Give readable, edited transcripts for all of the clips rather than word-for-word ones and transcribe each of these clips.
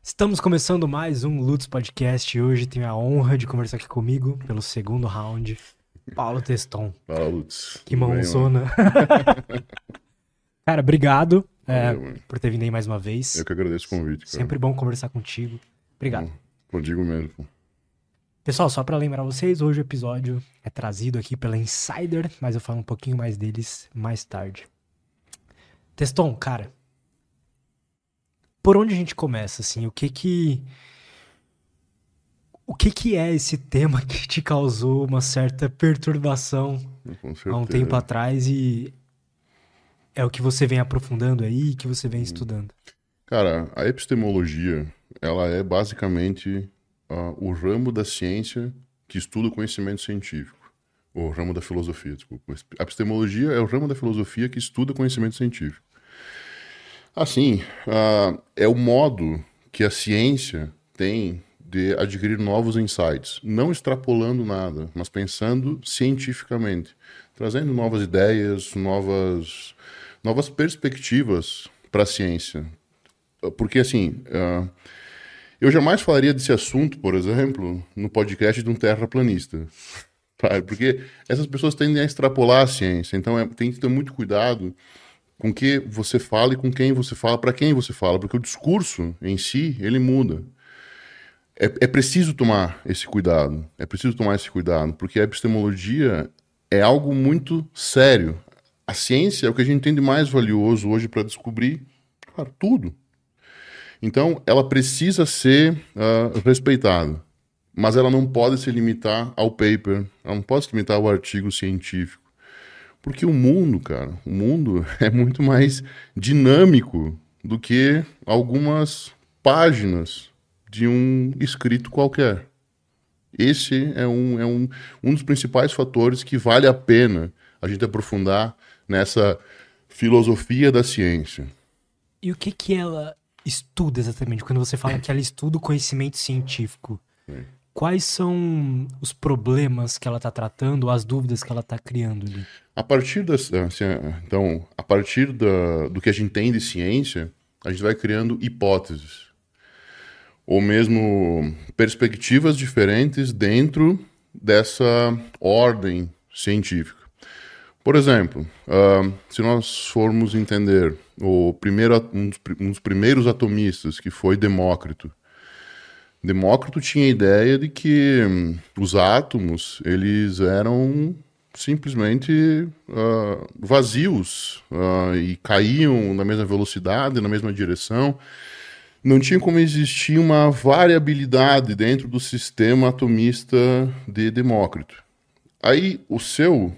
Estamos começando mais um Lutz Podcast e hoje tenho a honra de conversar aqui comigo pelo segundo round, Paulo Teston. Fala, Lutz. Que Tudo bem, mano? mãozona. Cara, obrigado Valeu, mano. por ter vindo aí mais uma Eu vez. que agradeço o convite, cara. Sempre bom conversar contigo. Obrigado. Bom, contigo mesmo, pô. Pessoal, só pra lembrar vocês, hoje o episódio é trazido aqui pela Insider, mas eu falo um pouquinho mais deles mais tarde. Teston, cara, por onde a gente começa, assim? O que que é esse tema que te causou uma certa perturbação Com há um tempo certeza. atrás e é o que você vem aprofundando aí, que você vem estudando? Cara, a epistemologia, ela é basicamente o ramo da ciência que estuda o conhecimento científico. O ramo da filosofia, desculpa. A epistemologia é o ramo da filosofia que estuda o conhecimento científico. Assim, é o modo que a ciência tem de adquirir novos insights, não extrapolando nada, mas pensando cientificamente, trazendo novas ideias, novas perspectivas para a ciência. Porque, assim, eu jamais falaria desse assunto, por exemplo, no podcast de um terraplanista. Sabe? Porque essas pessoas tendem a extrapolar a ciência, então tem que ter muito cuidado com o que você fala e com quem você fala, para quem você fala, porque o discurso em si, ele muda. É preciso tomar esse cuidado, porque a epistemologia é algo muito sério. A ciência é o que a gente tem de mais valioso hoje para descobrir, claro, tudo. Então, ela precisa ser respeitada, mas ela não pode se limitar ao paper, ela não pode se limitar ao artigo científico. Porque o mundo, cara, o mundo é muito mais dinâmico do que algumas páginas de um escrito qualquer. Esse é um dos principais fatores que vale a pena a gente aprofundar nessa filosofia da ciência. E o que que ela estuda exatamente? Quando você fala que ela estuda o conhecimento científico, quais são os problemas que ela está tratando, as dúvidas que ela está criando ali? A partir das, assim, então, a partir do que a gente tem de ciência, a gente vai criando hipóteses, ou mesmo perspectivas diferentes dentro dessa ordem científica. Por exemplo, se nós formos entender um dos primeiros atomistas, que foi Demócrito, Demócrito tinha a ideia de que os átomos eles eram simplesmente vazios e caíam na mesma velocidade, na mesma direção. Não tinha como existir uma variabilidade dentro do sistema atomista de Demócrito. Aí o seu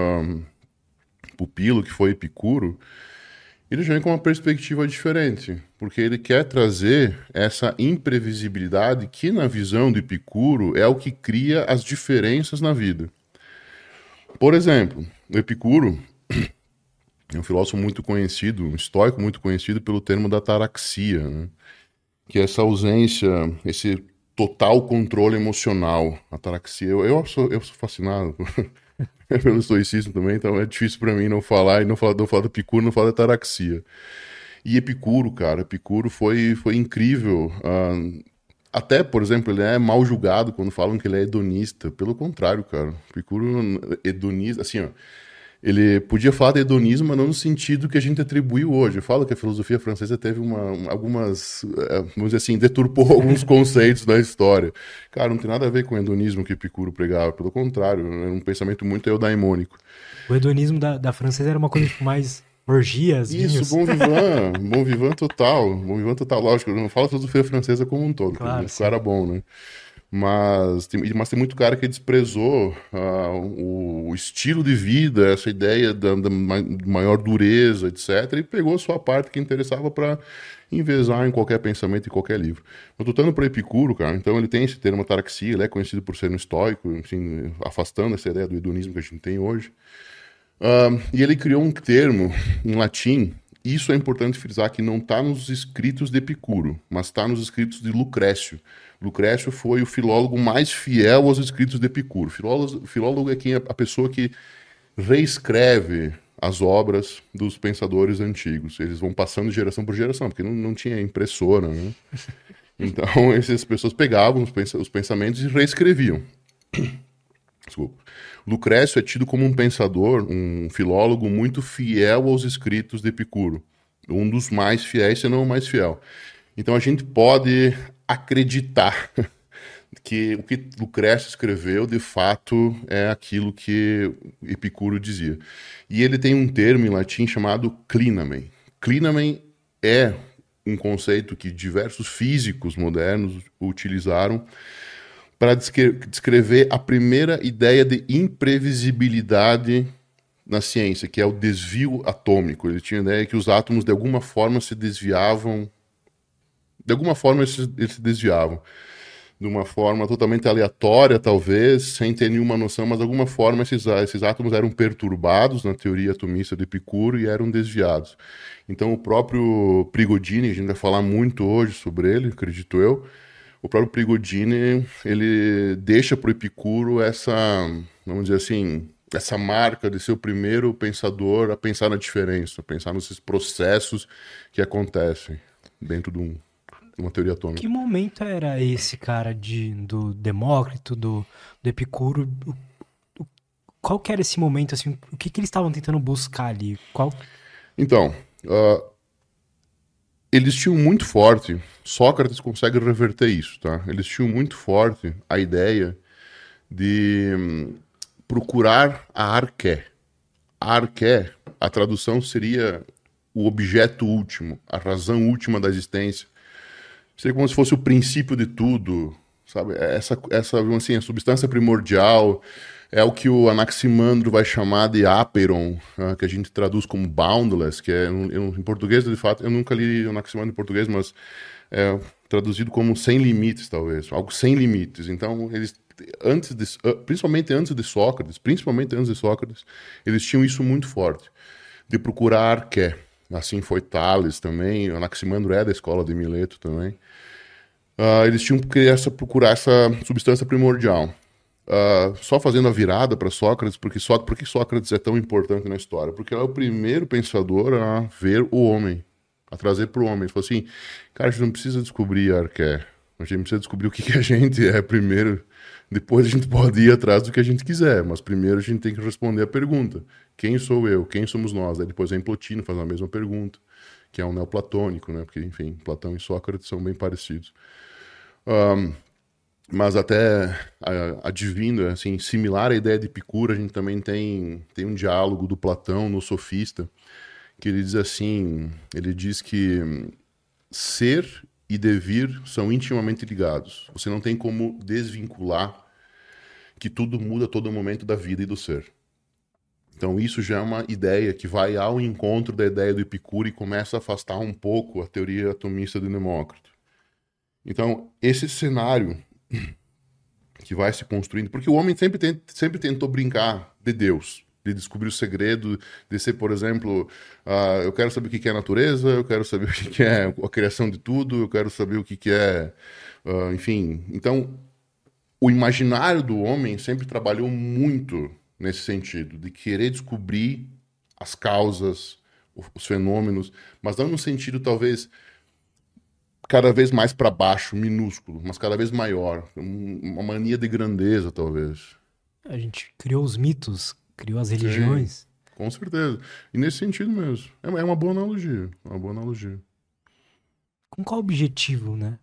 pupilo, que foi Epicuro, ele já vem com uma perspectiva diferente, porque ele quer trazer essa imprevisibilidade que, na visão de Epicuro, é o que cria as diferenças na vida. Por exemplo, o Epicuro é um filósofo muito conhecido, um estoico muito conhecido pelo termo da ataraxia, né? Que é essa ausência, esse total controle emocional. Ataraxia, eu sou fascinado pelo estoicismo também, então é difícil para mim não falar e não falar do Epicuro, não falar da ataraxia. E Epicuro, cara, Epicuro foi incrível. Até, por exemplo, ele é mal julgado quando falam que ele é hedonista. Pelo contrário, cara. Epicuro, hedonista, assim, ó. Ele podia falar de hedonismo, mas não no sentido que a gente atribuiu hoje. Eu falo que a filosofia francesa teve algumas, vamos dizer assim, deturpou alguns conceitos da história. Cara, não tem nada a ver com o hedonismo que Epicuro pregava. Pelo contrário, era um pensamento muito eudaimônico. O hedonismo da francesa era uma coisa tipo mais orgias, Isso, vinhos. bom vivant total, bom vivant total, lógico, eu não falo filosofia francesa como um todo, porque Claro, muito sim. cara bom, né? Mas tem muito cara que desprezou o estilo de vida, essa ideia da maior dureza, etc., e pegou só a parte que interessava para envezar em qualquer pensamento, em qualquer livro. Mas voltando para Epicuro, cara, então ele tem esse termo ataraxia, ele é conhecido por ser um estoico, enfim, afastando essa ideia do hedonismo que a gente tem hoje. E ele criou um termo em latim. Isso é importante frisar que não está nos escritos de Epicuro, mas está nos escritos de Lucrécio. Lucrécio foi o filólogo mais fiel aos escritos de Epicuro. Filólogo é a pessoa que reescreve as obras dos pensadores antigos. Eles vão passando de geração por geração, porque não tinha impressora, né? Então, essas pessoas pegavam os pensamentos e reescreviam. Desculpa. Lucrécio é tido como um pensador, um filólogo muito fiel aos escritos de Epicuro. Um dos mais fiéis, se não o mais fiel. Então, a gente pode acreditar que o que Lucrécio escreveu, de fato, é aquilo que Epicuro dizia. E ele tem um termo em latim chamado clinamen. Clinamen é um conceito que diversos físicos modernos utilizaram para descrever a primeira ideia de imprevisibilidade na ciência, que é o desvio atômico. Ele tinha a ideia que os átomos, de alguma forma, se desviavam. De alguma forma, eles se desviavam. De uma forma totalmente aleatória, talvez, sem ter nenhuma noção, mas de alguma forma esses átomos eram perturbados na teoria atomista de Epicuro e eram desviados. Então, o próprio Prigodini, a gente vai falar muito hoje sobre ele, acredito eu, o próprio Prigodini, ele deixa para o Epicuro essa, vamos dizer assim, essa marca de ser o primeiro pensador a pensar na diferença, a pensar nesses processos que acontecem dentro de uma teoria atômica. Que momento era esse, cara, do Demócrito, do Epicuro? Qual que era esse momento, assim, o que eles estavam tentando buscar ali? Então, eles tinham muito forte, Sócrates consegue reverter isso, tá? Eles tinham muito forte a ideia de procurar a arqué. A arqué, a tradução seria o objeto último, a razão última da existência. Seria como se fosse o princípio de tudo, sabe? Essa assim, a substância primordial é o que o Anaximandro vai chamar de apeiron, que a gente traduz como boundless, que é, em português, de fato, eu nunca li Anaximandro em português, mas é traduzido como sem limites, talvez, algo sem limites. Então, eles, principalmente antes de Sócrates, eles tinham isso muito forte, de procurar arqué. Assim foi Tales também, o Anaximandro é da escola de Mileto também. Eles tinham que procurar essa substância primordial. Só fazendo a virada para Sócrates, por que Sócrates é tão importante na história? Porque ele é o primeiro pensador a ver o homem, a trazer para o homem. Ele falou assim, cara, a gente não precisa descobrir a arqué, a gente precisa descobrir o que a gente é primeiro, depois a gente pode ir atrás do que a gente quiser, mas primeiro a gente tem que responder a pergunta, quem sou eu, quem somos nós? Aí depois vem Plotino faz a mesma pergunta, que é um neoplatônico, né? Porque, enfim, Platão e Sócrates são bem parecidos. Mas até advindo, assim, similar à ideia de Epicuro, a gente também tem um diálogo do Platão no Sofista, que ele diz assim, ele diz que ser e devir são intimamente ligados. Você não tem como desvincular que tudo muda a todo momento da vida e do ser. Então isso já é uma ideia que vai ao encontro da ideia do Epicuro e começa a afastar um pouco a teoria atomista do Demócrito. Então, esse cenário que vai se construindo, porque o homem sempre tentou brincar de Deus, de descobrir o segredo, de ser, por exemplo, eu quero saber o que é a natureza, eu quero saber o que é a criação de tudo, eu quero saber o que é, enfim. Então, o imaginário do homem sempre trabalhou muito nesse sentido, de querer descobrir as causas, os fenômenos, mas não no sentido, talvez, cada vez mais para baixo, minúsculo, mas cada vez maior. Uma mania de grandeza, talvez. A gente criou os mitos, criou as religiões. Sim, com certeza. E nesse sentido mesmo. É uma boa analogia. Uma boa analogia. Com qual objetivo, né?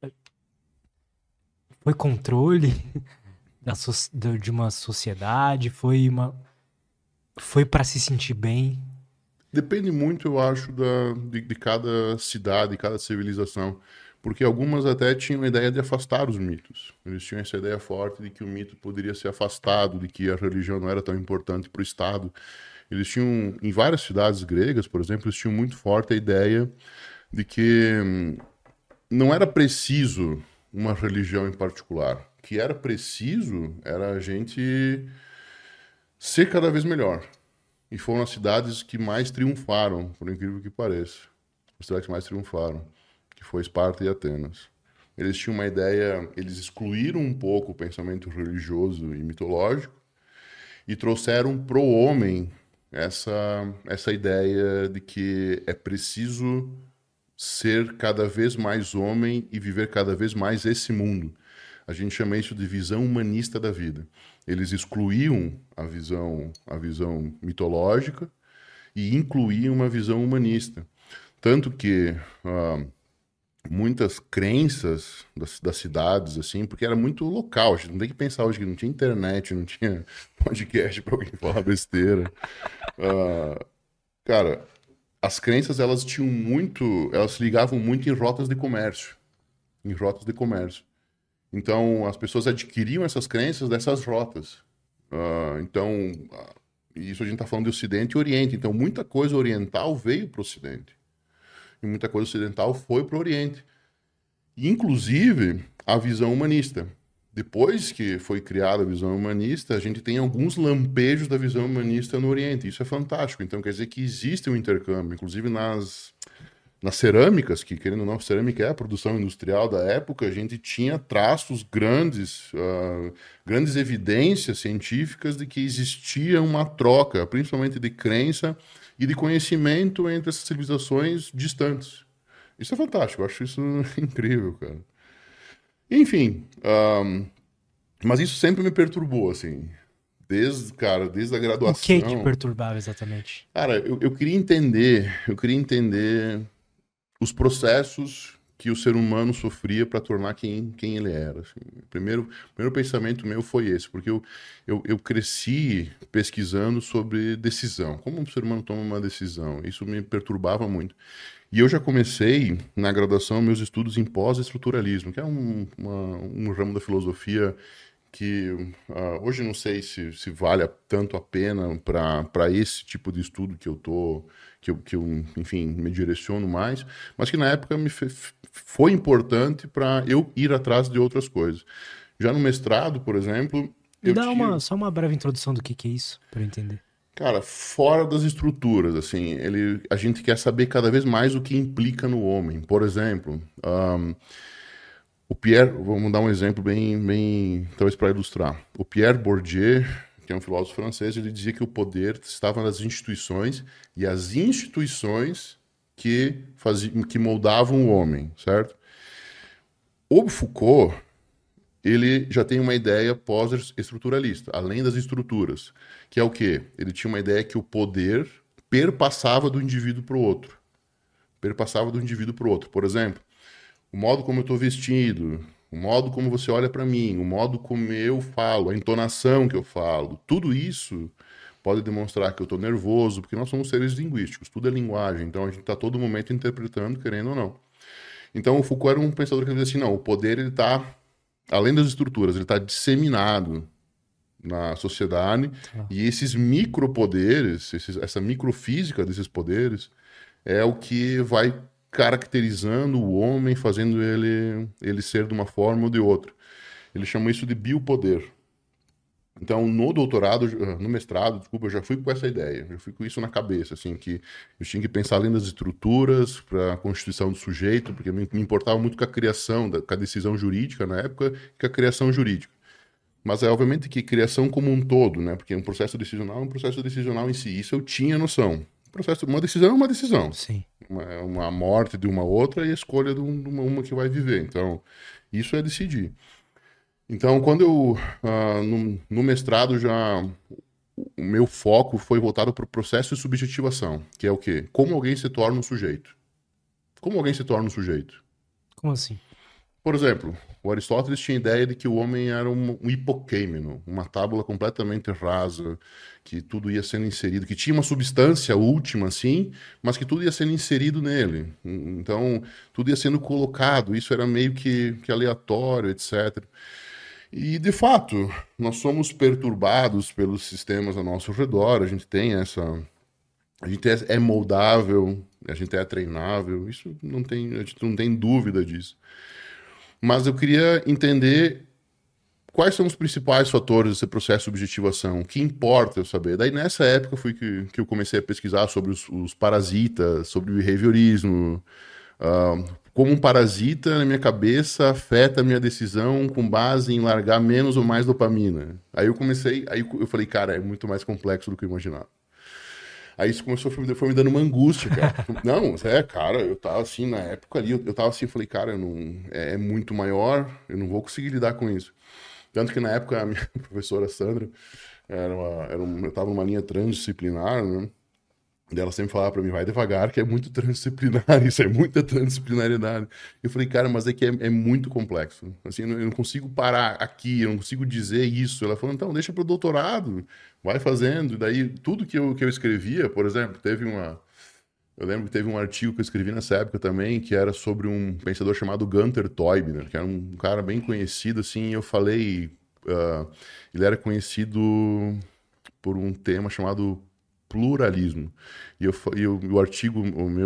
Foi controle de uma sociedade? Foi para se sentir bem? Depende muito, eu acho, de cada cidade, cada civilização. Porque algumas até tinham a ideia de afastar os mitos. Eles tinham essa ideia forte de que o mito poderia ser afastado, de que a religião não era tão importante para o Estado. Eles tinham, em várias cidades gregas, por exemplo, eles tinham muito forte a ideia de que não era preciso uma religião em particular. O que era preciso era a gente ser cada vez melhor. E foram as cidades que mais triunfaram, por incrível que pareça. As cidades que mais triunfaram, que foi Esparta e Atenas. Eles tinham uma ideia, eles excluíram um pouco o pensamento religioso e mitológico e trouxeram pro homem essa ideia de que é preciso ser cada vez mais homem e viver cada vez mais esse mundo. A gente chama isso de visão humanista da vida. Eles excluíam a visão mitológica e incluíam uma visão humanista. Tanto que muitas crenças das cidades, assim, porque era muito local. A gente não tem que pensar hoje que não tinha internet, não tinha podcast para alguém falar besteira. Cara, as crenças, elas se ligavam muito em rotas de comércio. Em rotas de comércio. Então, as pessoas adquiriam essas crenças dessas rotas. Então, isso a gente está falando de Ocidente e Oriente. Então, muita coisa oriental veio para o Ocidente. E muita coisa ocidental foi para o Oriente. Inclusive, a visão humanista. Depois que foi criada a visão humanista, a gente tem alguns lampejos da visão humanista no Oriente. Isso é fantástico. Então, quer dizer que existe um intercâmbio. Inclusive, nas cerâmicas, que querendo ou não, cerâmica é a produção industrial da época, a gente tinha traços grandes, grandes evidências científicas de que existia uma troca, principalmente de crença e de conhecimento entre essas civilizações distantes. Isso é fantástico, eu acho isso incrível, cara. Enfim, mas isso sempre me perturbou, assim, desde a graduação. O que te perturbava exatamente? Cara, eu queria entender os processos que o ser humano sofria para tornar quem ele era. Assim. O primeiro pensamento meu foi esse, porque eu cresci pesquisando sobre decisão. Como um ser humano toma uma decisão? Isso me perturbava muito. E eu já comecei, na graduação, meus estudos em pós-estruturalismo, que é um ramo da filosofia que hoje não sei se vale tanto a pena para esse tipo de estudo que eu, enfim, me direciono mais, mas que na época foi importante para eu ir atrás de outras coisas. Já no mestrado, por exemplo... Só uma breve introdução do que é isso, para eu entender. Cara, fora das estruturas, assim, a gente quer saber cada vez mais o que implica no homem. Por exemplo... o Pierre, vamos dar um exemplo bem talvez para ilustrar. O Pierre Bourdieu, que é um filósofo francês, ele dizia que o poder estava nas instituições e as instituições que moldavam o homem, certo? O Foucault, ele já tem uma ideia pós-estruturalista, além das estruturas, que é o quê? Ele tinha uma ideia que o poder perpassava do indivíduo para o outro. Por exemplo, o modo como eu estou vestido, o modo como você olha para mim, o modo como eu falo, a entonação que eu falo, tudo isso pode demonstrar que eu estou nervoso, porque nós somos seres linguísticos, tudo é linguagem, então a gente está todo momento interpretando, querendo ou não. Então o Foucault era um pensador que dizia assim, não, o poder ele está, além das estruturas, ele está disseminado na sociedade, e esses micropoderes, essa microfísica desses poderes, é o que vai caracterizando o homem, fazendo ele ser de uma forma ou de outra. Ele chama isso de biopoder. Então, no mestrado, eu já fui com essa ideia, eu fui com isso na cabeça, assim, que eu tinha que pensar além das estruturas para a constituição do sujeito, porque me importava muito com a criação, com a decisão jurídica na época, que a criação jurídica. Mas é obviamente que criação como um todo, né? Porque um processo decisional é um processo decisional em si. Isso eu tinha noção. Uma decisão é uma decisão. Sim. Uma morte de uma outra e a escolha de uma que vai viver. Então, isso é decidir. Então, quando eu, no mestrado, o meu foco foi voltado para o processo de subjetivação, que é o quê? Como alguém se torna um sujeito. Como alguém se torna um sujeito? Como assim? Por exemplo, o Aristóteles tinha a ideia de que o homem era um hipokêmeno, uma tábula completamente rasa, que tudo ia sendo inserido, que tinha uma substância última, sim, mas que tudo ia sendo inserido nele. Então, tudo ia sendo colocado, isso era meio que aleatório, etc. E, de fato, nós somos perturbados pelos sistemas ao nosso redor, a gente é moldável, a gente é treinável, a gente não tem dúvida disso. Mas eu queria entender quais são os principais fatores desse processo de subjetivação, o que importa eu saber. Daí, nessa época, foi que eu comecei a pesquisar sobre os parasitas, sobre o behaviorismo, como um parasita, na minha cabeça, afeta a minha decisão com base em largar menos ou mais dopamina. Aí eu falei, cara, é muito mais complexo do que eu imaginava. Aí isso começou, foi me dando uma angústia, cara. Não, cara, eu tava assim, na época ali, eu tava assim, eu falei, cara, eu não, é muito maior, eu não vou conseguir lidar com isso. Tanto que na época a minha professora Sandra, eu tava numa linha transdisciplinar, né? Daí ela sempre falava pra mim, vai devagar, que é muito transdisciplinar, isso é muita transdisciplinaridade. Eu falei, cara, mas é que é muito complexo. Assim, eu não consigo parar aqui, eu não consigo dizer isso. Ela falou, então, deixa pro doutorado, vai fazendo. E daí, tudo que eu escrevia, por exemplo, eu lembro que teve um artigo que eu escrevi nessa época também, que era sobre um pensador chamado Gunther Teubner, que era um cara bem conhecido, assim, e eu falei, ele era conhecido por um tema chamado pluralismo. O artigo,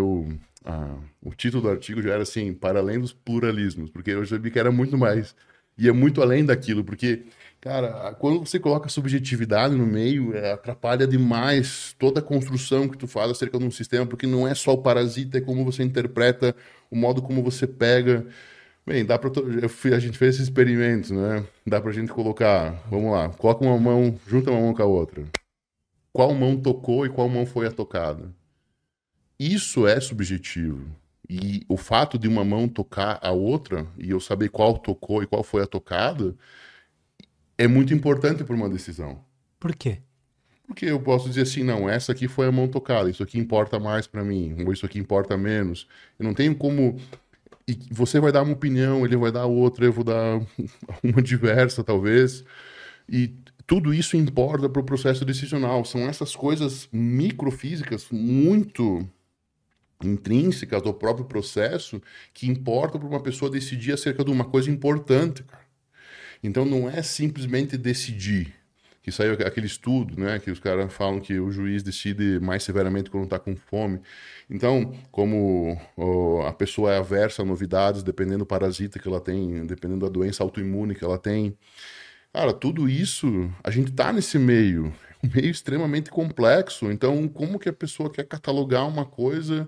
o título do artigo já era assim, para além dos pluralismos, porque eu já vi que era muito mais, ia muito além daquilo, porque, cara, quando você coloca subjetividade no meio, atrapalha demais toda a construção que tu faz acerca de um sistema, porque não é só o parasita, é como você interpreta, o modo como você pega. Bem, a gente fez esses experimentos, né? Dá pra gente colocar, vamos lá, coloca uma mão, junta uma mão com a outra. Qual mão tocou e qual mão foi a tocada? Isso é subjetivo. E o fato de uma mão tocar a outra e eu saber qual tocou e qual foi a tocada é muito importante para uma decisão. Por quê? Porque eu posso dizer assim, não, essa aqui foi a mão tocada, isso aqui importa mais para mim, ou isso aqui importa menos. Eu não tenho como. E você vai dar uma opinião, ele vai dar outra, eu vou dar uma diversa, talvez. E tudo isso importa para o processo decisional. São essas coisas microfísicas muito intrínsecas do próprio processo que importam para uma pessoa decidir acerca de uma coisa importante, cara. Então não é simplesmente decidir. Que saiu aquele estudo, né, que os caras falam que o juiz decide mais severamente quando está com fome. Então, como a pessoa é aversa a novidades, dependendo do parasita que ela tem, dependendo da doença autoimune que ela tem, cara, tudo isso, a gente tá nesse meio, um meio extremamente complexo. Então, como que a pessoa quer catalogar uma coisa?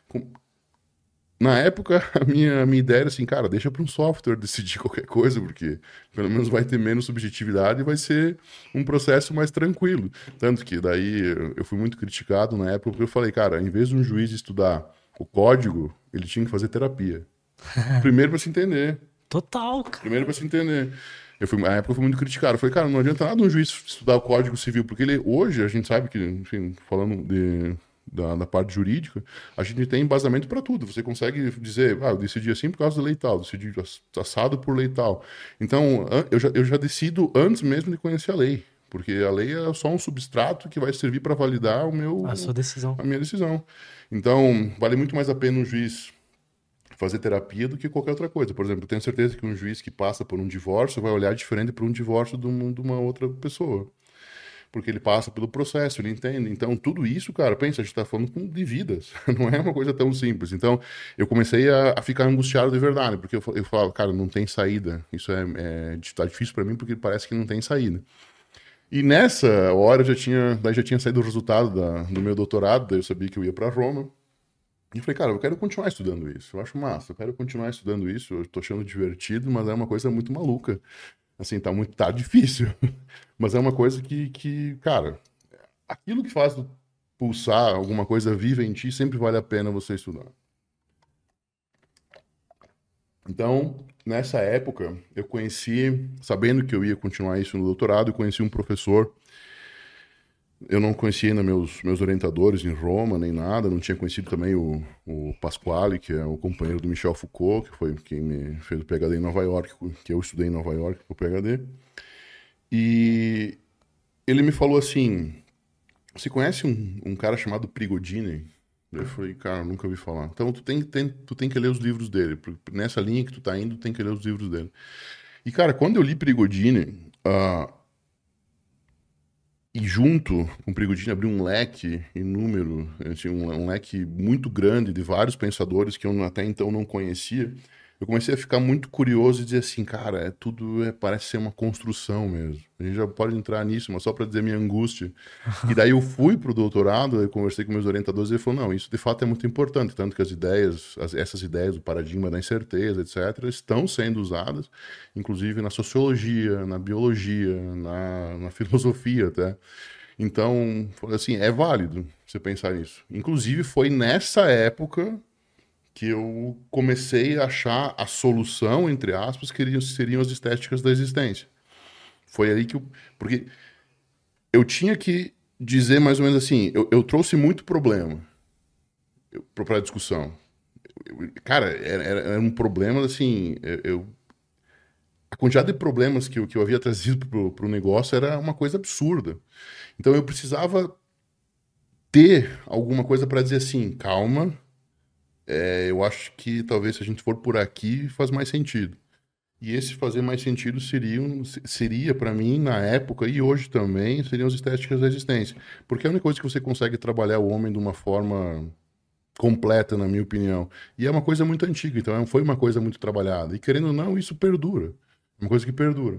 Na época, a minha ideia era assim, cara, deixa para um software decidir qualquer coisa, porque pelo menos vai ter menos subjetividade e vai ser um processo mais tranquilo. Tanto que daí eu fui muito criticado na época, porque eu falei, cara, em vez de um juiz estudar o código, ele tinha que fazer terapia. Primeiro para se entender. Total, cara. Primeiro para se entender. Na época eu fui muito criticado. Eu falei, cara, não adianta nada um juiz estudar o Código Civil, porque hoje a gente sabe que, enfim, falando da parte jurídica, a gente tem embasamento para tudo. Você consegue dizer, eu decidi assim por causa da lei tal, decidi assado por lei tal. Então, eu já decido antes mesmo de conhecer a lei, porque a lei é só um substrato que vai servir para validar A sua decisão. a minha decisão. Então, vale muito mais a pena um juiz fazer terapia do que qualquer outra coisa. Por exemplo, eu tenho certeza que um juiz que passa por um divórcio vai olhar diferente para um divórcio de uma outra pessoa. Porque ele passa pelo processo, ele entende. Então, tudo isso, cara, pensa, a gente está falando de vidas. Não é uma coisa tão simples. Então, eu comecei a ficar angustiado de verdade, porque eu falo, cara, não tem saída. Isso tá difícil para mim porque parece que não tem saída. E nessa hora daí já tinha saído o resultado do meu doutorado, daí eu sabia que eu ia para Roma. E eu falei, cara, eu quero continuar estudando isso. Eu acho massa, eu quero continuar estudando isso. Eu tô achando divertido, mas é uma coisa muito maluca. Assim, tá difícil. Mas é uma coisa cara, aquilo que faz pulsar alguma coisa viva em ti, sempre vale a pena você estudar. Então, nessa época, eu conheci, sabendo que eu ia continuar isso no doutorado, eu conheci um professor. Eu não conhecia ainda meus orientadores em Roma, nem nada. Não tinha conhecido também o Pasquale, que é o companheiro do Michel Foucault, que foi quem me fez o PhD em Nova York, que eu estudei em Nova York, o PhD. E ele me falou assim, você conhece um cara chamado Prigodini? Eu falei, cara, nunca ouvi falar. Então, tu tem que ler os livros dele. Nessa linha que tu tá indo, tem que ler os livros dele. E, cara, quando eu li Prigodini... E junto com o Prigodini abriu um leque inúmero, assim, um leque muito grande de vários pensadores que eu até então não conhecia. Eu comecei a ficar muito curioso e dizer assim, cara, parece ser uma construção mesmo. A gente já pode entrar nisso, mas só para dizer minha angústia. E daí eu fui para o doutorado, eu conversei com meus orientadores e ele falou, não, isso de fato é muito importante, tanto que essas ideias, o paradigma da incerteza, etc., estão sendo usadas, inclusive na sociologia, na biologia, na filosofia até. Então, falei assim, é válido você pensar nisso. Inclusive, foi nessa época que eu comecei a achar a solução, entre aspas, que seriam as estéticas da existência. Foi aí que eu... Porque eu tinha que dizer mais ou menos assim, eu trouxe muito problema para a discussão. Cara, era um problema, assim, a quantidade de problemas que eu havia trazido para o negócio era uma coisa absurda. Então eu precisava ter alguma coisa para dizer assim, calma, eu acho que talvez se a gente for por aqui faz mais sentido. E esse fazer mais sentido seria para mim, na época e hoje também, seriam as estéticas da existência. Porque é a única coisa que você consegue trabalhar o homem de uma forma completa, na minha opinião. E é uma coisa muito antiga, então foi uma coisa muito trabalhada. E querendo ou não, isso perdura. É uma coisa que perdura.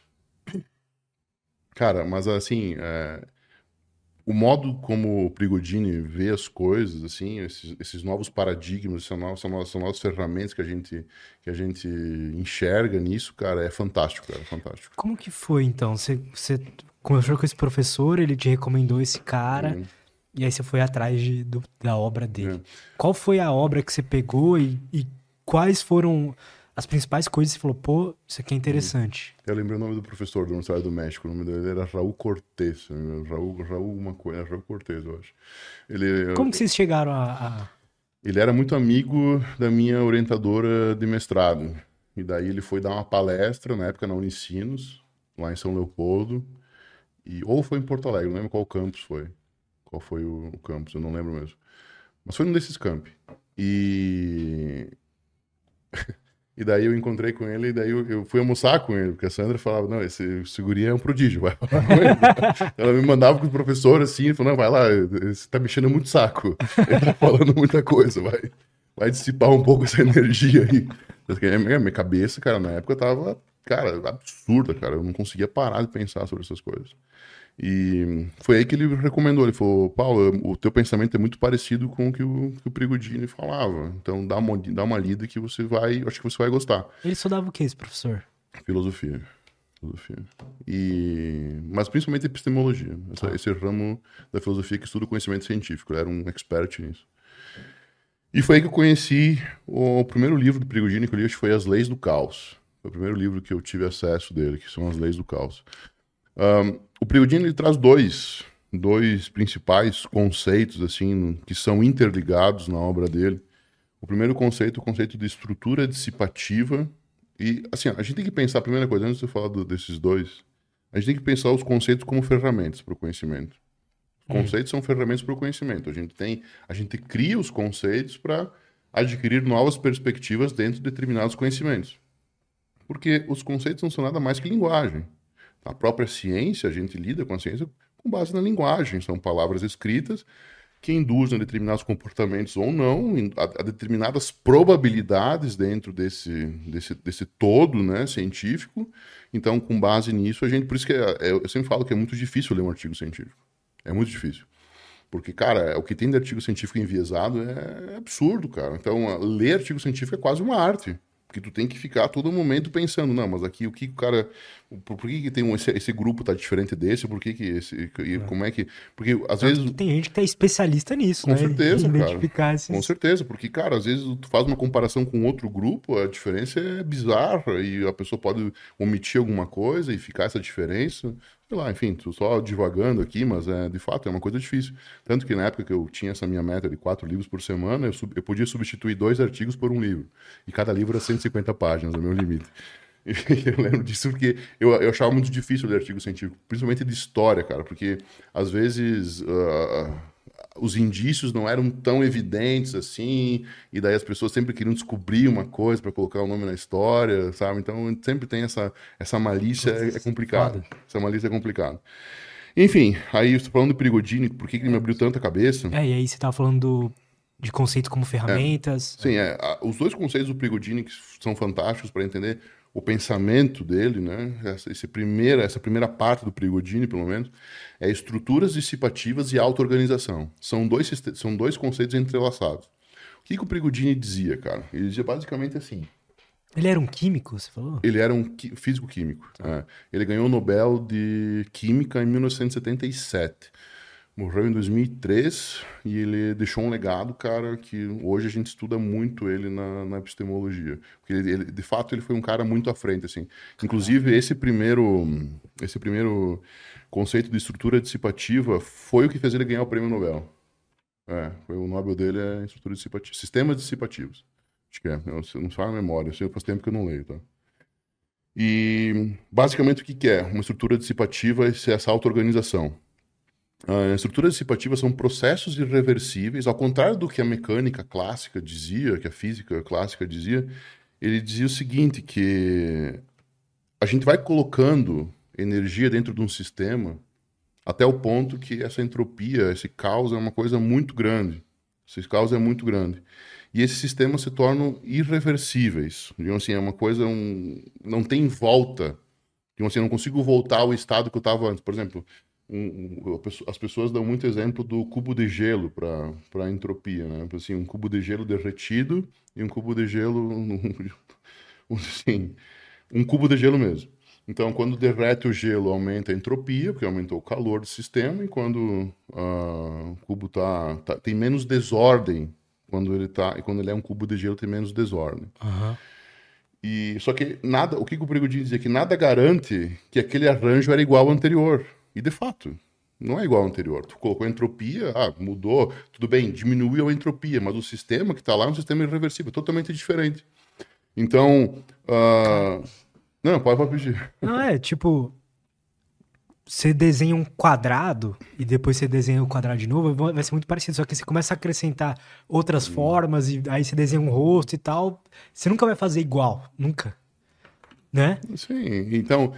Cara, mas assim, o modo como o Prigodini vê as coisas, assim, esses novos paradigmas, são novas ferramentas que a gente enxerga nisso, cara, é fantástico, cara, é fantástico. Como que foi, então? Você conversou com esse professor, ele te recomendou esse cara, e aí você foi atrás da obra dele. Qual foi a obra que você pegou e quais foram as principais coisas que você falou, pô, isso aqui é interessante? Eu lembrei o nome do professor da Universidade do México, o nome dele era Raul Cortez, Raul uma coisa, Raul Cortez, eu acho. Como que vocês chegaram a... Ele era muito amigo da minha orientadora de mestrado, e daí ele foi dar uma palestra, na época na Unicinos, lá em São Leopoldo, ou foi em Porto Alegre, não lembro qual campus foi. Qual foi o campus, eu não lembro mesmo. Mas foi num desses campi. E daí eu encontrei com ele, e daí eu fui almoçar com ele, porque a Sandra falava, não, esse guri é um prodígio, vai falar com ele. Ela me mandava com o professor assim, falou, não, vai lá, você tá mexendo muito saco. Ele tá falando muita coisa, vai dissipar um pouco essa energia aí. Minha cabeça, cara, na época tava, cara, absurda, cara. Eu não conseguia parar de pensar sobre essas coisas. E foi aí que ele recomendou. Ele falou, Paulo, o teu pensamento é muito parecido com o que o Prigodini falava. Então dá uma lida que você vai, acho que você vai gostar. Ele estudava o que, esse professor? Filosofia. Mas principalmente epistemologia. Esse ramo da filosofia que estuda o conhecimento científico. Ele era um expert nisso. E foi aí que eu conheci o primeiro livro do Prigodini que eu li, acho que foi As Leis do Caos. Foi o primeiro livro que eu tive acesso dele, que são As Leis do Caos. O Prigodini ele traz dois principais conceitos assim que são interligados na obra dele. O primeiro conceito é o conceito de estrutura dissipativa. E assim, a gente tem que pensar, a primeira coisa, antes de eu falar desses dois, a gente tem que pensar os conceitos como ferramentas para o conhecimento. Os conceitos são ferramentas para o conhecimento. A gente cria os conceitos para adquirir novas perspectivas dentro de determinados conhecimentos. Porque os conceitos não são nada mais que linguagem. A própria ciência, a gente lida com a ciência com base na linguagem. São palavras escritas que induzem a determinados comportamentos ou não, a determinadas probabilidades dentro desse todo, né, científico. Então, com base nisso, por isso que eu sempre falo que é muito difícil ler um artigo científico. É muito difícil. Porque, cara, o que tem de artigo científico enviesado é absurdo, cara. Então, ler artigo científico é quase uma arte. Porque tu tem que ficar a todo momento pensando, não, mas aqui o que o cara... Por que tem esse grupo tá diferente desse? Por que esse... Como é que... Porque às vezes... Tem gente que tá especialista nisso, com né? certeza, Identificar cara. Com certeza, porque, cara, às vezes tu faz uma comparação com outro grupo, a diferença é bizarra e a pessoa pode omitir alguma coisa e ficar essa diferença. Sei lá, enfim, tô só divagando aqui, mas de fato é uma coisa difícil. Tanto que na época que eu tinha essa minha meta de 4 livros por semana, eu podia substituir 2 artigos por um livro. E cada livro era 150 páginas, é o meu limite. E eu lembro disso porque eu achava muito difícil ler artigo científico, principalmente de história, cara, porque às vezes os indícios não eram tão evidentes assim, e daí as pessoas sempre queriam descobrir uma coisa para colocar o nome na história, sabe? Então sempre tem essa malícia, é complicado. Essa malícia é complicada. Enfim, aí eu estou falando do Prigodini, por que ele me abriu tanta cabeça? E aí você tava falando de conceitos como ferramentas. Sim, os dois conceitos do Prigodini que são fantásticos para entender o pensamento dele, né? Essa primeira parte do Prigodini, pelo menos, é estruturas dissipativas e auto-organização. São dois conceitos entrelaçados. O que o Prigodini dizia, cara? Ele dizia basicamente assim: Ele era um químico, você falou? Ele era um físico-químico. Ele ganhou o Nobel de Química em 1977. Morreu em 2003 e ele deixou um legado, cara, que hoje a gente estuda muito ele na epistemologia. Porque de fato, ele foi um cara muito à frente, assim. Inclusive, esse primeiro conceito de estrutura dissipativa foi o que fez ele ganhar o prêmio Nobel. Foi o Nobel dele é estrutura dissipativa. Sistemas dissipativos. Acho que é. Eu não falo a memória, eu sei faz tempo que eu não leio, tá? E, basicamente, o que é? Uma estrutura dissipativa é essa auto-organização. As estruturas dissipativas são processos irreversíveis, ao contrário do que a mecânica clássica dizia, que a física clássica dizia, ele dizia o seguinte, que a gente vai colocando energia dentro de um sistema até o ponto que essa entropia, esse caos é uma coisa muito grande. Esse caos é muito grande. E esses sistemas se tornam irreversíveis. Então, assim, é uma coisa, não tem volta. Então, assim, eu não consigo voltar ao estado que eu estava antes. Por exemplo, as pessoas dão muito exemplo do cubo de gelo para a entropia, né? Assim, um cubo de gelo derretido e um cubo de gelo, assim, um cubo de gelo mesmo. Então, quando derrete o gelo, aumenta a entropia, porque aumentou o calor do sistema, e quando o cubo tem menos desordem, quando ele é um cubo de gelo, tem menos desordem. Aham. E só que o que o Prigogine dizia que nada garante que aquele arranjo era igual ao anterior. E de fato, não é igual ao anterior. Tu colocou entropia, mudou, tudo bem, diminuiu a entropia, mas o sistema que está lá é um sistema irreversível, totalmente diferente. Então, não, pode pedir. Não, é tipo, você desenha um quadrado e depois você desenha o quadrado de novo, vai ser muito parecido. Só que você começa a acrescentar outras formas e aí você desenha um rosto e tal. Você nunca vai fazer igual, nunca, né? Sim, então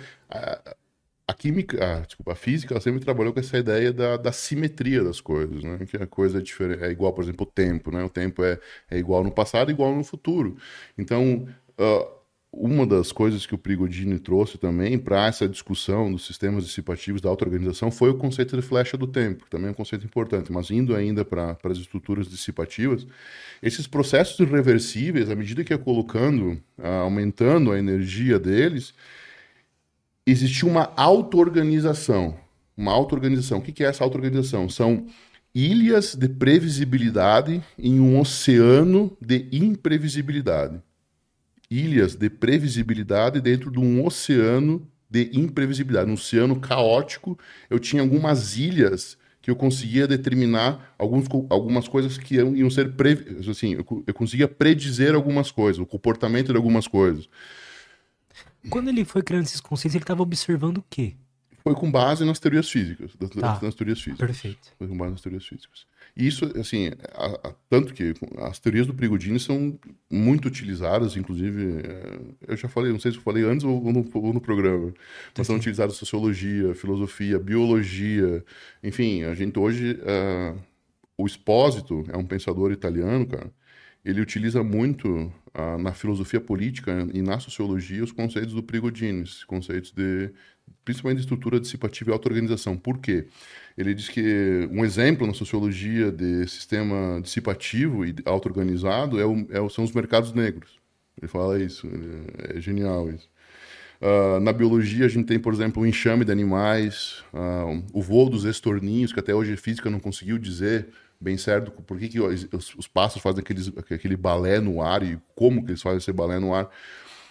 a química, desculpa, a física, ela sempre trabalhou com essa ideia da simetria das coisas, né? Que a coisa é diferente, é igual, por exemplo, o tempo, né? O tempo é igual no passado, igual no futuro. Então, uma das coisas que o Prigogine trouxe também para essa discussão dos sistemas dissipativos da auto-organização foi o conceito de flecha do tempo, que também é um conceito importante, mas indo ainda para as estruturas dissipativas, esses processos irreversíveis, à medida que ia colocando, aumentando a energia deles, existia uma auto-organização. Uma auto-organização. O que é essa auto-organização? São ilhas de previsibilidade em um oceano de imprevisibilidade. Ilhas de previsibilidade dentro de um oceano de imprevisibilidade. Um oceano caótico, eu tinha algumas ilhas que eu conseguia determinar algumas coisas que iam ser... Assim, eu conseguia predizer algumas coisas, o comportamento de algumas coisas. Quando ele foi criando esses conceitos, ele estava observando o quê? Foi com base nas teorias físicas, Tá, nas teorias físicas. perfeito. Foi com base nas teorias físicas. E isso, assim, tanto que as teorias do Prigogine são muito utilizadas, inclusive, eu já falei, não sei se eu falei antes ou no programa, mas são utilizadas sociologia, filosofia, biologia, enfim, a gente hoje, o Espósito é um pensador italiano, cara, ele utiliza muito na filosofia política e na sociologia os conceitos do Prigogine, conceitos principalmente de estrutura dissipativa e auto-organização. Por quê? Ele diz que um exemplo na sociologia de sistema dissipativo e auto-organizado são os mercados negros. Ele fala isso, é genial isso. Na biologia, a gente tem, por exemplo, o enxame de animais, o voo dos estorninhos, que até hoje a física não conseguiu dizer bem certo por que os pássaros fazem aquele balé no ar e como que eles fazem esse balé no ar.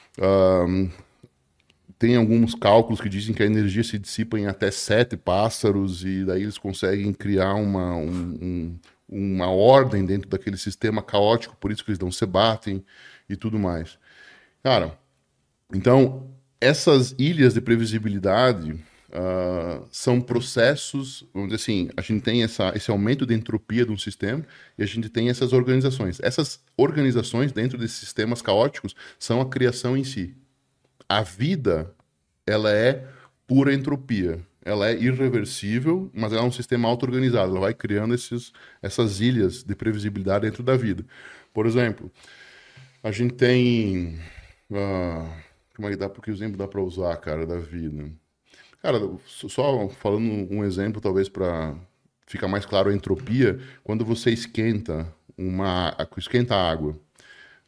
Tem alguns cálculos que dizem que a energia se dissipa em até 7 pássaros e daí eles conseguem criar uma ordem dentro daquele sistema caótico, por isso que eles não se batem e tudo mais. Cara, então, essas ilhas de previsibilidade são processos, vamos dizer assim, a gente tem esse aumento de entropia de um sistema e a gente tem essas organizações. Essas organizações dentro desses sistemas caóticos são a criação em si. A vida, ela é pura entropia. Ela é irreversível, mas ela é um sistema auto-organizado. Ela vai criando essas ilhas de previsibilidade dentro da vida. Por exemplo, a gente tem... como é que dá? Porque exemplo dá para usar, cara, da vida? Cara, só falando um exemplo, talvez para ficar mais claro a entropia, quando você esquenta a água,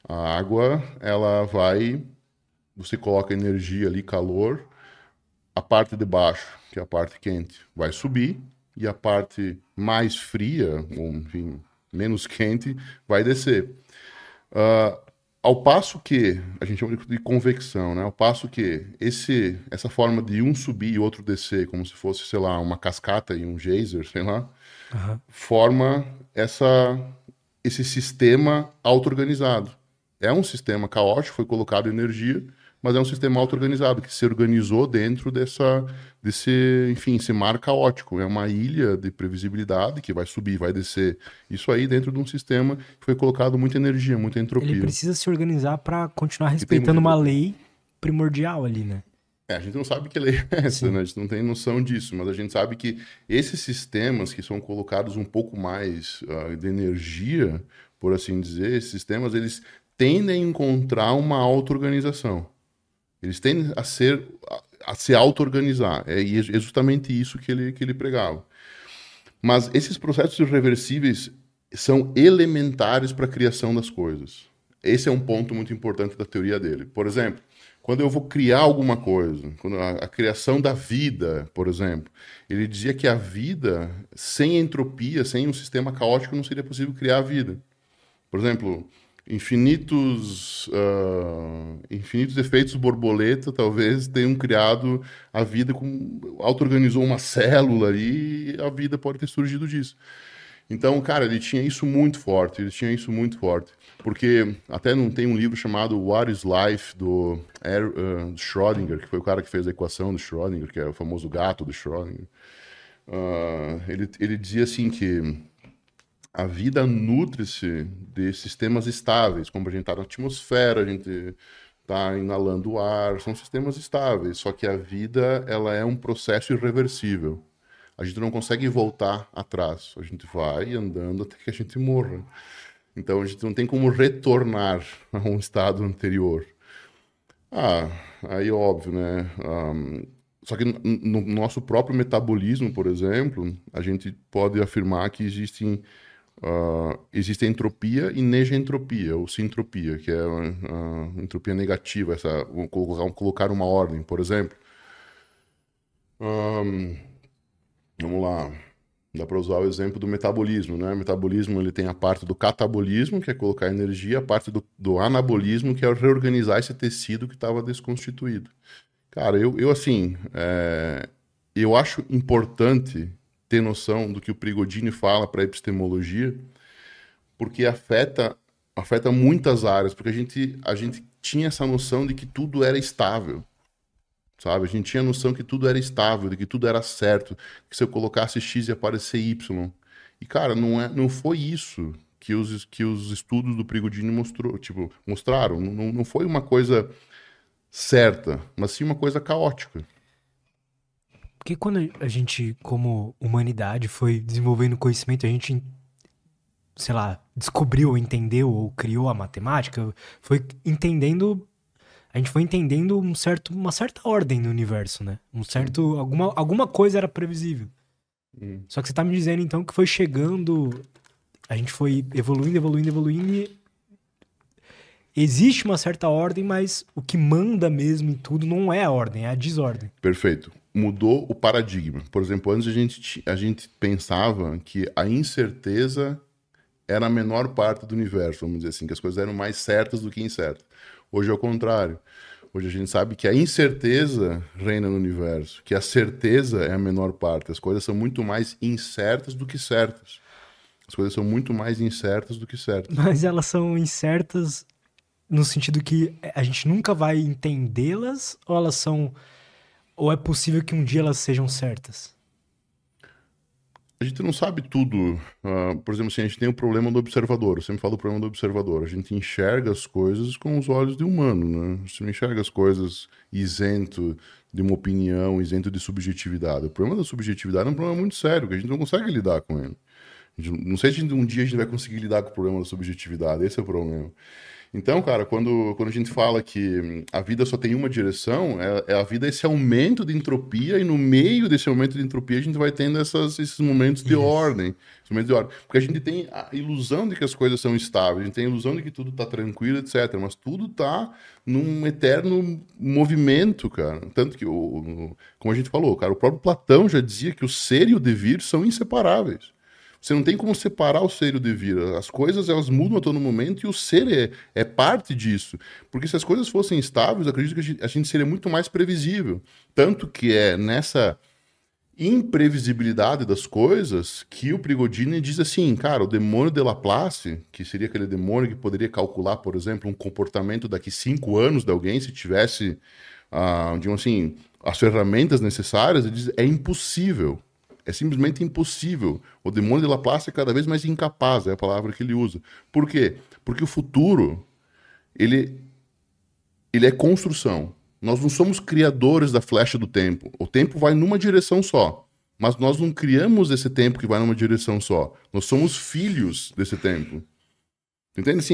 A água, ela vai, você coloca energia ali, calor, a parte de baixo, que é a parte quente, vai subir, e a parte mais fria, ou enfim, menos quente, vai descer. Ah, ao passo que, a gente chama de convecção, né? Ao passo que essa forma de um subir e outro descer, como se fosse, sei lá, uma cascata e um geyser, sei lá, Aham. forma esse sistema auto-organizado. É um sistema caótico, foi colocado energia, mas é um sistema auto-organizado que se organizou dentro enfim, esse mar caótico. É uma ilha de previsibilidade que vai subir, vai descer. Isso aí dentro de um sistema que foi colocado muita energia, muita Ele entropia. precisa se organizar pra continuar Que tem muita respeitando uma entropia. lei primordial ali, né? A gente não sabe que lei é essa, Sim. né? A gente não tem noção disso, mas a gente sabe que esses sistemas que são colocados um pouco mais de energia, por assim dizer, esses sistemas, eles tendem a encontrar uma auto-organização. Eles tendem a se auto-organizar. E é justamente isso que ele pregava. Mas esses processos irreversíveis são elementares para a criação das coisas. Esse é um ponto muito importante da teoria dele. Por exemplo, quando eu vou criar alguma coisa, quando a criação da vida, por exemplo, ele dizia que a vida, sem entropia, sem um sistema caótico, não seria possível criar a vida. Por exemplo, infinitos efeitos borboleta talvez tenham criado a vida, auto-organizou uma célula ali e a vida pode ter surgido disso. Então, cara, ele tinha isso muito forte, ele tinha isso muito forte. Porque até não tem um livro chamado What is Life, do Schrödinger, que foi o cara que fez a equação do Schrödinger, que é o famoso gato do Schrödinger. Ele dizia assim que a vida nutre-se de sistemas estáveis, como a gente está na atmosfera, a gente está inalando o ar, são sistemas estáveis, só que a vida ela é um processo irreversível. A gente não consegue voltar atrás, a gente vai andando até que a gente morra. Então a gente não tem como retornar a um estado anterior. Aí óbvio, né? Só que no nosso próprio metabolismo, por exemplo, a gente pode afirmar que existe entropia e negentropia, ou sintropia, que é a entropia negativa, colocar uma ordem, por exemplo. Vamos lá. Dá para usar o exemplo do metabolismo, né? O metabolismo ele tem a parte do catabolismo, que é colocar energia, a parte do anabolismo, que é reorganizar esse tecido que estava desconstituído. Cara, eu assim, eu acho importante ter noção do que o Prigogine fala para a epistemologia, porque afeta muitas áreas, porque a gente tinha essa noção de que tudo era estável, sabe? A gente tinha a noção que tudo era estável, de que tudo era certo, que se eu colocasse X ia aparecer Y. E, cara, não foi isso que os estudos do Prigogine mostraram. Não foi uma coisa certa, mas sim uma coisa caótica. Porque quando a gente, como humanidade, foi desenvolvendo conhecimento, a gente, sei lá, descobriu, ou entendeu ou criou a matemática, foi entendendo, a gente foi entendendo uma certa ordem no universo, né? Alguma coisa era previsível. Só que você tá me dizendo então que foi chegando, a gente foi evoluindo e existe uma certa ordem, mas o que manda mesmo em tudo não é a ordem, é a desordem. Perfeito. Mudou o paradigma. Por exemplo, antes a gente pensava que a incerteza era a menor parte do universo, vamos dizer assim, que as coisas eram mais certas do que incertas. Hoje é o contrário. Hoje a gente sabe que a incerteza reina no universo, que a certeza é a menor parte. As coisas são muito mais incertas do que certas. As coisas são muito mais incertas do que certas. Mas elas são incertas no sentido que a gente nunca vai entendê-las, ou elas são. Ou é possível que um dia elas sejam certas? A gente não sabe tudo. Por exemplo, assim, a gente tem o problema do observador. Eu sempre falo do problema do observador. A gente enxerga as coisas com os olhos de humano, né? A gente não enxerga as coisas isento de uma opinião, isento de subjetividade. O problema da subjetividade é um problema muito sério, que a gente não consegue lidar com ele. Não sei se um dia a gente vai conseguir lidar com o problema da subjetividade. Esse é o problema. Então, cara, quando a gente fala que a vida só tem uma direção, a vida é esse aumento de entropia, e no meio desse aumento de entropia a gente vai tendo esses momentos de Isso. ordem. Esses momentos de ordem. Porque a gente tem a ilusão de que as coisas são estáveis, a gente tem a ilusão de que tudo tá tranquilo, etc. Mas tudo tá num eterno movimento, cara. Tanto que, como a gente falou, cara, o próprio Platão já dizia que o ser e o devir são inseparáveis. Você não tem como separar o ser e o devir. As coisas, elas mudam a todo momento, e o ser é parte disso. Porque se as coisas fossem estáveis, eu acredito que a gente seria muito mais previsível. Tanto que é nessa imprevisibilidade das coisas que o Prigodini diz assim, cara, o demônio de Laplace, que seria aquele demônio que poderia calcular, por exemplo, um comportamento daqui 5 anos de alguém, se tivesse, digamos assim, as ferramentas necessárias, ele diz, é impossível. É simplesmente impossível. O demônio de Laplace é cada vez mais incapaz, é a palavra que ele usa. Por quê? Porque o futuro, ele é construção. Nós não somos criadores da flecha do tempo. O tempo vai numa direção só. Mas nós não criamos esse tempo que vai numa direção só. Nós somos filhos desse tempo. Entende? Assim,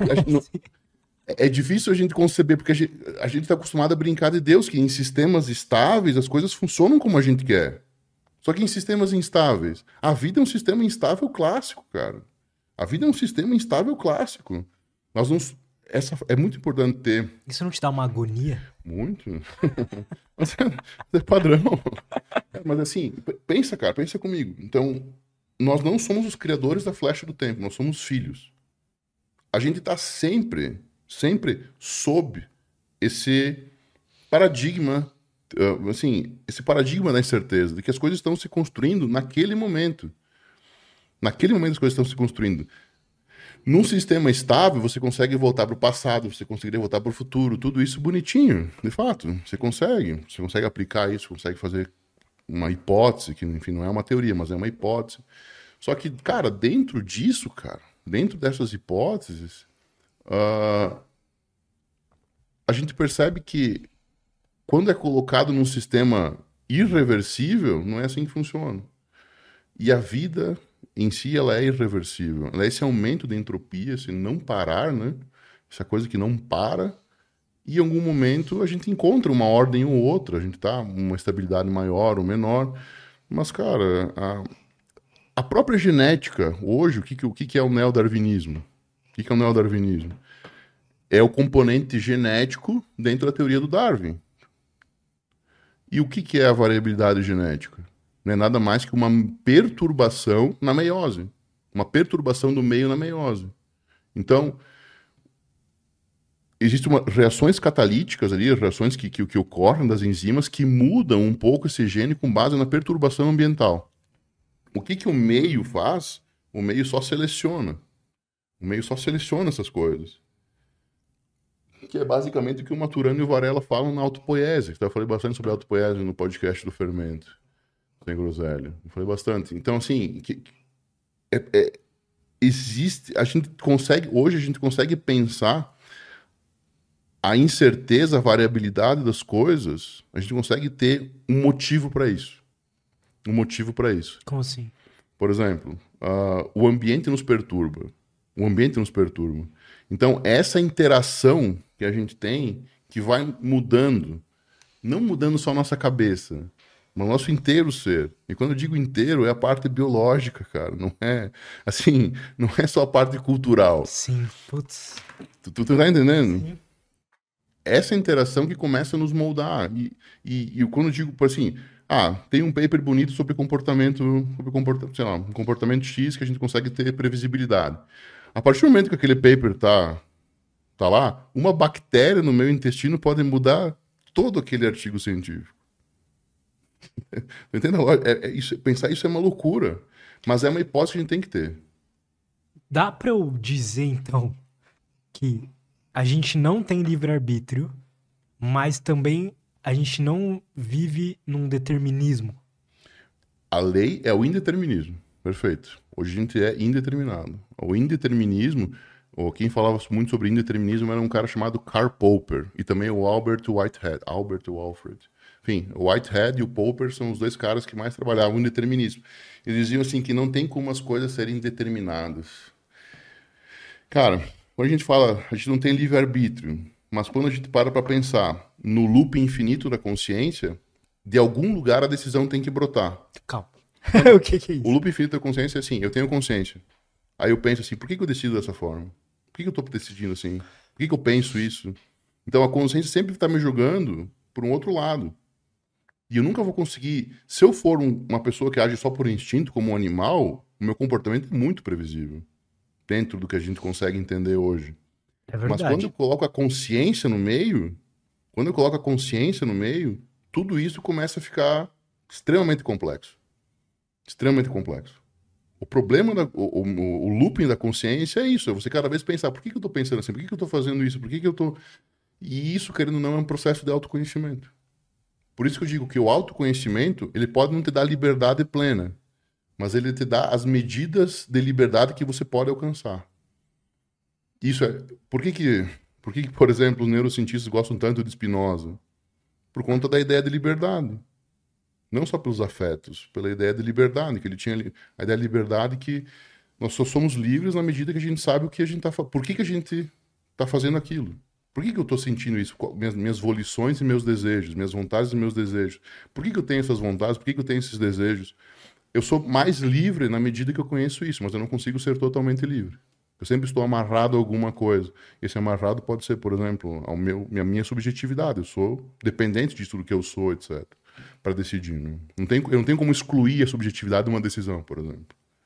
é difícil a gente conceber, porque a gente está acostumado a brincar de Deus, que em sistemas estáveis as coisas funcionam como a gente quer. Só que em sistemas instáveis. A vida é um sistema instável clássico, cara. A vida é um sistema instável clássico. Nós não. É muito importante ter. Isso não te dá uma agonia? Muito. Mas é padrão. Mas assim, pensa, cara, pensa comigo. Então, nós não somos os criadores da flecha do tempo, nós somos filhos. A gente está sempre, sempre sob esse paradigma, assim, esse paradigma da incerteza, de que as coisas estão se construindo naquele momento. Naquele momento as coisas estão se construindo. Num sistema estável, você consegue voltar para o passado, você conseguiria voltar para o futuro, tudo isso bonitinho, de fato. Você consegue aplicar isso, consegue fazer uma hipótese, que enfim não é uma teoria, mas é uma hipótese. Só que, cara, dentro dessas hipóteses, a gente percebe que quando é colocado num sistema irreversível, não é assim que funciona. E a vida em si, ela é irreversível. Ela é esse aumento da entropia, esse não parar, né? Essa coisa que não para. E em algum momento a gente encontra uma ordem ou outra, a gente tá uma estabilidade maior ou menor. Mas, cara, a própria genética, hoje, o que é o neodarwinismo? O que é o neodarwinismo? É o componente genético dentro da teoria do Darwin. E o que é a variabilidade genética? Não é nada mais que uma perturbação na meiose. Uma perturbação do meio na meiose. Então, existem reações catalíticas ali, reações que ocorrem das enzimas que mudam um pouco esse gene com base na perturbação ambiental. O que o meio faz? O meio só seleciona. O meio só seleciona essas coisas. Que é basicamente o que o Maturana e o Varela falam na autopoiese. Eu falei bastante sobre autopoiese no podcast do Fermento. Sem groselha. Eu falei bastante. Então, assim, existe. Hoje a gente consegue pensar a incerteza, a variabilidade das coisas, a gente consegue ter um motivo para isso. Um motivo para isso. Como assim? Por exemplo, o ambiente nos perturba. O ambiente nos perturba. Então, essa interação que a gente tem, que vai mudando, não mudando só a nossa cabeça, mas o nosso inteiro ser. E quando eu digo inteiro, é a parte biológica, cara. Não é, assim, não é só a parte cultural. Sim, putz. Tu tá entendendo? Sim. Essa interação que começa a nos moldar. E quando eu digo, assim, tem um paper bonito sobre sei lá, um comportamento X que a gente consegue ter previsibilidade. A partir do momento que aquele paper tá lá, uma bactéria no meu intestino pode mudar todo aquele artigo científico. Entende? Pensar isso é uma loucura. Mas é uma hipótese que a gente tem que ter. Dá pra eu dizer, então, que a gente não tem livre-arbítrio, mas também a gente não vive num determinismo? A lei é o indeterminismo. Perfeito. Hoje a gente é indeterminado. O indeterminismo, ou quem falava muito sobre indeterminismo era um cara chamado Karl Popper e também o Albert Walfred. Enfim, o Whitehead e o Popper são os dois caras que mais trabalhavam em determinismo. Eles diziam assim que não tem como as coisas serem determinadas. Cara, Quando a gente fala, a gente não tem livre-arbítrio, mas quando a gente para para pensar no loop infinito da consciência, de algum lugar a decisão tem que brotar. Calma. Não, não. O que é O isso? loop infinito da consciência é assim, eu tenho consciência. Aí eu penso assim, por que que eu decido dessa forma? Por que que eu tô decidindo assim? Por que que eu penso isso? Então a consciência sempre está me jogando por um outro lado. E eu nunca vou conseguir. Se eu for uma pessoa que age só por instinto, como um animal, o meu comportamento é muito previsível. Dentro do que a gente consegue entender hoje. É Mas quando eu verdade. coloco a consciência no meio, quando eu coloco a consciência no meio, tudo isso começa a ficar extremamente complexo. Extremamente complexo. O problema, o looping da consciência é isso. É você cada vez pensar, por que que eu estou pensando assim? Por que que eu estou fazendo isso? Por que que eu estou... E isso, querendo ou não, é um processo de autoconhecimento. Por isso que eu digo que o autoconhecimento, ele pode não te dar liberdade plena, mas ele te dá as medidas de liberdade que você pode alcançar. Isso é... Por que que, por exemplo, os neurocientistas gostam tanto de Spinoza? Por conta da ideia de liberdade. Não só pelos afetos, pela ideia de liberdade, que ele tinha a ideia de liberdade que nós só somos livres na medida que a gente sabe o que a gente está fazendo. Por que que a gente está fazendo aquilo? Por que que eu estou sentindo isso? Minhas volições e meus desejos, minhas vontades e meus desejos. Por que que eu tenho essas vontades? Por que que eu tenho esses desejos? Eu sou mais livre na medida que eu conheço isso, mas eu não consigo ser totalmente livre. Eu sempre estou amarrado a alguma coisa. Esse amarrado pode ser, por exemplo, minha subjetividade. Eu sou dependente de tudo que eu sou, etc. Para decidir. Né? Eu não tenho como excluir a subjetividade de uma decisão, por exemplo.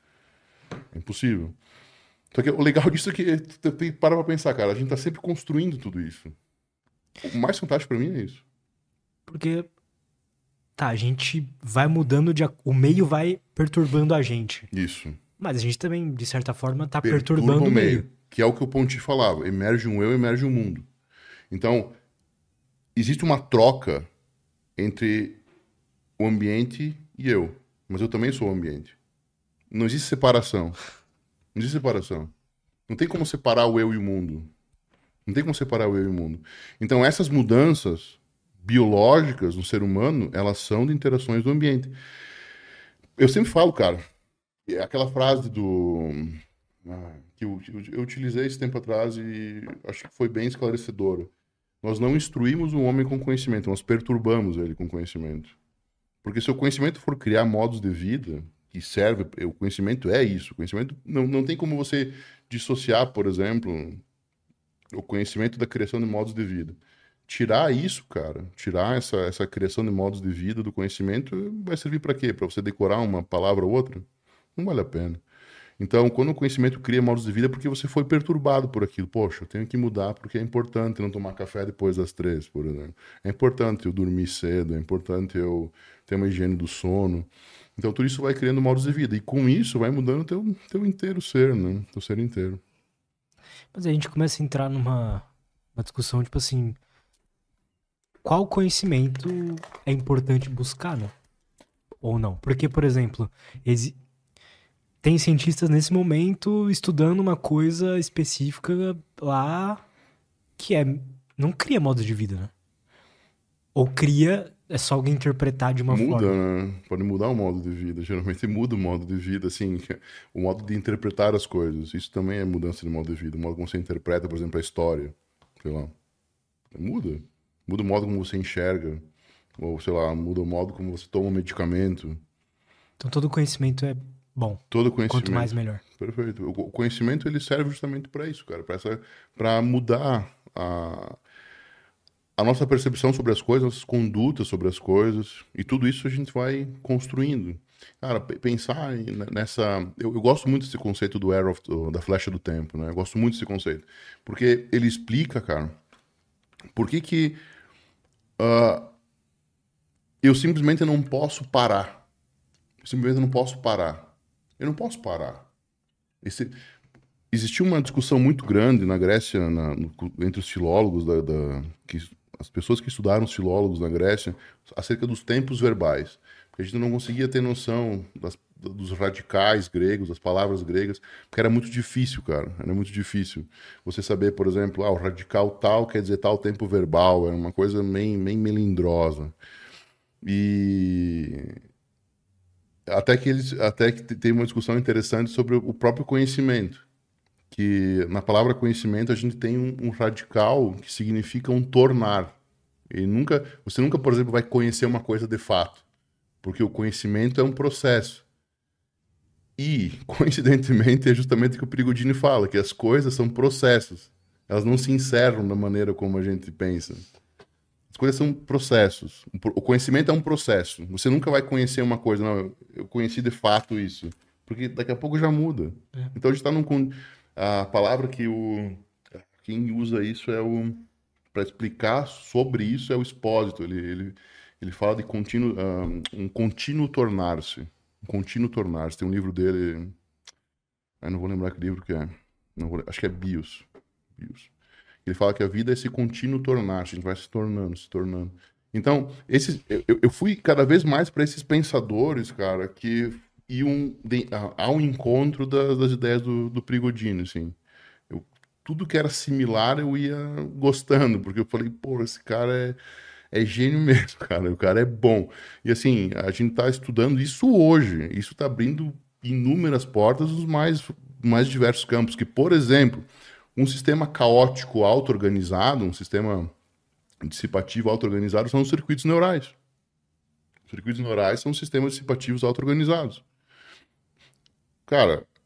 É impossível. Só que o legal disso é que tu tem que parar pra pensar, cara. A gente tá sempre construindo tudo isso. O mais fantástico pra mim é isso. Porque, tá, a gente vai mudando o meio vai perturbando a gente. Isso. Mas a gente também, de certa forma, tá Perturba perturbando o o meio. meio. Que é o que o Ponti falava. Emerge um eu, emerge um mundo. Então, existe uma troca entre o ambiente e eu. Mas eu também sou o ambiente. Não existe separação. Não existe separação. Não tem como separar o eu e o mundo. Não tem como separar o eu e o mundo. Então, essas mudanças biológicas no ser humano, elas são de interações do ambiente. Eu sempre falo, cara, é aquela frase que eu utilizei esse tempo atrás e acho que foi bem esclarecedora. Nós não instruímos o homem com conhecimento, nós perturbamos ele com conhecimento. Porque se o conhecimento for criar modos de vida que serve, o conhecimento é isso. O conhecimento não tem como você dissociar, por exemplo, o conhecimento da criação de modos de vida. Tirar isso, cara, tirar essa criação de modos de vida do conhecimento, vai servir para quê? Para você decorar uma palavra ou outra? Não vale a pena. Então, quando o conhecimento cria modos de vida, é porque você foi perturbado por aquilo. Poxa, eu tenho que mudar porque é importante não tomar café depois das 3, por exemplo. É importante eu dormir cedo, é importante eu ter uma higiene do sono. Então, tudo isso vai criando modos de vida. E com isso, vai mudando o teu inteiro ser, né? Teu ser inteiro. Mas a gente começa a entrar uma discussão, tipo assim, qual conhecimento é importante buscar, né? Ou não? Porque, por exemplo, tem cientistas nesse momento estudando uma coisa específica lá que não cria modo de vida, né? Ou cria, é só alguém interpretar de uma Muda, forma. né? Pode mudar o modo de vida. Geralmente muda o modo de vida, assim, o modo de interpretar as coisas. Isso também é mudança de modo de vida. O modo como você interpreta, por exemplo, a história. Sei lá. Muda. Muda o modo como você enxerga. Ou, sei lá, muda o modo como você toma um medicamento. Então todo conhecimento é bom. Todo Quanto mais, conhecimento. melhor. Perfeito. O conhecimento, ele serve justamente para isso, cara. Para mudar a nossa percepção sobre as coisas, nossas condutas sobre as coisas, e tudo isso a gente vai construindo. Cara, pensar nessa. Eu gosto muito desse conceito do da flecha do tempo, né? Eu gosto muito desse conceito. Porque ele explica, cara, por que que eu simplesmente não posso parar. Eu simplesmente não posso parar. Eu não posso parar. Existiu uma discussão muito grande na Grécia, entre os filólogos, as pessoas que estudaram os filólogos na Grécia, acerca dos tempos verbais. Porque a gente não conseguia ter noção dos radicais gregos, das palavras gregas, porque era muito difícil, cara. Era muito difícil. Você saber, por exemplo, o radical tal quer dizer tal tempo verbal. Era uma coisa meio melindrosa. E até que tem uma discussão interessante sobre o próprio conhecimento, que na palavra conhecimento a gente tem um radical que significa um tornar. E você nunca, por exemplo, vai conhecer uma coisa de fato, porque o conhecimento é um processo. E, coincidentemente, é justamente o que o Prigogine fala, que as coisas são processos. Elas não se encerram da maneira como a gente pensa. As coisas são processos. O conhecimento é um processo. Você nunca vai conhecer uma coisa, não, eu conheci de fato isso. Porque daqui a pouco já muda. É. Então a gente está num... A palavra que quem usa isso para explicar sobre isso é o Expósito. Ele fala de um contínuo tornar-se. Um contínuo tornar-se. Tem um livro dele... Eu não vou lembrar que livro que é. Acho que é Bios. Ele fala que a vida é esse contínuo tornar-se. A gente vai se tornando, se tornando. Então, eu fui cada vez mais para esses pensadores, cara, que iam ao encontro das ideias do Prigogine, assim. Tudo que era similar eu ia gostando, porque eu falei, pô, esse cara é gênio mesmo, cara. O cara é bom. E assim, a gente tá estudando isso hoje. Isso tá abrindo inúmeras portas nos mais diversos campos. Que, por exemplo, um sistema caótico auto-organizado, um sistema dissipativo auto-organizado são os circuitos neurais. Os circuitos neurais são sistemas dissipativos auto-organizados. Cara,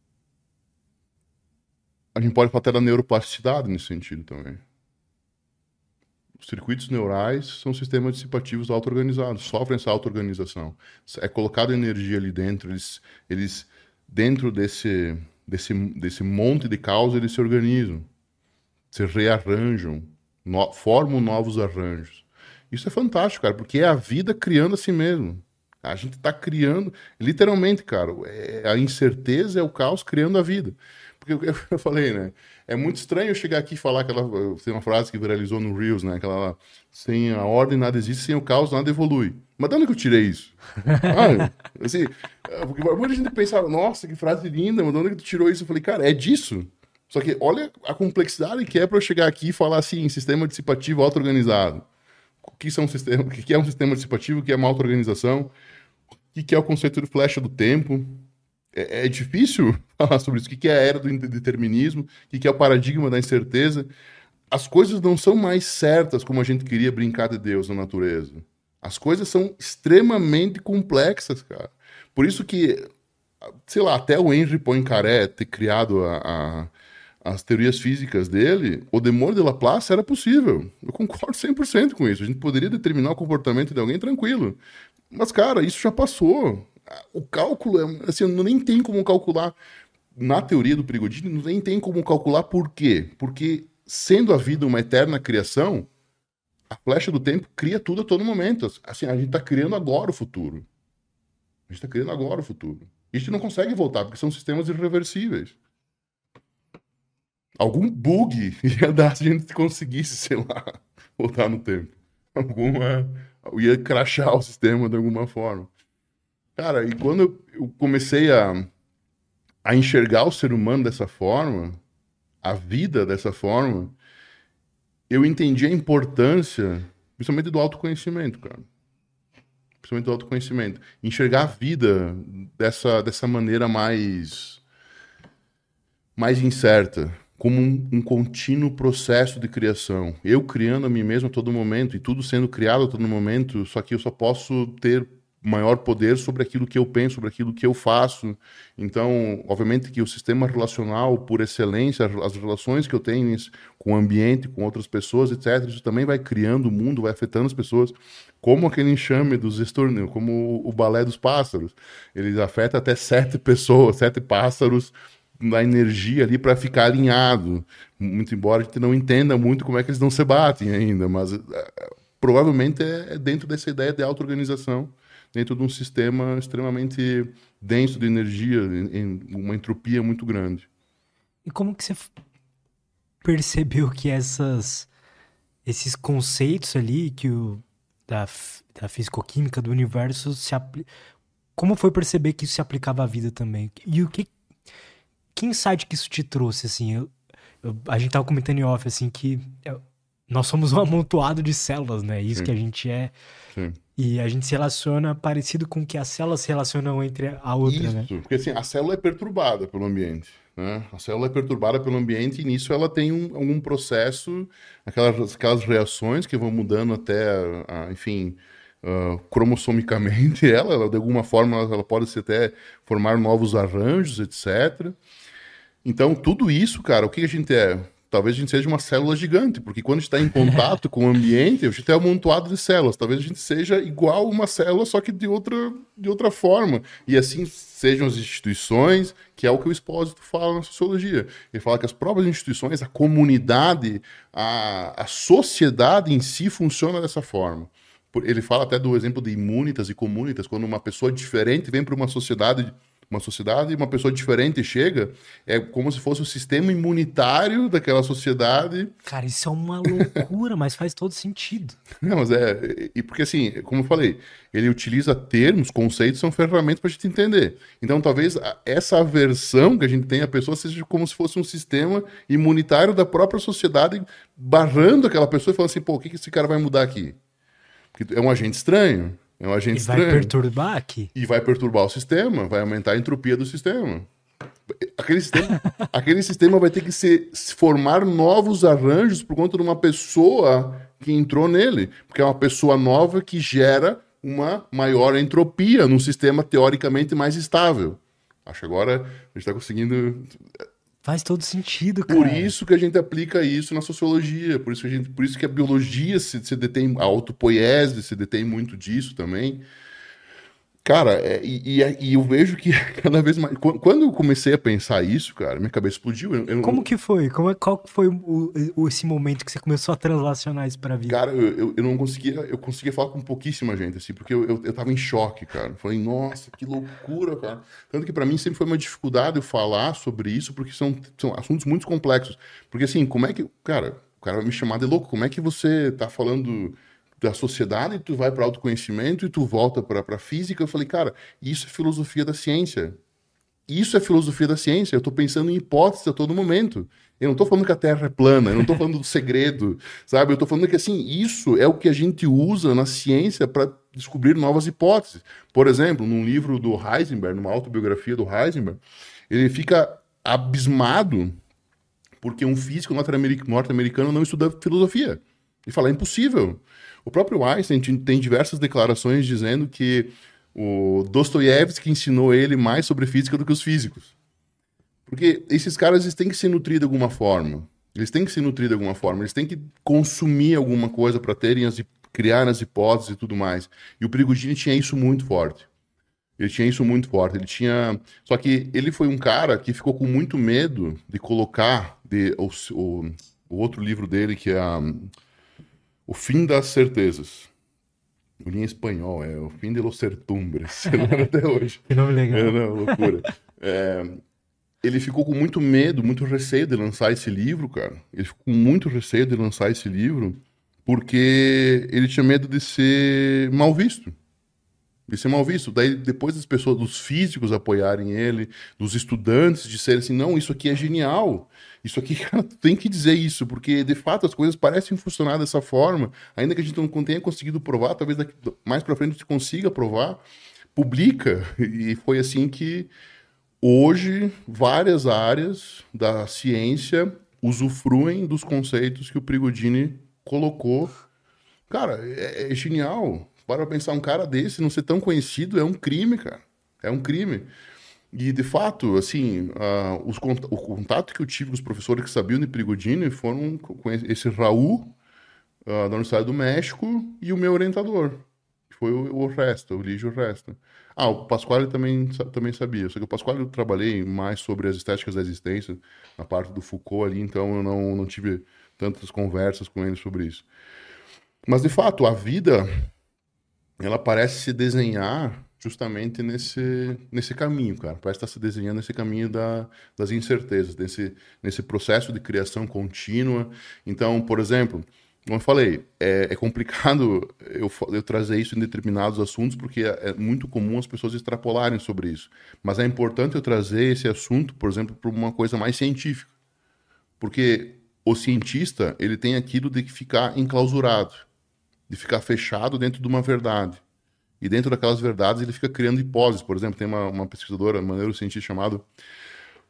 a gente pode falar até da neuroplasticidade nesse sentido também. Os circuitos neurais são sistemas dissipativos auto-organizados, sofrem essa auto-organização. É colocada energia ali dentro, eles dentro desse monte de causa, eles se organizam, se rearranjam, formam novos arranjos. Isso é fantástico, cara, porque é a vida criando a si mesmo. A gente está criando, literalmente, cara, a incerteza é o caos criando a vida. Porque eu falei, né? É muito estranho eu chegar aqui e falar tem uma frase que viralizou no Reels, né? Aquela, sem a ordem nada existe, sem o caos nada evolui. Mas de onde que eu tirei isso? Assim, porque muita gente pensava, nossa, que frase linda, mas de onde que tu tirou isso? Eu falei, cara, é disso. Só que olha a complexidade que é para eu chegar aqui e falar assim, sistema dissipativo auto-organizado. O que é um sistema dissipativo? O que é uma auto-organização? O que é o conceito de flecha do tempo? É difícil falar sobre isso. O que é a era do determinismo? O que é o paradigma da incerteza? As coisas não são mais certas como a gente queria brincar de Deus na natureza. As coisas são extremamente complexas, cara. Por isso que, sei lá, até o Henri Poincaré ter criado as teorias físicas dele, o demônio de Laplace era possível. Eu concordo 100% com isso. A gente poderia determinar o comportamento de alguém tranquilo. Mas, cara, isso já passou. O cálculo, assim, nem tem como calcular, na teoria do Prigogine, nem tem como calcular por quê. Porque, sendo a vida uma eterna criação, a flecha do tempo cria tudo a todo momento. Assim, a gente está criando agora o futuro. A gente está criando agora o futuro. E a gente não consegue voltar, porque são sistemas irreversíveis. Algum bug ia dar se a gente conseguisse, sei lá, voltar no tempo. Ia crashar o sistema de alguma forma. Cara, e quando eu comecei a enxergar o ser humano dessa forma, a vida dessa forma, eu entendi a importância, principalmente do autoconhecimento, cara. Principalmente do autoconhecimento. Enxergar a vida dessa maneira mais incerta, como um contínuo processo de criação. Eu criando a mim mesmo a todo momento, e tudo sendo criado a todo momento, só que eu só posso ter maior poder sobre aquilo que eu penso, sobre aquilo que eu faço. Então, obviamente que o sistema relacional, por excelência, as relações que eu tenho com o ambiente, com outras pessoas, etc., isso também vai criando o mundo, vai afetando as pessoas, como aquele enxame dos estorninos, como o balé dos pássaros. Eles afetam até 7 pessoas, 7 pássaros, da energia ali para ficar alinhado. Muito embora a gente não entenda muito como é que eles não se batem ainda, mas provavelmente é dentro dessa ideia de auto-organização, dentro de um sistema extremamente denso de energia, em uma entropia muito grande. E como que você percebeu que esses conceitos ali da fisicoquímica do universo como foi perceber que isso se aplicava à vida também? E que insight que isso te trouxe, assim? A gente tava comentando em off, assim, que nós somos um amontoado de células, né? Isso. Sim. Que a gente é. Sim. E a gente se relaciona parecido com o que as células se relacionam entre a outra, isso, né? Porque assim, a célula é perturbada pelo ambiente. né? A célula é perturbada pelo ambiente e nisso ela tem algum processo, aquelas reações que vão mudando até, enfim, cromossomicamente ela, de alguma forma, ela pode se até formar novos arranjos, etc. Então, tudo isso, cara, o que a gente é? Talvez a gente seja uma célula gigante, porque quando a gente está em contato com o ambiente, a gente é um amontoado de células. Talvez a gente seja igual uma célula, só que de outra forma. E assim sejam as instituições, que é o que o Expósito fala na sociologia. Ele fala que as próprias instituições, a comunidade, a sociedade em si funciona dessa forma. Ele fala até do exemplo de imunitas e comunitas, quando uma pessoa diferente vem para uma sociedade e uma pessoa diferente chega, é como se fosse o sistema imunitário daquela sociedade. Cara, isso é uma loucura, mas faz todo sentido. Não, mas e porque assim, como eu falei, ele utiliza termos, conceitos, são ferramentas para a gente entender. Então, talvez essa aversão que a gente tem à pessoa seja como se fosse um sistema imunitário da própria sociedade, barrando aquela pessoa e falando assim, pô, o que esse cara vai mudar aqui? Porque é um agente estranho. É um agente estranho. E vai perturbar aqui? E vai perturbar o sistema, vai aumentar a entropia do sistema. Aquele sistema vai ter que se formar novos arranjos por conta de uma pessoa que entrou nele. Porque é uma pessoa nova que gera uma maior entropia num sistema teoricamente mais estável. Acho que agora a gente está conseguindo... Faz todo sentido, cara. Por isso que a gente aplica isso na sociologia, por isso que a biologia se detém, a autopoiese se detém muito disso também. Cara, e eu vejo que cada vez mais... Quando eu comecei a pensar isso, cara, minha cabeça explodiu. Como que foi? Qual que foi esse momento que você começou a translacionar isso pra vida? Cara, eu não conseguia... Eu conseguia falar com pouquíssima gente, assim, porque eu tava em choque, cara. Falei, nossa, que loucura, cara. Tanto que pra mim sempre foi uma dificuldade eu falar sobre isso, porque são assuntos muito complexos. Porque, assim, como é que... Cara, o cara vai me chamar de louco. Como é que você tá falando... da sociedade, tu vai para autoconhecimento e tu volta para física. Eu falei, cara, isso é filosofia da ciência. Isso é filosofia da ciência. Eu estou pensando em hipóteses a todo momento. Eu não estou falando que a Terra é plana, eu não estou falando do segredo, sabe? Eu estou falando que, assim, isso é o que a gente usa na ciência para descobrir novas hipóteses. Por exemplo, num livro do Heisenberg, numa autobiografia do Heisenberg, ele fica abismado porque um físico norte-americano não estuda filosofia. Ele fala, é impossível. O próprio Einstein tem diversas declarações dizendo que o Dostoiévski ensinou ele mais sobre física do que os físicos. Porque esses caras eles têm que se nutrir de alguma forma. Eles têm que consumir alguma coisa para criar as hipóteses e tudo mais. E o Prigogine tinha isso muito forte. Só que ele foi um cara que ficou com muito medo de colocar o outro livro dele, que é O Fim das Certezas. Eu li em espanhol, é O Fim de los Certumbres. Eu lembro até hoje. Que nome legal. Não, loucura. Ele ficou com muito medo, muito receio de lançar esse livro, cara. Ele ficou com muito receio de lançar esse livro porque ele tinha medo de ser mal visto. Daí, depois das pessoas, dos físicos apoiarem ele, dos estudantes disserem assim, não, isso aqui é genial. Isso aqui, cara, tu tem que dizer isso, porque de fato as coisas parecem funcionar dessa forma, ainda que a gente não tenha conseguido provar, talvez mais pra frente a gente consiga provar, publica. E foi assim que hoje várias áreas da ciência usufruem dos conceitos que o Prigogine colocou. Cara, é genial. Para pensar, um cara desse não ser tão conhecido é um crime, cara. É um crime. E, de fato, assim, o contato que eu tive com os professores que sabiam de Prigogine foram com esse Raul, da Universidade do México, e o meu orientador, que foi o Lígio Resta. O Pasquale também sabia. Só que o Pasquale eu trabalhei mais sobre as estéticas da existência, na parte do Foucault ali, então eu não tive tantas conversas com ele sobre isso. Mas, de fato, a vida... ela parece se desenhar justamente nesse caminho, cara. Parece estar se desenhando nesse caminho das incertezas, nesse processo de criação contínua. Então, por exemplo, como eu falei, é complicado eu trazer isso em determinados assuntos, porque é muito comum as pessoas extrapolarem sobre isso. Mas é importante eu trazer esse assunto, por exemplo, para uma coisa mais científica. Porque o cientista, ele tem aquilo de ficar enclausurado, de ficar fechado dentro de uma verdade. E dentro daquelas verdades ele fica criando hipóteses. Por exemplo, tem uma pesquisadora, uma neurocientista chamada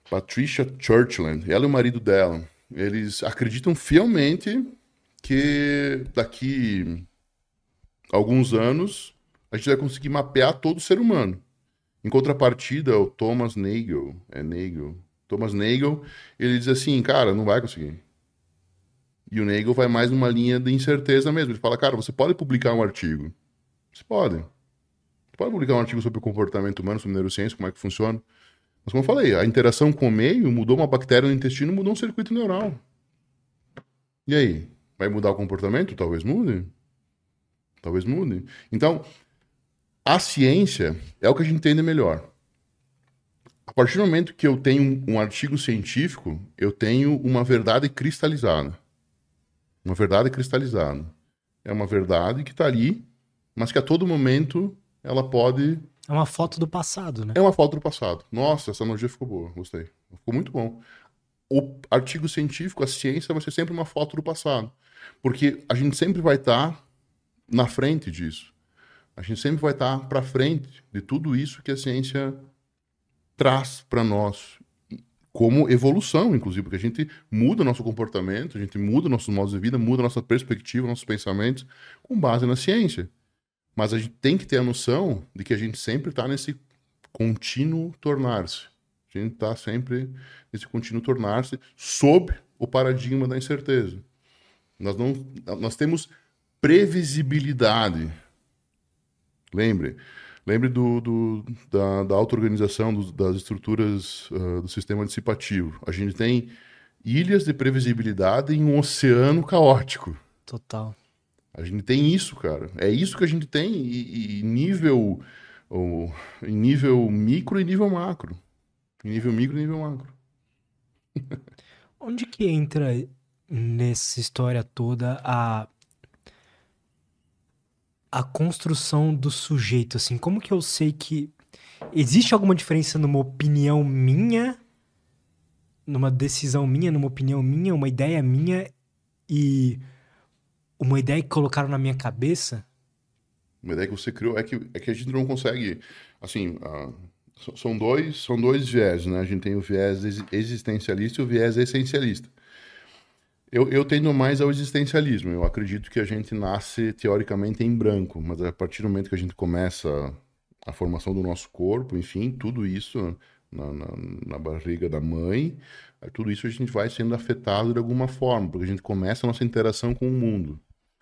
Patricia Churchland, ela e o marido dela, eles acreditam fielmente que daqui a alguns anos a gente vai conseguir mapear todo o ser humano. Em contrapartida, o Thomas Nagel, Thomas Nagel, ele diz assim, cara, não vai conseguir. E o Nagel vai mais numa linha de incerteza mesmo. Ele fala, cara, você pode publicar um artigo. Você pode. Você pode publicar um artigo sobre o comportamento humano, sobre neurociência, como é que funciona. Mas como eu falei, a interação com o meio mudou uma bactéria no intestino, mudou um circuito neural. E aí? Vai mudar o comportamento? Talvez mude. Talvez mude. Então, a ciência é o que a gente entende melhor. A partir do momento que eu tenho um artigo científico, eu tenho uma verdade cristalizada. Uma verdade cristalizada. É uma verdade que está ali, mas que a todo momento ela pode... É uma foto do passado, né? É uma foto do passado. Nossa, essa analogia ficou boa, gostei. Ficou muito bom. O artigo científico, a ciência, vai ser sempre uma foto do passado. Porque a gente sempre vai estar na frente disso. A gente sempre vai estar para frente de tudo isso que a ciência traz para nós. Como evolução, inclusive, porque a gente muda nosso comportamento, a gente muda nossos modos de vida, muda nossa perspectiva, nossos pensamentos, com base na ciência. Mas a gente tem que ter a noção de que a gente sempre está nesse contínuo tornar-se. A gente está sempre nesse contínuo tornar-se sob o paradigma da incerteza. Nós temos previsibilidade. Lembre da auto-organização das estruturas do sistema dissipativo. A gente tem ilhas de previsibilidade em um oceano caótico. Total. A gente tem isso, cara. É isso que a gente tem em nível micro e nível macro. Em nível micro e nível macro. Onde que entra nessa história toda a construção do sujeito, assim? Como que eu sei que existe alguma diferença numa opinião minha, numa decisão minha, numa opinião minha, uma ideia minha e uma ideia que colocaram na minha cabeça? Uma ideia que você criou é que a gente não consegue, assim, são dois viés, né? A gente tem o viés existencialista e o viés essencialista. Eu tendo mais ao existencialismo. Eu acredito que a gente nasce, teoricamente, em branco, mas a partir do momento que a gente começa a formação do nosso corpo, enfim, tudo isso na barriga da mãe, tudo isso a gente vai sendo afetado de alguma forma, porque a gente começa a nossa interação com o mundo.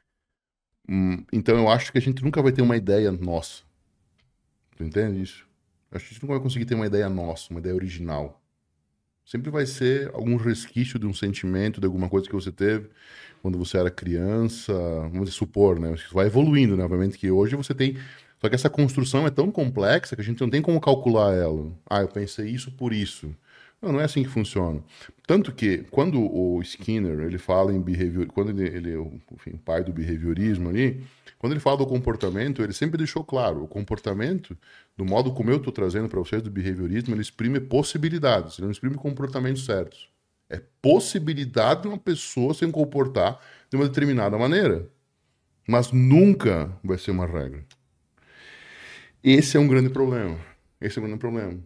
Então eu acho que a gente nunca vai ter uma ideia nossa. Tu entende isso? Acho que a gente nunca vai conseguir ter uma ideia nossa, uma ideia original. Sempre vai ser algum resquício de um sentimento, de alguma coisa que você teve quando você era criança, vamos supor, né? Isso vai evoluindo, né? Obviamente que hoje você tem... Só que essa construção é tão complexa que a gente não tem como calcular ela. Ah, eu pensei isso por isso. Não é assim que funciona. Tanto que, quando o Skinner, ele fala em behavior... Quando ele é enfim, o pai do behaviorismo ali, quando ele fala do comportamento, ele sempre deixou claro, o comportamento, do modo como eu estou trazendo para vocês do behaviorismo, ele exprime possibilidades, ele não exprime comportamentos certos. É possibilidade de uma pessoa se comportar de uma determinada maneira. Mas nunca vai ser uma regra. Esse é um grande problema. Esse é um grande problema.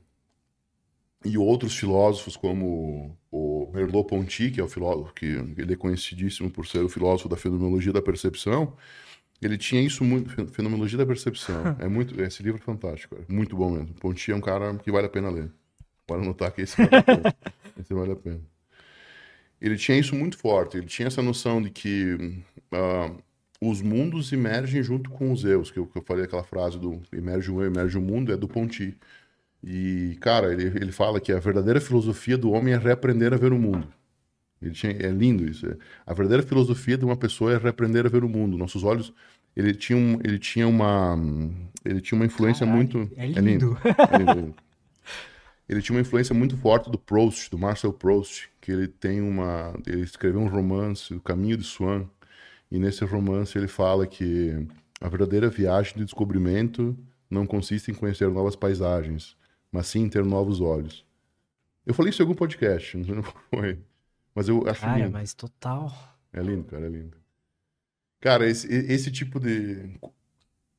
E outros filósofos, como o Merleau-Ponty, que é o filósofo, que ele é conhecidíssimo por ser o filósofo da fenomenologia da percepção, ele tinha isso muito, fenomenologia da percepção. Esse livro é fantástico, é muito bom mesmo. Ponty é um cara que vale a pena ler. Pode anotar que esse vale a pena. Esse vale a pena. Ele tinha isso muito forte, ele tinha essa noção de que os mundos emergem junto com os eus, que eu falei aquela frase do emerge um eu, emerge o mundo, é do Ponty. E, cara, ele fala que a verdadeira filosofia do homem é reaprender a ver o mundo. É lindo isso. A verdadeira filosofia de uma pessoa é reaprender a ver o mundo. Nossos olhos... Ele tinha uma influência muito... É lindo. É lindo. Ele tinha uma influência muito forte do Proust, do Marcel Proust, que ele escreveu um romance, O Caminho de Swan, e nesse romance ele fala que a verdadeira viagem de descobrimento não consiste em conhecer novas paisagens, mas sim em ter novos olhos. Eu falei isso em algum podcast, não sei se foi, mas eu acho Cara, lindo. mas total. É lindo, cara, é lindo. Cara, esse tipo de...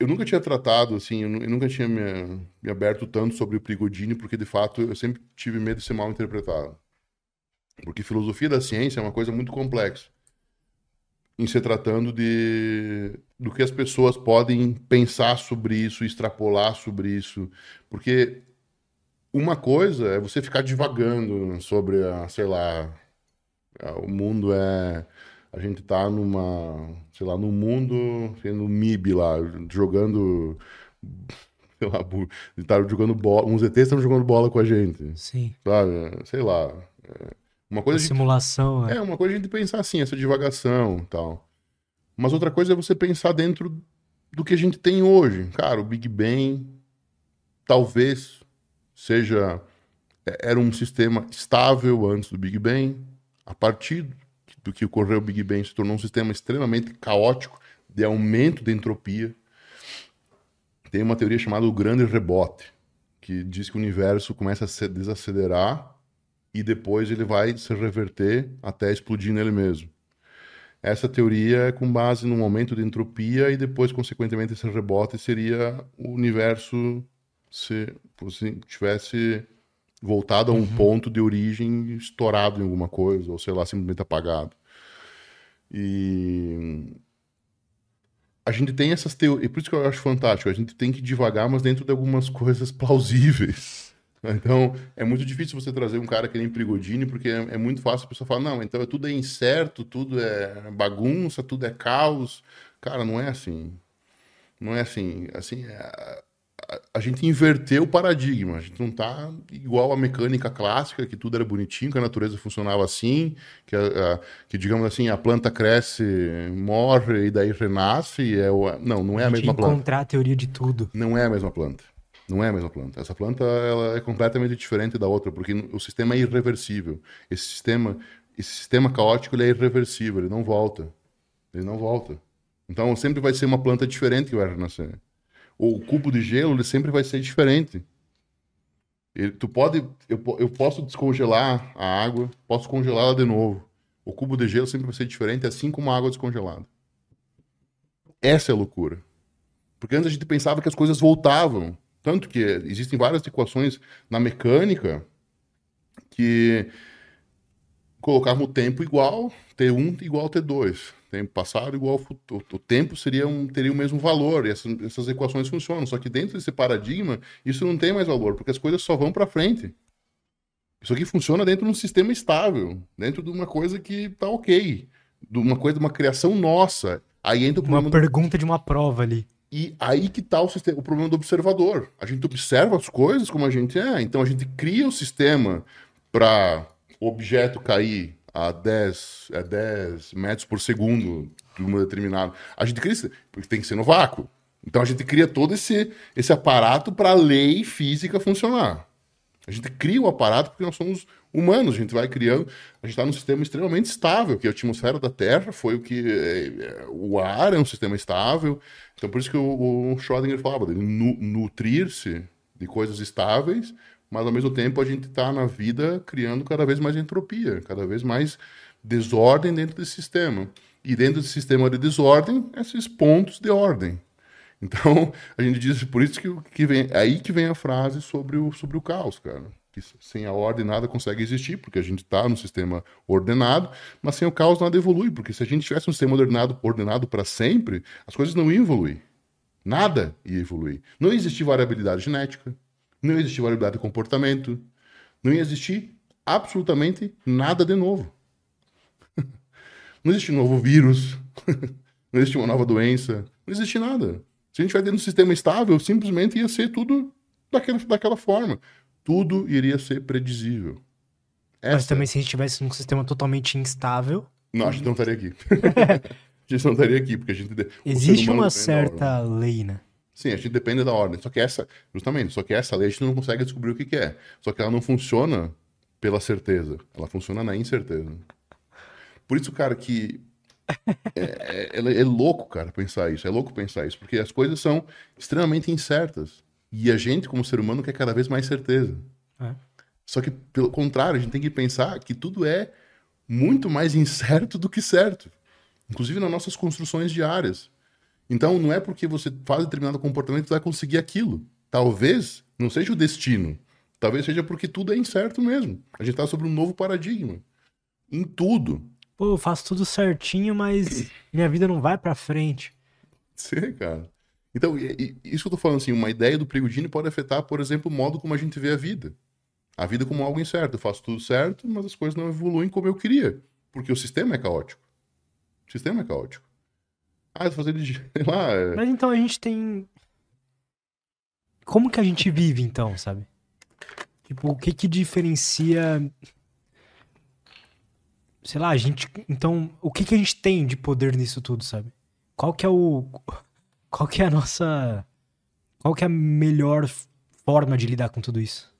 eu nunca tinha tratado, assim, eu nunca tinha me aberto tanto sobre o Prigogine, porque, de fato, eu sempre tive medo de ser mal interpretado. Porque filosofia da ciência é uma coisa muito complexa, em se tratando do que as pessoas podem pensar sobre isso, extrapolar sobre isso. Porque uma coisa é você ficar divagando sobre, sei lá, o mundo é... A gente tá sei lá, no mundo, sendo MIB lá, jogando, sei lá, tá jogando bola, uns ETs estão jogando bola com a gente, Sim. sabe? Sei lá. Uma Uma coisa simulação, né? uma coisa a gente pensar assim, essa divagação e tal. Mas outra coisa é você pensar dentro do que a gente tem hoje. Cara, o Big Bang talvez seja... Era um sistema estável antes do Big Bang. A partir do que ocorreu o Big Bang se tornou um sistema extremamente caótico de aumento da entropia. Tem uma teoria chamada o grande rebote, que diz que o universo começa a se desacelerar e depois ele vai se reverter até explodir nele mesmo. Essa teoria é com base num aumento de entropia e depois, consequentemente, esse rebote seria o universo se tivesse voltado a um ponto de origem estourado em alguma coisa, ou sei lá, simplesmente apagado. E a gente tem essas teorias, e por isso que eu acho fantástico, a gente tem que devagar, mas dentro de algumas coisas plausíveis. Então, é muito difícil você trazer um cara que nem Prigogine, porque é muito fácil a pessoa falar, não, então tudo é incerto, tudo é bagunça, tudo é caos. Cara, não é assim. Não é assim. Assim, a gente inverteu o paradigma. A gente não tá igual à mecânica clássica, que tudo era bonitinho, que a natureza funcionava assim, que digamos assim, a planta cresce, morre e daí renasce. Não, não é a mesma planta. Encontrar a teoria de tudo. Não é a mesma planta. Não é a mesma planta. Essa planta ela é completamente diferente da outra, porque o sistema é irreversível. Esse sistema caótico ele é irreversível, ele não volta. Ele não volta. Então sempre vai ser uma planta diferente que vai renascer. O cubo de gelo ele sempre vai ser diferente. Eu posso descongelar a água, posso congelá-la de novo. O cubo de gelo sempre vai ser diferente, assim como a água descongelada. Essa é a loucura. Porque antes a gente pensava que as coisas voltavam. Tanto que existem várias equações na mecânica que colocavam o tempo igual, T1 igual T2. Tempo passado igual ao futuro. O tempo teria o mesmo valor. E essas equações funcionam. Só que dentro desse paradigma, isso não tem mais valor, porque as coisas só vão para frente. Isso aqui funciona dentro de um sistema estável, dentro de uma coisa que tá ok. De uma criação nossa. Aí entra o problema. Uma pergunta de uma prova ali. E aí que tá o problema do observador. A gente observa as coisas como a gente é, então a gente cria o sistema para o objeto cair a 10 metros por segundo de uma determinada. A gente cria, porque tem que ser no vácuo. Então a gente cria todo esse aparato para a lei física funcionar. A gente cria o aparato porque nós somos humanos, a gente vai criando, a gente está num sistema extremamente estável, que a atmosfera da Terra foi o que... o ar é um sistema estável, então por isso que o Schrödinger falava dele nutrir-se de coisas estáveis, mas ao mesmo tempo a gente está na vida criando cada vez mais entropia, cada vez mais desordem dentro desse sistema. E dentro desse sistema de desordem, esses pontos de ordem. Então, a gente diz, por isso que vem, é aí que vem a frase sobre o caos, cara. Que sem a ordem nada consegue existir, porque a gente está no sistema ordenado, mas sem o caos nada evolui, porque se a gente tivesse um sistema ordenado para sempre, as coisas não iam evoluir. Nada ia evoluir. Não ia existir variabilidade genética, não ia existir variabilidade de comportamento, não ia existir absolutamente nada de novo. Não existe um novo vírus, não existe uma nova doença, não existe nada. Se a gente vai dentro de um sistema estável, simplesmente ia ser tudo daquela forma. Tudo iria ser predizível. Mas também se a gente tivesse um sistema totalmente instável... Não, a gente não estaria aqui. A gente não estaria aqui, porque a gente... Existe uma certa lei, né? Sim, a gente depende da ordem. Só que essa lei a gente não consegue descobrir o que é. Só que ela não funciona pela certeza. Ela funciona na incerteza. Por isso, cara, que... É louco, cara, pensar isso. É louco pensar isso, porque as coisas são extremamente incertas. E a gente, como ser humano, quer cada vez mais certeza. Só que, pelo contrário, a gente tem que pensar que tudo é muito mais incerto do que certo. Inclusive nas nossas construções diárias. Então, não é porque você faz determinado comportamento que você vai conseguir aquilo. Talvez não seja o destino. Talvez seja porque tudo é incerto mesmo. A gente tá sobre um novo paradigma. Em tudo. Pô, eu faço tudo certinho, mas minha vida não vai pra frente. Sim, cara. Então, isso que eu tô falando, assim, uma ideia do Prigogine pode afetar, por exemplo, o modo como a gente vê a vida. A vida como algo incerto. Eu faço tudo certo, mas as coisas não evoluem como eu queria. Porque o sistema é caótico. O sistema é caótico. Ah, eu tô fazendo, sei lá... Mas então a gente tem... Como que a gente vive, então, sabe? Tipo, o que que diferencia... Sei lá, a gente... Então, o que que a gente tem de poder nisso tudo, sabe? Qual que é o... Qual que é a nossa... Qual que é a melhor forma de lidar com tudo isso?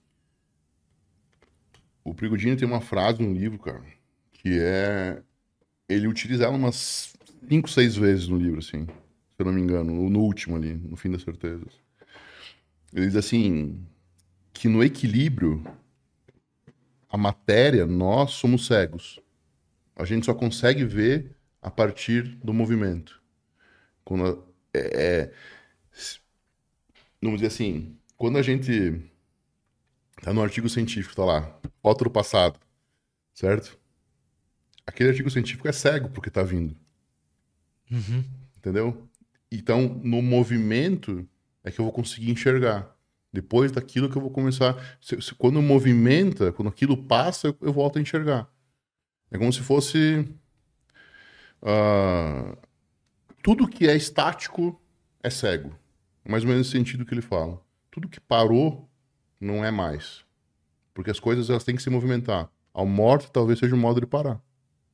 O Prigogine tem uma frase no livro, cara, que é... Ele utiliza ela umas 5, 6 vezes no livro, assim, se eu não me engano, no último ali, no Fim das Certezas. Ele diz assim, que no equilíbrio, a matéria, nós somos cegos. A gente só consegue ver a partir do movimento. Quando vamos dizer assim, quando a gente tá no artigo científico, tá lá, foto do passado, certo? Aquele artigo científico é cego porque tá vindo. Uhum. Entendeu? Então, no movimento é que eu vou conseguir enxergar. Depois daquilo que eu vou começar. Quando movimenta, quando aquilo passa, eu volto a enxergar. É como se fosse. ah, tudo que é estático é cego. Mais ou menos nesse sentido que ele fala. Tudo que parou não é mais. Porque as coisas elas têm que se movimentar. A morte talvez seja um modo de parar.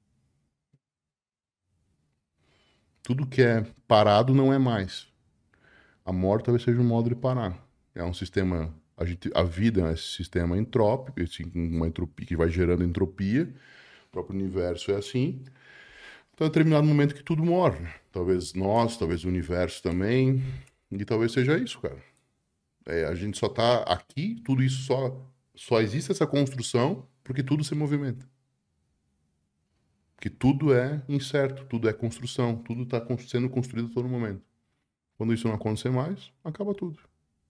Tudo que é parado não é mais. A morte talvez seja um modo de parar. É um sistema. A vida é esse sistema entrópico, uma entropia que vai gerando entropia. O próprio universo é assim. Então, em determinado momento que tudo morre. Talvez nós, talvez o universo também. E talvez seja isso, cara. A gente só tá aqui, tudo isso só existe essa construção porque tudo se movimenta. Porque tudo é incerto, tudo é construção, tudo está sendo construído a todo momento. Quando isso não acontecer mais, acaba tudo.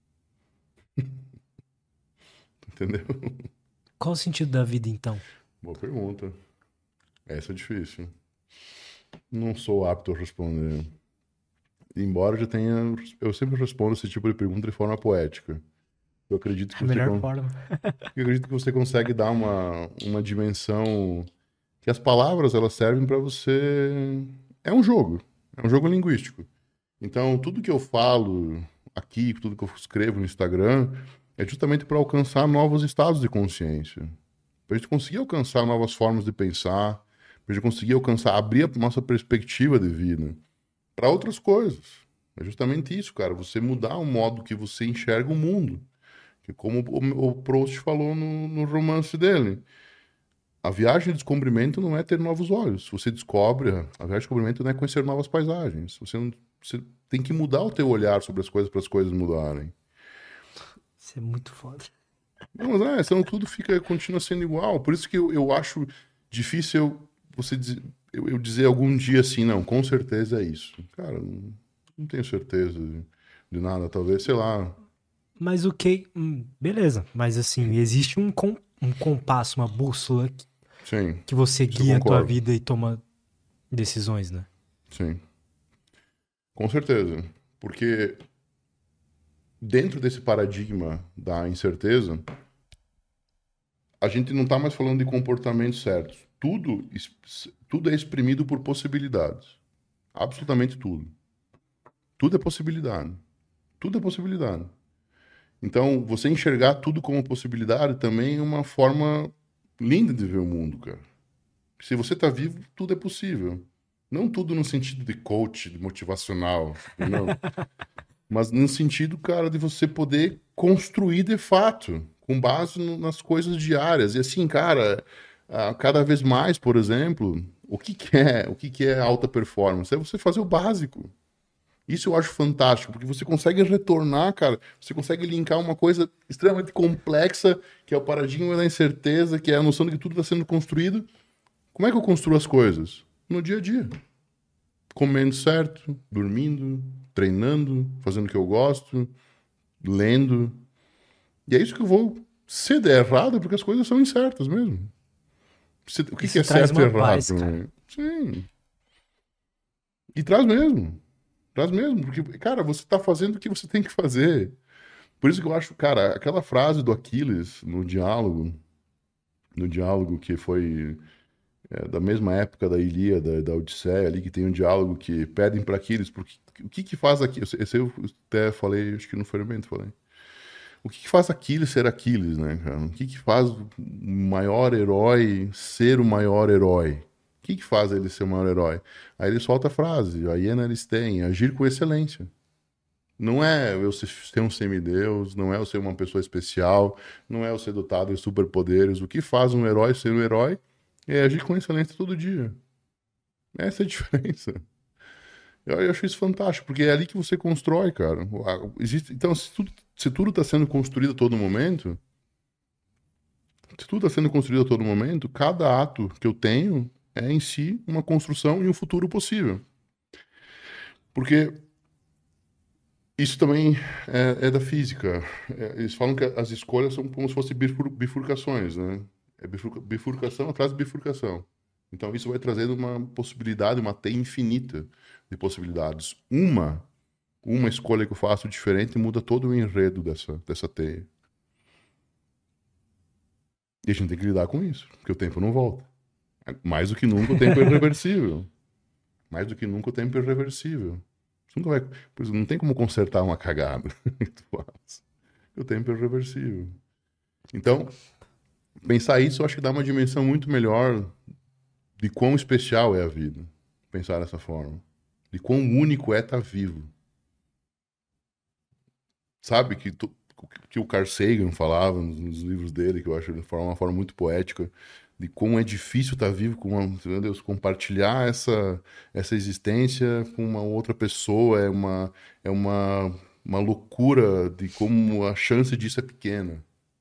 Entendeu? Qual o sentido da vida, então? Boa pergunta. Essa é difícil. Não sou apto a responder. Embora eu já tenha. Eu sempre respondo esse tipo de pergunta de forma poética. Eu acredito que A você, melhor forma. eu acredito que você consegue dar uma dimensão. Que as palavras elas servem para você. É um jogo. É um jogo linguístico. Então, tudo que eu falo aqui, tudo que eu escrevo no Instagram, é justamente para alcançar novos estados de consciência. Para a gente conseguir alcançar novas formas de pensar, para a gente conseguir alcançar, abrir a nossa perspectiva de vida para outras coisas. É justamente isso, cara. Você mudar o modo que você enxerga o mundo. Que como o Proust falou no romance dele. A viagem de descobrimento não é ter novos olhos. Você descobre, a viagem de descobrimento não é conhecer novas paisagens. Você tem que mudar o teu olhar sobre as coisas para as coisas mudarem. Isso é muito foda. Não, mas senão tudo continua sendo igual. Por isso que eu acho difícil eu dizer algum dia assim, não, com certeza é isso. Cara, não tenho certeza de nada, talvez, sei lá. Mas o que... beleza, mas assim, existe um compasso, uma bússola Sim, que você isso eu guia a tua concordo. vida e toma decisões, né? Sim, com certeza. Porque dentro desse paradigma da incerteza, a gente não está mais falando de comportamentos certos. Tudo é exprimido por possibilidades. Absolutamente tudo. Tudo é possibilidade. Tudo é possibilidade. Então, você enxergar tudo como possibilidade também é uma forma linda de ver o mundo, cara. Se você está vivo, tudo é possível. Não tudo no sentido de coach, de motivacional, não. Mas no sentido, cara, de você poder construir de fato, com base nas coisas diárias. E assim, cara, cada vez mais, por exemplo, o que é alta performance? É você fazer o básico. Isso eu acho fantástico, porque você consegue retornar, cara, você consegue linkar uma coisa extremamente complexa, que é o paradigma da incerteza, que é a noção de que tudo está sendo construído. Como é que eu construo as coisas? No dia a dia. comendo certo, dormindo, treinando, fazendo o que eu gosto, lendo. E é isso que eu vou. Se der errado, porque as coisas são incertas mesmo. O que Isso é traz certo e uma errado? paz, cara. Sim. E traz mesmo. Traz mesmo. Porque, cara, você tá fazendo o que você tem que fazer. Por isso que eu acho, cara, aquela frase do Aquiles no diálogo que foi da mesma época da Ilíada, da Odisseia, ali que tem um diálogo que pedem para Aquiles, porque, o que que faz Aquiles? Esse eu até falei, acho que no fermento falei. O que que faz Aquiles ser Aquiles, né, cara? O que que faz o maior herói ser o maior herói? O que que faz ele ser o maior herói? Aí ele solta a frase, a hiena eles têm, agir com excelência. Não é eu ser um semideus, não é eu ser uma pessoa especial, não é eu ser dotado de superpoderes. O que faz um herói ser um herói é agir com excelência todo dia. Essa é a diferença. Eu acho isso fantástico, porque é ali que você constrói, cara. Então, se tudo está sendo construído a todo momento, se tudo está sendo construído a todo momento, cada ato que eu tenho é em si uma construção e um futuro possível. Porque isso também é da física. Eles falam que as escolhas são como se fossem bifurcações, né? É bifurcação atrás de bifurcação. Então isso vai trazendo uma possibilidade, uma teia infinita de possibilidades. Uma escolha que eu faço diferente muda todo o enredo dessa teia. E a gente tem que lidar com isso, porque o tempo não volta. Mais do que nunca o tempo é irreversível. Mais do que nunca o tempo é irreversível. Você nunca vai, por exemplo, não tem como consertar uma cagada que tu faz. O tempo é irreversível. Então, pensar isso eu acho que dá uma dimensão muito melhor de quão especial é a vida. Pensar dessa forma. De quão único é estar vivo. Sabe que o Carl Sagan falava nos livros dele, que eu acho de uma forma muito poética, de como é difícil estar vivo com meu Deus, compartilhar essa existência com uma outra pessoa uma loucura de como a chance disso é pequena.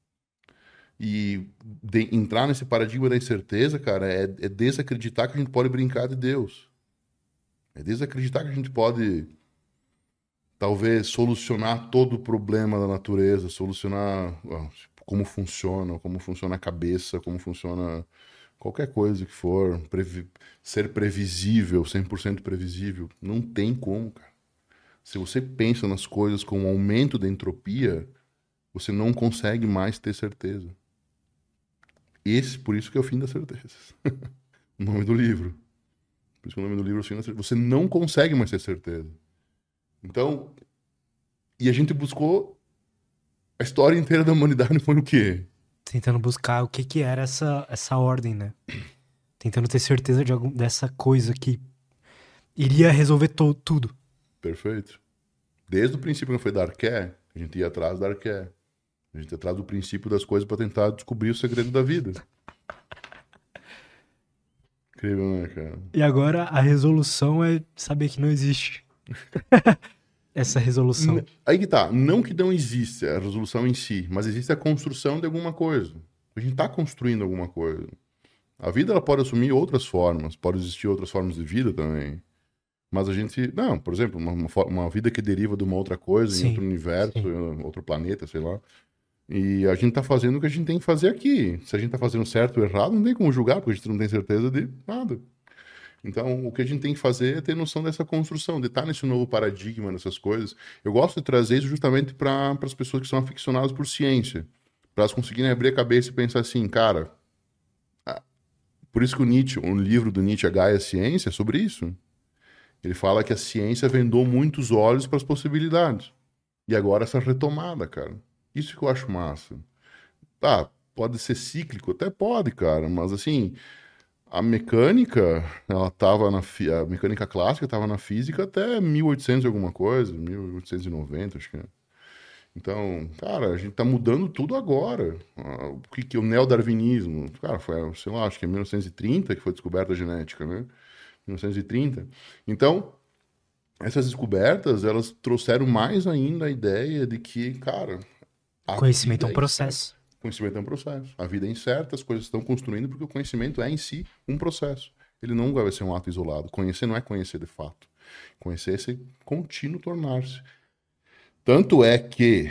E entrar nesse paradigma da incerteza, cara, é desacreditar que a gente pode brincar de Deus. É desacreditar que a gente pode talvez solucionar todo o problema da natureza, solucionar como funciona a cabeça, como funciona qualquer coisa que for, ser previsível, 100% previsível. Não tem como, cara. Se você pensa nas coisas com um aumento da entropia, você não consegue mais ter certeza. Por isso que é o fim das certezas. O nome do livro. Por isso que o nome do livro é o fim das certezas. Você não consegue mais ter certeza. Então, e a gente buscou a história inteira da humanidade foi o quê? Tentando buscar o que que era essa ordem, né? Tentando ter certeza dessa coisa que iria resolver tudo. Perfeito. Desde o princípio que foi da Arqué, a gente ia atrás da Arqué. A gente ia atrás do princípio das coisas para tentar descobrir o segredo da vida. Incrível, né, cara? E agora a resolução é saber que não existe. Essa resolução. Aí que tá. Não que não existe a resolução em si, mas existe a construção de alguma coisa. A gente tá construindo alguma coisa. A vida ela pode assumir outras formas, pode existir outras formas de vida também. Mas a gente. Não, por exemplo, uma vida que deriva de uma outra coisa, Sim, em outro universo, sim. em outro planeta, sei lá. E a gente tá fazendo o que a gente tem que fazer aqui. Se a gente tá fazendo certo ou errado, não tem como julgar, porque a gente não tem certeza de nada. Então, o que a gente tem que fazer é ter noção dessa construção, de estar nesse novo paradigma, nessas coisas. Eu gosto de trazer isso justamente para as pessoas que são aficionadas por ciência, para elas conseguirem abrir a cabeça e pensar assim, cara. Por isso que o Nietzsche, um livro do Nietzsche, A Gaia Ciência, é sobre isso. Ele fala que a ciência vendou muitos olhos para as possibilidades. E agora essa retomada, cara. Isso que eu acho massa. Tá, pode ser cíclico? Até pode, cara, mas assim, a mecânica, ela tava a mecânica clássica estava na física até 1800 e alguma coisa, 1890, acho que é. Então, cara, a gente tá mudando tudo agora. O que é o neodarwinismo? Cara, foi, sei lá, acho que é 1930 que foi descoberta a genética, né? 1930. Então, essas descobertas, elas trouxeram mais ainda a ideia de que, cara, a Conhecimento é vida um processo. Conhecimento é um processo. A vida é incerta, as coisas estão construindo porque o conhecimento é em si um processo. ele não vai ser um ato isolado. Conhecer não é conhecer de fato. Conhecer é esse contínuo tornar-se. Tanto é que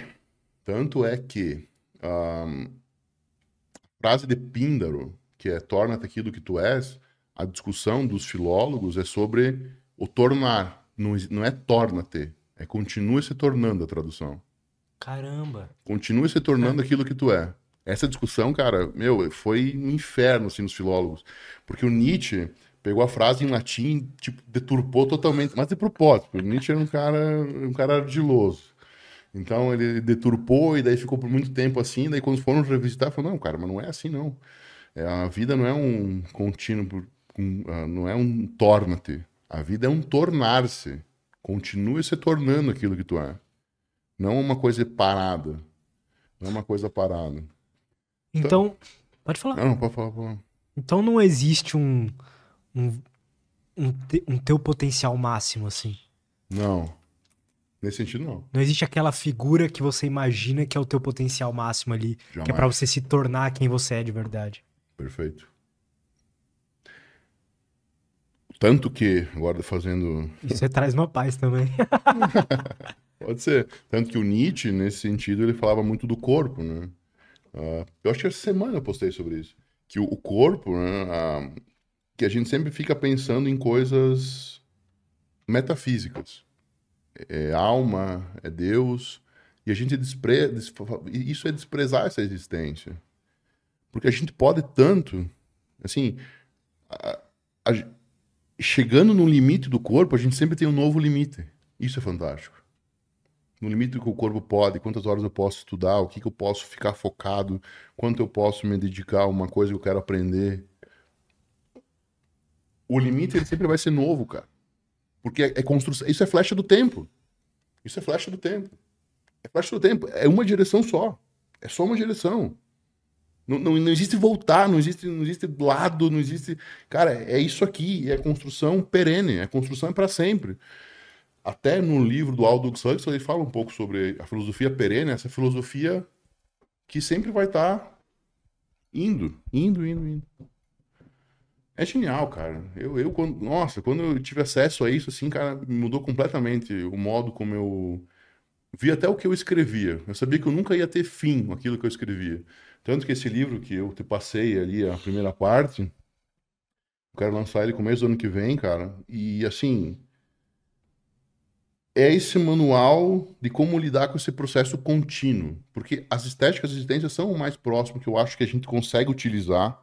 a frase de Píndaro, que é torna-te aquilo que tu és, a discussão dos filólogos é sobre o tornar. Não é torna-te, é continua se tornando a tradução. Caramba. Continua se tornando aquilo que tu é. Essa discussão, cara, foi um inferno, assim, nos filólogos. Porque o Nietzsche pegou a frase em latim, tipo, deturpou totalmente, mas de propósito. O Nietzsche era um cara ardiloso. Então ele deturpou e daí ficou por muito tempo assim. Daí quando foram revisitar, falou: não, cara, mas não é assim, não. A vida não é um contínuo, não é um torna-te. A vida é um tornar-se. Continue se tornando aquilo que tu é. Não é uma coisa parada. Não é uma coisa parada. Então, pode falar. Não, pode falar. Então não existe um teu potencial máximo, assim. Não. Nesse sentido, não. Não existe aquela figura que você imagina que é o teu potencial máximo ali, Jamais. que é pra você se tornar quem você é de verdade. Perfeito. Tanto que, agora fazendo... Isso traz uma paz também. Pode ser. Tanto que o Nietzsche, nesse sentido, ele falava muito do corpo, né? Eu acho que essa semana eu postei sobre isso. Que o corpo, né? Que a gente sempre fica pensando em coisas metafísicas. É alma, é Deus. E a gente isso é desprezar essa existência. Porque a gente pode tanto, assim, chegando no limite do corpo, a gente sempre tem um novo limite. Isso é fantástico. No limite que o corpo pode, quantas horas eu posso estudar, o que eu posso ficar focado, quanto eu posso me dedicar a uma coisa que eu quero aprender. O limite ele sempre vai ser novo, cara. Porque é construção. Isso é flecha do tempo. Isso é flecha do tempo. É flecha do tempo. É uma direção só. É só uma direção. Não existe voltar, não existe lado, não existe. Cara, é isso aqui. É construção perene. A construção é para sempre. Até no livro do Aldous Huxley ele fala um pouco sobre a filosofia perene, essa filosofia que sempre vai estar indo. É genial, cara. Quando eu tive acesso a isso, assim, cara, mudou completamente o modo como eu vi até o que eu escrevia. Eu sabia que eu nunca ia ter fim aquilo que eu escrevia. Tanto que esse livro que eu te passei ali, a primeira parte, eu quero lançar ele começo do ano que vem, cara. E, assim, é esse manual de como lidar com esse processo contínuo. Porque as estéticas de existência são o mais próximo que eu acho que a gente consegue utilizar.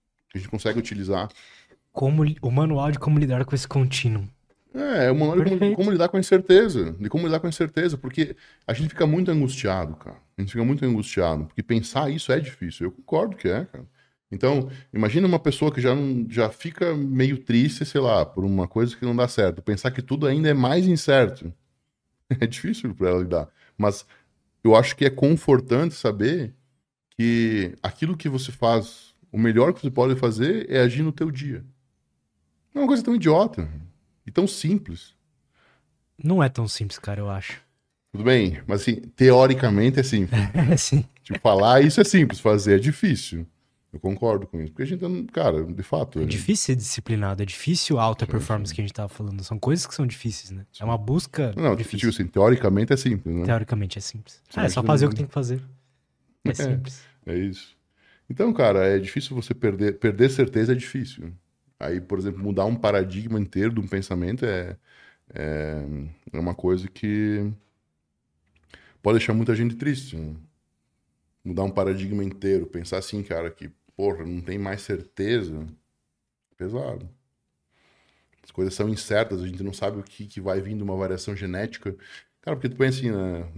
Como o manual de como lidar com esse contínuo. É o manual de como lidar com a incerteza. De como lidar com a incerteza. Porque a gente fica muito angustiado, cara. A gente fica muito angustiado. Porque pensar isso é difícil. Eu concordo que é, cara. Então, imagina uma pessoa que já fica meio triste, sei lá, por uma coisa que não dá certo. Pensar que tudo ainda é mais incerto. É difícil para ela lidar. Mas eu acho que é confortante saber que aquilo que você faz, o melhor que você pode fazer é agir no teu dia. Não é uma coisa tão idiota e tão simples. Não é tão simples, cara, eu acho. Tudo bem, mas assim, teoricamente é simples. Sim. Tipo, falar isso é simples, fazer é difícil. Eu concordo com isso. Porque a gente, cara, de fato... É difícil ser disciplinado, é difícil a alta performance que a gente tava falando. São coisas que são difíceis, né? É uma busca Não, difícil. Tipo assim, teoricamente é simples, né? Teoricamente é simples. É só fazer o que tem que fazer. É simples. É isso. Então, cara, é difícil você perder certeza é difícil. Aí, por exemplo, mudar um paradigma inteiro de um pensamento é uma coisa que pode deixar muita gente triste, né? Mudar um paradigma inteiro, pensar assim, cara, que, porra, não tem mais certeza, pesado. As coisas são incertas, a gente não sabe o que vai vir de uma variação genética. Cara, porque tu pensa assim, né,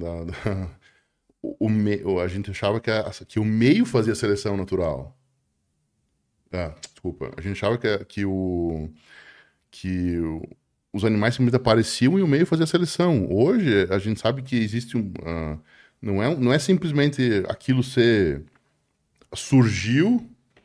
a gente achava que o meio fazia seleção natural. Desculpa. A gente achava que os animais simplesmente apareciam e o meio fazia seleção. Hoje, a gente sabe que existe não é simplesmente aquilo surgiu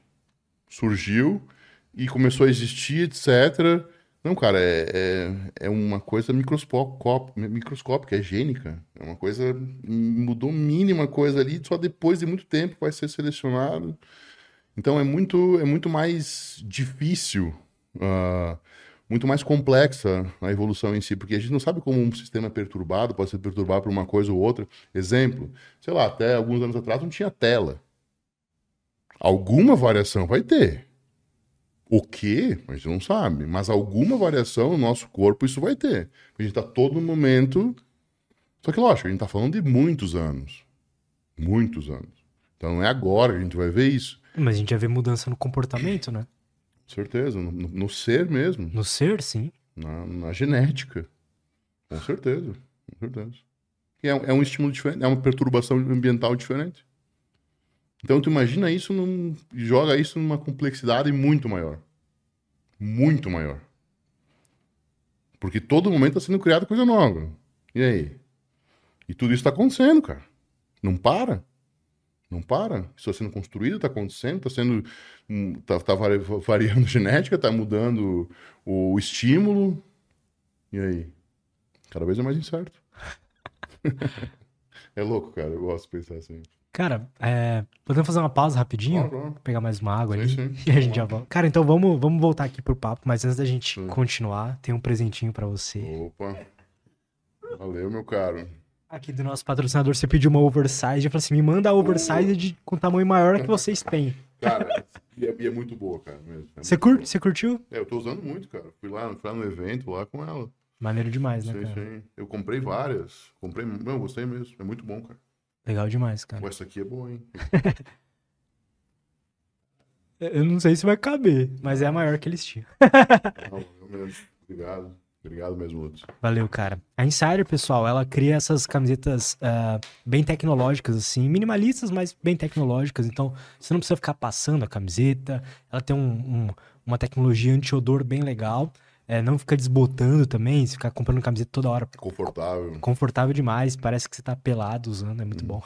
e começou a existir, etc. Não, cara, é uma coisa microscópica, é gênica. É uma coisa, mudou mínima coisa ali, só depois de muito tempo vai ser selecionado. Então é muito mais difícil muito mais complexa a evolução em si, porque a gente não sabe como um sistema é perturbado, pode ser perturbado por uma coisa ou outra. Exemplo, sei lá, até alguns anos atrás não tinha tela. Alguma variação vai ter. O quê? A gente não sabe, mas alguma variação no nosso corpo isso vai ter. A gente está todo momento... Só que, lógico, a gente está falando de muitos anos. Muitos anos. Então não é agora que a gente vai ver isso. Mas a gente já vê mudança no comportamento, né? Com certeza, no ser mesmo. No ser, sim. Na genética. Com certeza, com certeza. E é um estímulo diferente, é uma perturbação ambiental diferente. Então tu imagina isso, joga isso numa complexidade muito maior. Muito maior. Porque todo momento está sendo criada coisa nova. E aí? E tudo isso está acontecendo, cara. Não para. Não para. Isso está sendo construído, está acontecendo, está sendo. Tá variando a genética, está mudando o estímulo. E aí? Cada vez é mais incerto. É louco, cara. Eu gosto de pensar assim. Cara, podemos fazer uma pausa rapidinho? Claro. Pegar mais uma água ali Sim. e a gente já volta. Cara, então vamos voltar aqui pro papo, mas antes da gente Sim. continuar, tem um presentinho pra você. Opa. Valeu, meu caro. Aqui do nosso patrocinador, você pediu uma oversize. Eu falei assim, me manda a oversize com tamanho maior que vocês têm. Cara, e é muito boa, cara. Mesmo. Você curtiu? Eu tô usando muito, cara. Fui lá no evento lá com ela. Maneiro demais, né, Sim, cara? sim. Eu comprei várias. Não, gostei mesmo. É muito bom, cara. Legal demais, cara. Pô, essa aqui é boa, hein? Eu não sei se vai caber, mas é a maior que eles tinham. Não, mesmo. Obrigado. Obrigado mesmo, Lutz. Valeu, cara. A Insider, pessoal, ela cria essas camisetas bem tecnológicas, assim, minimalistas, mas bem tecnológicas. Então, você não precisa ficar passando a camiseta. Ela tem uma tecnologia anti-odor bem legal. Não fica desbotando também, se ficar comprando camiseta toda hora. Confortável. Confortável demais, parece que você tá pelado usando, é muito bom.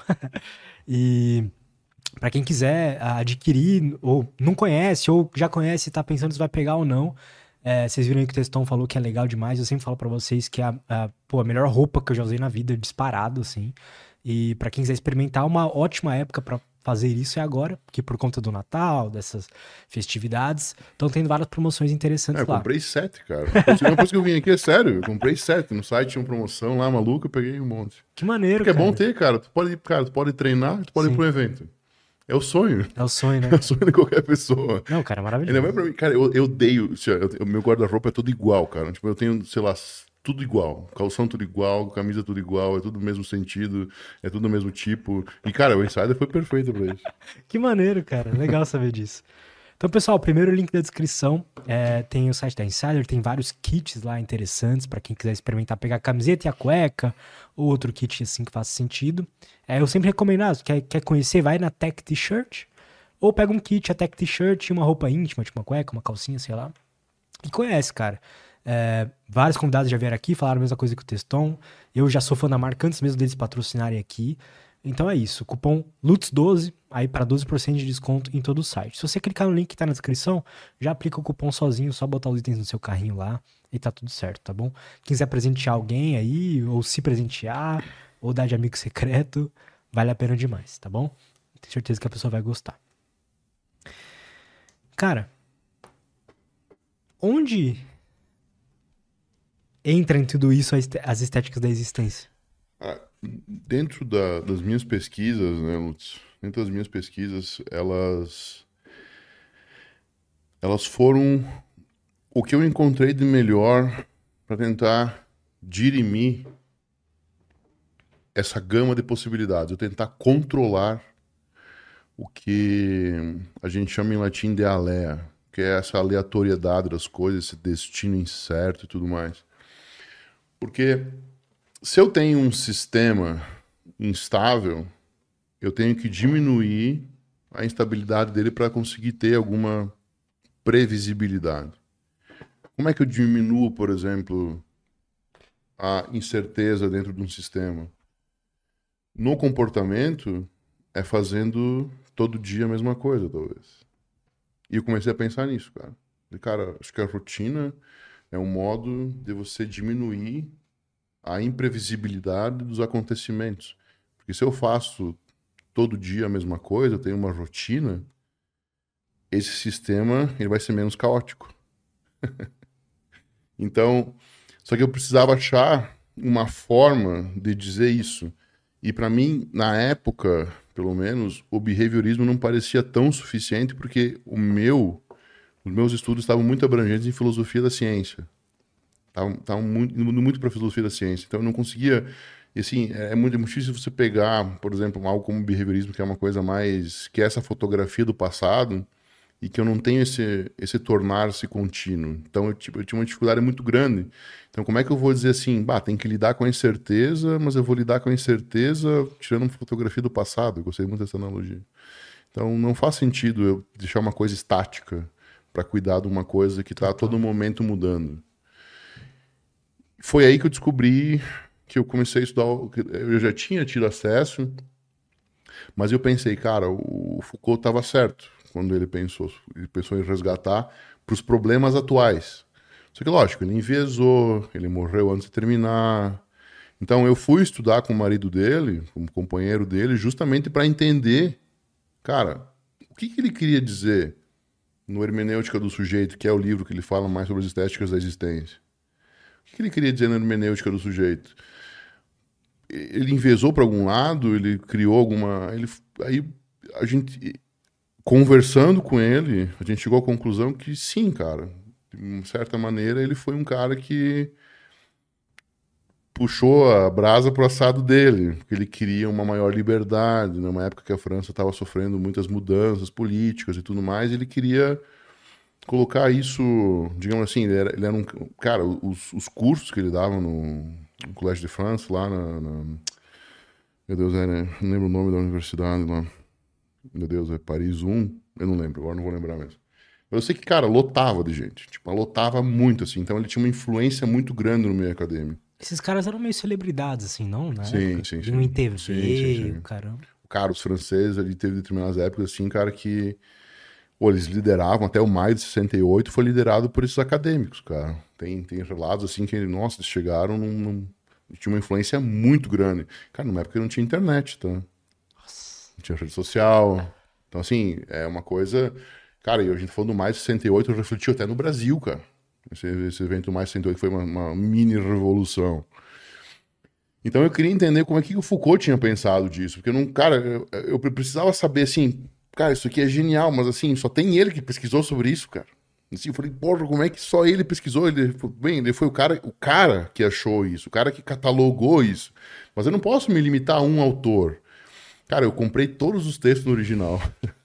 E pra quem quiser adquirir, ou não conhece, ou já conhece e tá pensando se vai pegar ou não, vocês viram aí que o Testão falou que é legal demais. Eu sempre falo pra vocês que é a melhor roupa que eu já usei na vida, disparado, assim. E pra quem quiser experimentar, uma ótima época pra fazer isso é agora, porque por conta do Natal, dessas festividades, estão tendo várias promoções interessantes Eu lá. comprei 7, cara. Depois que eu vim aqui, é sério. Eu comprei 7. No site tinha uma promoção lá, maluca, eu peguei um monte. Que maneiro, Porque cara. é bom ter, cara. Tu pode treinar, tu pode ir Sim. pro evento. É o sonho. É o sonho, né? É o sonho de qualquer pessoa. Não, cara, é maravilhoso. Ainda mais pra mim, cara, eu odeio. Meu guarda-roupa é tudo igual, cara. Tipo, eu tenho, sei lá, tudo igual. Calção tudo igual, camisa tudo igual, é tudo do mesmo sentido, é tudo do mesmo tipo. E, cara, o Insider foi perfeito pra isso. Que maneiro, cara. Legal saber disso. Então, pessoal, o primeiro link da descrição tem o site da Insider, tem vários kits lá interessantes pra quem quiser experimentar pegar a camiseta e a cueca, ou outro kit assim que faça sentido. Eu sempre recomendo, quer conhecer, vai na Tech T-Shirt, ou pega um kit, a Tech T-Shirt e uma roupa íntima, tipo uma cueca, uma calcinha, sei lá, e conhece, cara. Vários convidados já vieram aqui, falaram a mesma coisa que o Teston. Eu já sou fã da marca antes mesmo deles patrocinarem aqui. Então é isso, cupom LUTZ12, aí para 12% de desconto em todo o site. Se você clicar no link que tá na descrição, já aplica o cupom sozinho, só botar os itens no seu carrinho lá e tá tudo certo, tá bom? Quem quiser presentear alguém aí, ou se presentear, ou dar de amigo secreto, vale a pena demais, tá bom? Tenho certeza que a pessoa vai gostar. Cara, onde entra em tudo isso as estéticas da existência? Dentro das minhas pesquisas, né, Lutz? Dentro das minhas pesquisas, elas foram o que eu encontrei de melhor para tentar dirimir essa gama de possibilidades. Eu tentar controlar o que a gente chama em latim de alea, que é essa aleatoriedade das coisas, esse destino incerto e tudo mais. Porque se eu tenho um sistema instável, eu tenho que diminuir a instabilidade dele para conseguir ter alguma previsibilidade. Como é que eu diminuo, por exemplo, a incerteza dentro de um sistema? No comportamento, é fazendo todo dia a mesma coisa, talvez. E eu comecei a pensar nisso, cara. E, cara, acho que a rotina é um modo de você diminuir a imprevisibilidade dos acontecimentos. Porque se eu faço todo dia a mesma coisa, eu tenho uma rotina, esse sistema ele vai ser menos caótico. Então, só que eu precisava achar uma forma de dizer isso. E para mim, na época, pelo menos, o behaviorismo não parecia tão suficiente porque os meus estudos estavam muito abrangentes em filosofia da ciência. Estavam muito para a filosofia da ciência. Então eu não conseguia. E assim, é muito difícil você pegar, por exemplo, algo como behaviorismo, que é uma coisa mais. Que é essa fotografia do passado, e que eu não tenho esse tornar-se contínuo. Então eu tinha uma dificuldade muito grande. Então, como é que eu vou dizer assim, tem que lidar com a incerteza, mas eu vou lidar com a incerteza tirando uma fotografia do passado? Eu gostei muito dessa analogia. Então, não faz sentido eu deixar uma coisa estática para cuidar de uma coisa que está a todo momento mudando. Foi aí que eu descobri que eu comecei a estudar. Eu já tinha tido acesso, mas eu pensei, cara, o Foucault estava certo quando ele pensou em resgatar para os problemas atuais. Só que, lógico, ele enviesou, ele morreu antes de terminar. Então, eu fui estudar com o marido dele, como companheiro dele, justamente para entender, cara, o que ele queria dizer no Hermenêutica do Sujeito, que é o livro que ele fala mais sobre as estéticas da existência. O que ele queria dizer na hermenêutica do sujeito? Ele enviesou para algum lado, ele criou alguma. Aí a gente, conversando com ele, a gente chegou à conclusão que sim, cara. De uma certa maneira, ele foi um cara que puxou a brasa pro assado dele, porque ele queria uma maior liberdade, numa época que a França estava sofrendo muitas mudanças políticas e tudo mais, ele queria colocar isso, digamos assim, ele era um... Cara, os cursos que ele dava no Collège de France, lá meu Deus, não lembro o nome da universidade lá. Meu Deus, é Paris 1? Eu não lembro, agora não vou lembrar mesmo. Eu sei que, cara, lotava de gente. Tipo, lotava muito, assim. Então ele tinha uma influência muito grande no meio acadêmico. Esses caras eram meio celebridades, assim, não? Na Sim, época? sim, Vinham em sim. TV, Sim. caramba. Cara, os franceses ali teve determinadas épocas, assim, cara, que pô, eles lideravam, até o maio de 68 foi liderado por esses acadêmicos, cara. Tem relatos, assim, que, nossa, eles chegaram tinha uma influência muito grande. Cara, numa época não tinha internet, tá? Não tinha rede social. Então, assim, é uma coisa... Cara, e a gente falou do maio de 68, refletiu até no Brasil, cara. Esse evento do maio de 68 foi uma mini revolução. Então eu queria entender como é que o Foucault tinha pensado disso. Porque, não, cara, eu precisava saber, assim... Cara, isso aqui é genial, mas assim, só tem ele que pesquisou sobre isso, cara. Assim, eu falei, porra, como é que só ele pesquisou? Ele foi o cara que achou isso, o cara que catalogou isso. Mas eu não posso me limitar a um autor. Cara, eu comprei todos os textos no original.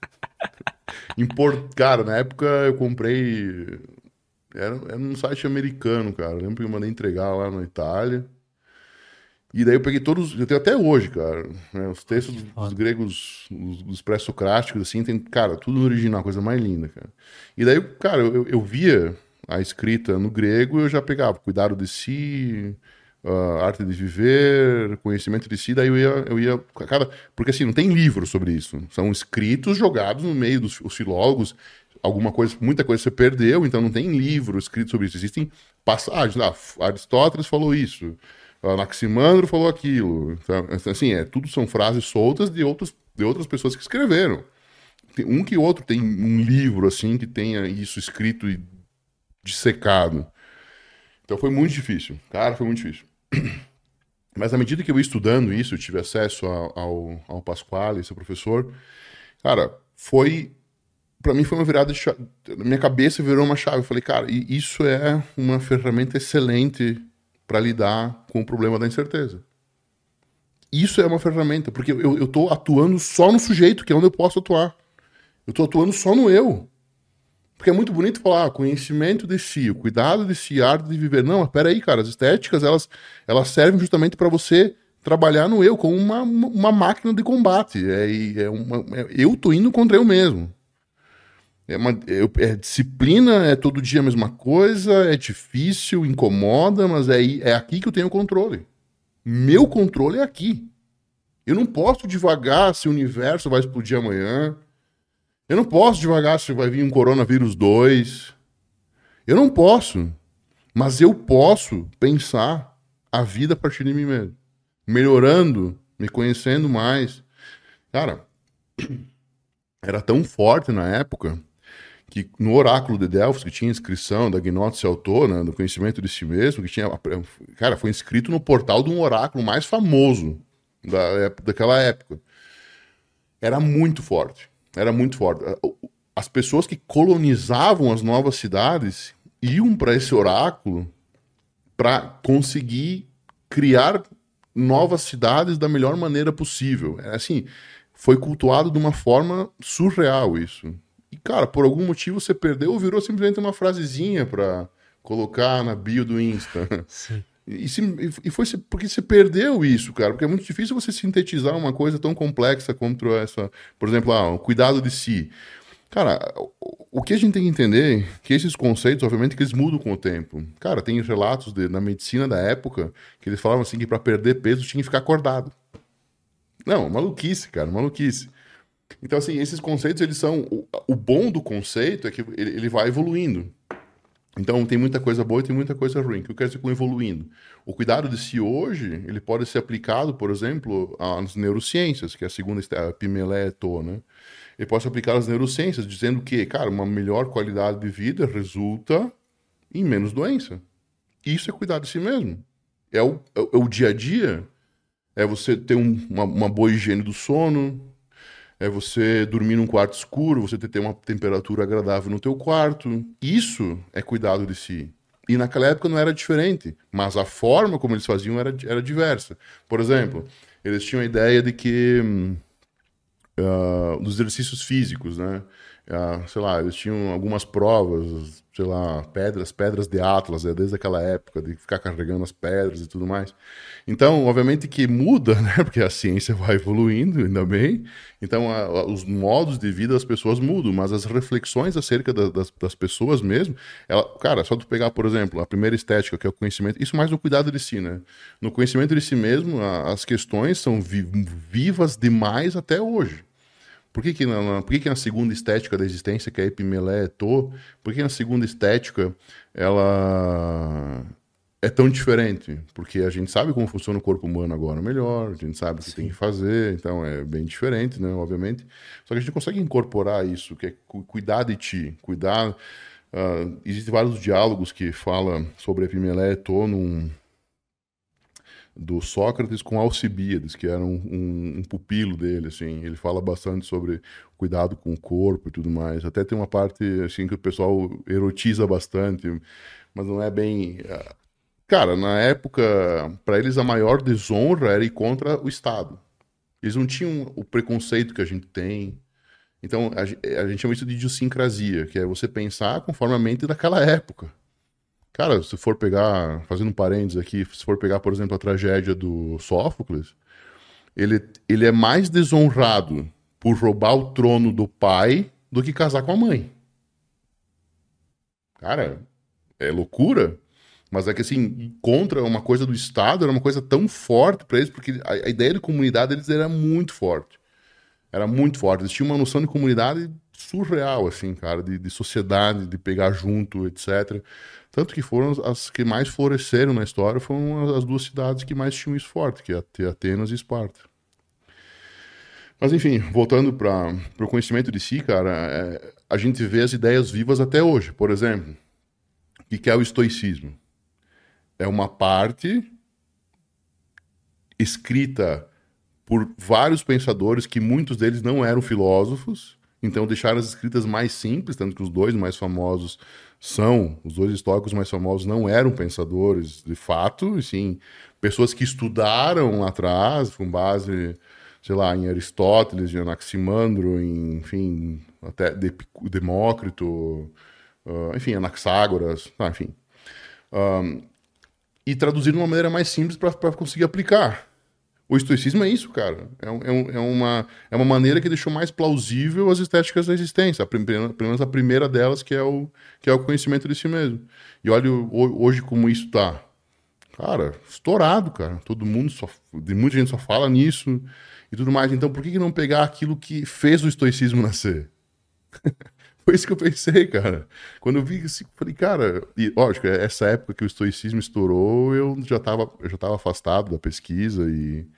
Cara, na época eu comprei... Era num site americano, cara. Eu lembro que eu mandei entregar lá na Itália. E daí eu peguei todos, eu tenho até hoje, cara, né, os textos dos gregos, dos pré-socráticos, assim, tem, cara, tudo no original, coisa mais linda, cara. E daí, cara, eu via a escrita no grego e eu já pegava cuidado de si, arte de viver, conhecimento de si, daí eu ia, cara, porque assim, não tem livro sobre isso, são escritos jogados no meio dos os filólogos, muita coisa você perdeu, então não tem livro escrito sobre isso, existem passagens, Aristóteles falou isso, Anaximandro falou aquilo. Então, assim, tudo são frases soltas de outras pessoas que escreveram. Tem um que outro tem um livro assim que tenha isso escrito e dissecado. Então foi muito difícil. Cara, foi muito difícil. Mas à medida que eu ia estudando isso, eu tive acesso ao Pasquale, esse professor, cara, para mim foi uma virada de chave. Na minha cabeça virou uma chave. Eu falei, cara, isso é uma ferramenta excelente para lidar com o problema da incerteza. Isso é uma ferramenta, porque eu tô atuando só no sujeito, que é onde eu posso atuar. Eu tô atuando só no eu. Porque é muito bonito falar conhecimento de si, o cuidado de si, a arte de viver. Não, mas peraí, cara, as estéticas, elas servem justamente para você trabalhar no eu, como uma máquina de combate. Eu tô indo contra eu mesmo. Disciplina, é todo dia a mesma coisa, é difícil, incomoda, mas é aqui que eu tenho controle. Meu controle é aqui. Eu não posso devagar se o universo vai explodir amanhã. Eu não posso devagar se vai vir um coronavírus 2. Eu não posso. Mas eu posso pensar a vida a partir de mim mesmo. Melhorando, me conhecendo mais. Cara, era tão forte na época que no oráculo de Delfos, que tinha inscrição da gnose autônoma, do conhecimento de si mesmo, que tinha, cara, foi inscrito no portal de um oráculo mais famoso daquela época. Era muito forte. Era muito forte. As pessoas que colonizavam as novas cidades iam para esse oráculo para conseguir criar novas cidades da melhor maneira possível. Assim, foi cultuado de uma forma surreal isso. E, cara, por algum motivo você perdeu ou virou simplesmente uma frasezinha para colocar na bio do Insta. Sim. E foi porque você perdeu isso, cara. Porque é muito difícil você sintetizar uma coisa tão complexa quanto essa. Por exemplo, o cuidado de si. Cara, o que a gente tem que entender é que esses conceitos, obviamente, que eles mudam com o tempo. Cara, tem relatos na medicina da época que eles falavam assim que para perder peso tinha que ficar acordado. Não, maluquice, cara, maluquice. Então, assim, esses conceitos, eles são... O bom do conceito é que ele vai evoluindo. Então, tem muita coisa boa e tem muita coisa ruim. O que eu quero dizer com evoluindo? O cuidado de si hoje, ele pode ser aplicado, por exemplo, às neurociências, que é a segunda, a Pimeletô, né? Ele pode ser aplicado às neurociências, dizendo que, cara, uma melhor qualidade de vida resulta em menos doença. Isso é cuidar de si mesmo. É o dia a dia. É você ter uma boa higiene do sono, é você dormir num quarto escuro, você ter uma temperatura agradável no teu quarto. Isso é cuidado de si. E naquela época não era diferente, mas a forma como eles faziam era diversa. Por exemplo, eles tinham a ideia de que dos exercícios físicos, né? Sei lá, eles tinham algumas provas, sei lá, pedras de Atlas, desde aquela época, de ficar carregando as pedras e tudo mais. Então, obviamente que muda, né? Porque a ciência vai evoluindo, ainda bem. Então, os modos de vida das pessoas mudam, mas as reflexões acerca das pessoas mesmo, cara, só tu pegar, por exemplo, a primeira estética, que é o conhecimento, isso mais no cuidado de si, né? No conhecimento de si mesmo, as questões são vivas demais até hoje. Por que na segunda estética da existência, que é Epimeletô, por que na segunda estética ela é tão diferente? Porque a gente sabe como funciona o corpo humano agora melhor, a gente sabe o que tem que fazer, então é bem diferente, né, obviamente. Só que a gente consegue incorporar isso, que é cuidar de ti, cuidar... existem vários diálogos que falam sobre Epimeletô do Sócrates com Alcibíades, que era um pupilo dele, assim. Ele fala bastante sobre cuidado com o corpo e tudo mais. Até tem uma parte, assim, que o pessoal erotiza bastante, mas não é bem... Cara, na época, para eles a maior desonra era ir contra o Estado. Eles não tinham o preconceito que a gente tem. Então, a gente chama isso de idiosincrasia, que é você pensar conforme a mente daquela época. Cara, se for pegar, fazendo um parênteses aqui, se for pegar, por exemplo, a tragédia do Sófocles, ele é mais desonrado por roubar o trono do pai do que casar com a mãe. Cara, é loucura, mas é que assim, contra uma coisa do Estado, era uma coisa tão forte para eles, porque a ideia de comunidade deles era muito forte. Era muito forte. Eles tinham uma noção de comunidade surreal, assim, cara, de sociedade, de pegar junto, etc. Tanto que foram as que mais floresceram na história, foram as duas cidades que mais tinham isso forte, que é Atenas e Esparta. Mas enfim, voltando para o conhecimento de si, cara, a gente vê as ideias vivas até hoje. Por exemplo, o que é o estoicismo? É uma parte escrita por vários pensadores que muitos deles não eram filósofos, então deixaram as escritas mais simples, tanto que os dois mais famosos os dois históricos mais famosos não eram pensadores de fato, e sim, pessoas que estudaram lá atrás, com base, sei lá, em Aristóteles, em Anaximandro, enfim, até Demócrito, enfim, Anaxágoras, enfim. E traduziram de uma maneira mais simples para conseguir aplicar. O estoicismo é isso, cara. É uma maneira que deixou mais plausível as estéticas da existência. Pelo menos a primeira delas, que é o conhecimento de si mesmo. E olha hoje como isso tá. Cara, estourado, cara. Muita gente só fala nisso e tudo mais. Então, por que não pegar aquilo que fez o estoicismo nascer? Foi isso que eu pensei, cara. Quando eu vi isso, falei, cara... E, lógico, essa época que o estoicismo estourou, eu já tava afastado da pesquisa e...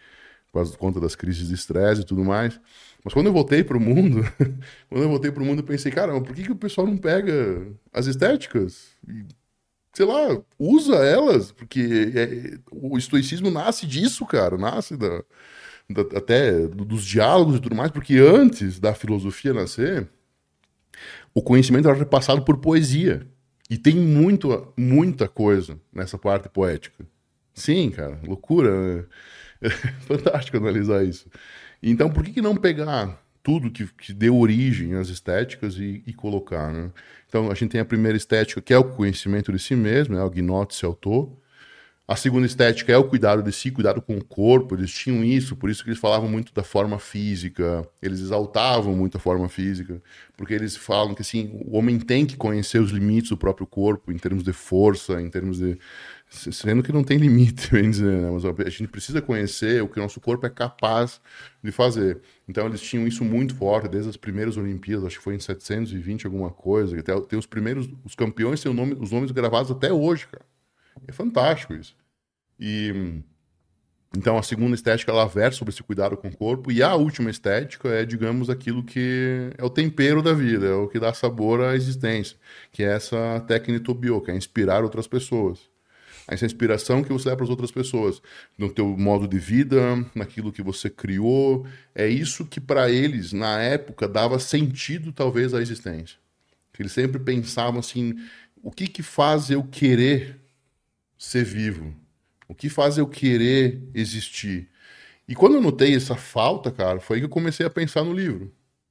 por conta das crises de estresse e tudo mais. Mas quando eu voltei pro mundo, eu pensei, cara, por que o pessoal não pega as estéticas? E, sei lá, usa elas, porque o estoicismo nasce disso, cara, nasce até dos diálogos e tudo mais, porque antes da filosofia nascer, o conhecimento era repassado por poesia. E tem muita coisa nessa parte poética. Sim, cara, loucura, né? É fantástico analisar isso. Então, por que não pegar tudo que deu origem às estéticas e colocar, né? Então, a gente tem a primeira estética, que é o conhecimento de si mesmo, né? O gnose auto. A segunda estética é o cuidado de si, cuidado com o corpo. Eles tinham isso, por isso que eles falavam muito da forma física, eles exaltavam muito a forma física, porque eles falam que assim, o homem tem que conhecer os limites do próprio corpo, em termos de força, em termos de. Sendo que não tem limite, bem dizer, né? Mas a gente precisa conhecer o que o nosso corpo é capaz de fazer. Então eles tinham isso muito forte, desde as primeiras Olimpíadas, acho que foi em 720 alguma coisa, até tem os campeões têm os nomes gravados até hoje, cara. É fantástico isso. E então a segunda estética ela versa sobre esse cuidado com o corpo e a última estética é, digamos, aquilo que é o tempero da vida, é o que dá sabor à existência, que é essa tecnitobio, que é inspirar outras pessoas. Essa inspiração que você dá para as outras pessoas, no teu modo de vida, naquilo que você criou, é isso que para eles na época dava sentido talvez à existência. Eles sempre pensavam assim, o que faz eu querer ser vivo? O que faz eu querer existir? E quando eu notei essa falta, cara, foi aí que eu comecei a pensar no livro.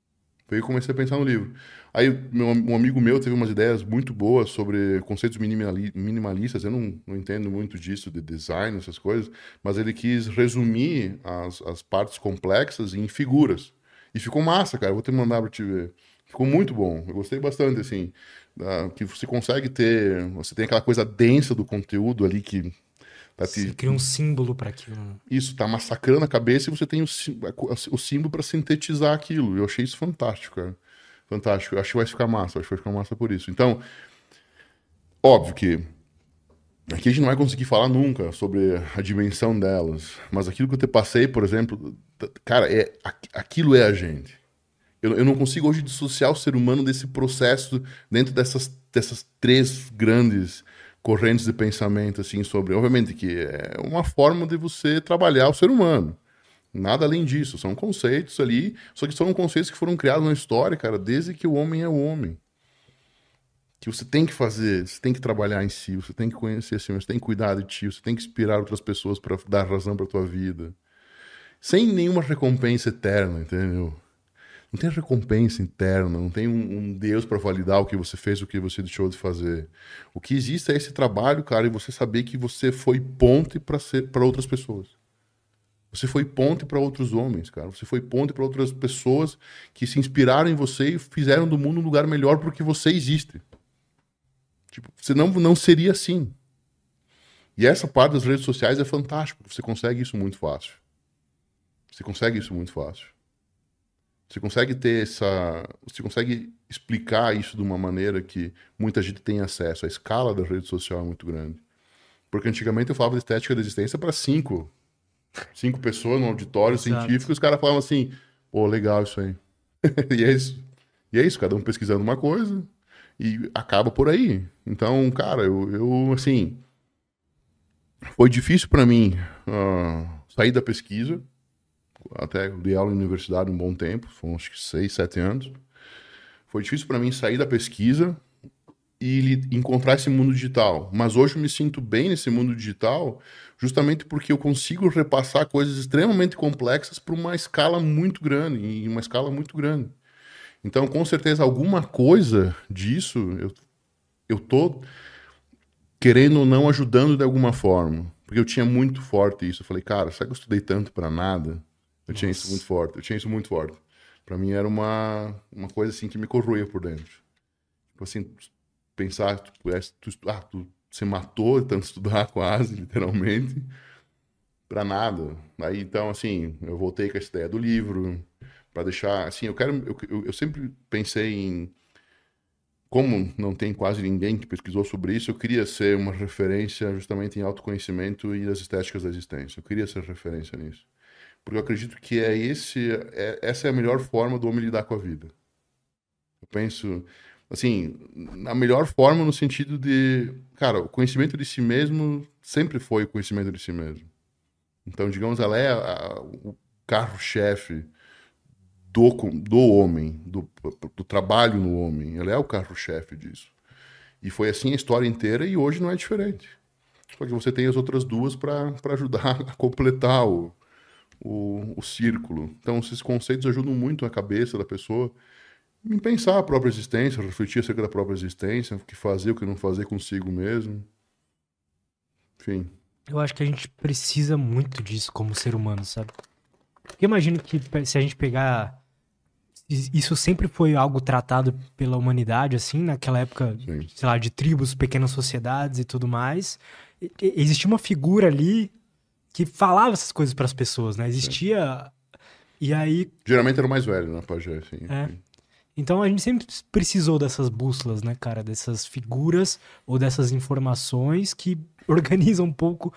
Aí um amigo meu teve umas ideias muito boas sobre conceitos minimalistas. Eu não entendo muito disso, de design, essas coisas. Mas ele quis resumir as partes complexas em figuras. E ficou massa, cara. Eu vou te mandar pra te ver. Ficou muito bom. Eu gostei bastante, assim. Que você consegue ter... Você tem aquela coisa densa do conteúdo ali que... Você cria um símbolo para aquilo. Isso, tá massacrando a cabeça e você tem o símbolo para sintetizar aquilo. Eu achei isso fantástico, cara. Fantástico. Eu acho que vai ficar massa, por isso. Então, óbvio que aqui a gente não vai conseguir falar nunca sobre a dimensão delas, mas aquilo que eu te passei, por exemplo, cara, aquilo é a gente. Eu não consigo hoje dissociar o ser humano desse processo dentro dessas três grandes correntes de pensamento, assim, sobre... Obviamente que é uma forma de você trabalhar o ser humano. Nada além disso. São conceitos ali, só que são conceitos que foram criados na história, cara, desde que o homem é o homem. Que você tem que fazer, você tem que trabalhar em si, você tem que conhecer a si, você tem que cuidar de ti, você tem que inspirar outras pessoas para dar razão para tua vida. Sem nenhuma recompensa eterna, entendeu? Não tem recompensa interna, não tem um Deus para validar o que você fez, o que você deixou de fazer. O que existe é esse trabalho, cara, e você saber que você foi ponte para outras pessoas. Você foi ponte para outros homens, cara. Você foi ponte para outras pessoas que se inspiraram em você e fizeram do mundo um lugar melhor porque você existe. Tipo, você não seria assim. E essa parte das redes sociais é fantástica. Você consegue isso muito fácil. Você consegue ter essa... Você consegue explicar isso de uma maneira que muita gente tem acesso. A escala da rede social é muito grande. Porque antigamente eu falava de estética da existência para cinco pessoas no auditório Exato. científico, os caras falavam assim, pô, legal isso aí. E é isso, cada um pesquisando uma coisa e acaba por aí. Então, cara, eu assim, foi difícil para mim sair da pesquisa. Até eu dei aula na universidade um bom tempo, foram acho que 6, 7 anos. Foi difícil para mim sair da pesquisa e encontrar esse mundo digital. Mas hoje eu me sinto bem nesse mundo digital justamente porque eu consigo repassar coisas extremamente complexas para uma escala muito grande, em uma escala muito grande. Então, com certeza, alguma coisa disso eu tô querendo ou não ajudando de alguma forma. Porque eu tinha muito forte isso. Eu falei, cara, será que eu estudei tanto para nada? Eu tinha isso muito forte. Para mim era uma coisa assim que me corroía por dentro. Tipo assim, pensar, tu se matou de tanto estudar quase, literalmente, para nada. Aí então, assim, eu voltei com essa ideia do livro, para deixar, assim, eu sempre pensei em, como não tem quase ninguém que pesquisou sobre isso, eu queria ser uma referência justamente em autoconhecimento e as estéticas da existência. Eu queria ser referência nisso. Porque eu acredito que essa é a melhor forma do homem lidar com a vida. Eu penso, assim, na melhor forma no sentido de, cara, o conhecimento de si mesmo sempre foi o conhecimento de si mesmo. Então, digamos, ela é o carro-chefe do homem, do trabalho no homem. Ela é o carro-chefe disso. E foi assim a história inteira e hoje não é diferente. Só que você tem as outras duas para ajudar a completar o círculo. Então, esses conceitos ajudam muito a cabeça da pessoa em pensar a própria existência, refletir acerca da própria existência, o que fazer, o que não fazer consigo mesmo. Enfim. Eu acho que a gente precisa muito disso como ser humano, sabe? Eu imagino que se a gente pegar. Isso sempre foi algo tratado pela humanidade, assim, naquela época, Sim. sei lá, de tribos, pequenas sociedades e tudo mais. Existia uma figura ali que falava essas coisas para as pessoas, né? Existia. E aí. Geralmente era o mais velho, né, pajé? Assim, É. Então a gente sempre precisou dessas bússolas, né, cara? Dessas figuras ou dessas informações que organizam um pouco